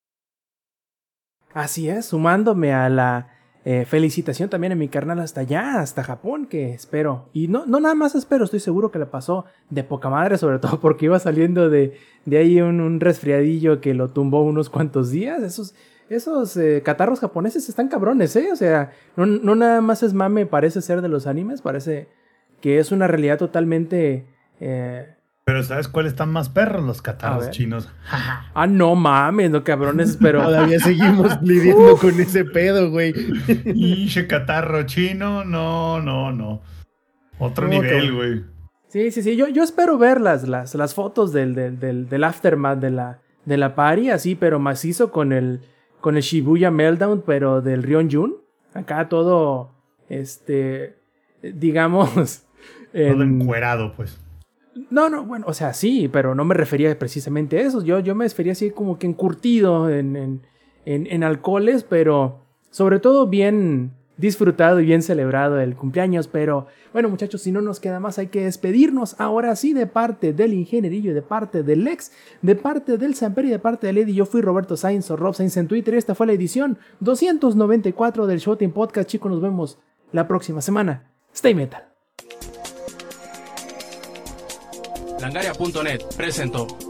Así es, sumándome a la eh, felicitación también a mi carnal hasta allá, hasta Japón, que espero. Y no, no nada más espero, estoy seguro que le pasó de poca madre, sobre todo porque iba saliendo de, de ahí un, un resfriadillo que lo tumbó unos cuantos días. Esos, esos eh, catarros japoneses están cabrones, ¿eh? O sea, no, no nada más es mame, parece ser de los animes, parece que es una realidad totalmente... Eh, Pero ¿sabes cuáles están más perros? Los A catarros ver. chinos. ah, no mames, no cabrones, pero... Todavía seguimos lidiando con ese pedo, güey. Pinche catarro chino, no, no, no. Otro No, nivel, cabrón. güey. Sí, sí, sí. Yo, yo espero ver las, las, las fotos del, del, del, del aftermath de la, de la party, así, pero macizo con el, con el Shibuya Meltdown, pero del Rion Jun. Acá todo, este, digamos... Todo en- encuerado, pues. No, no, bueno, o sea, sí, pero no me refería precisamente a eso. Yo, yo me refería así como que encurtido en, en, en, en alcoholes, pero sobre todo bien disfrutado y bien celebrado el cumpleaños. Pero bueno, muchachos, si no nos queda más, hay que despedirnos ahora sí de parte del Ingenierillo, de parte del Lex, de parte del Samper y de parte de Lady. Yo fui Roberto Sainz o Rob Sainz en Twitter. Esta fue la edición doscientos noventa y cuatro del Showtime Podcast. Chicos, nos vemos la próxima semana. Stay metal. Langaria punto net presentó.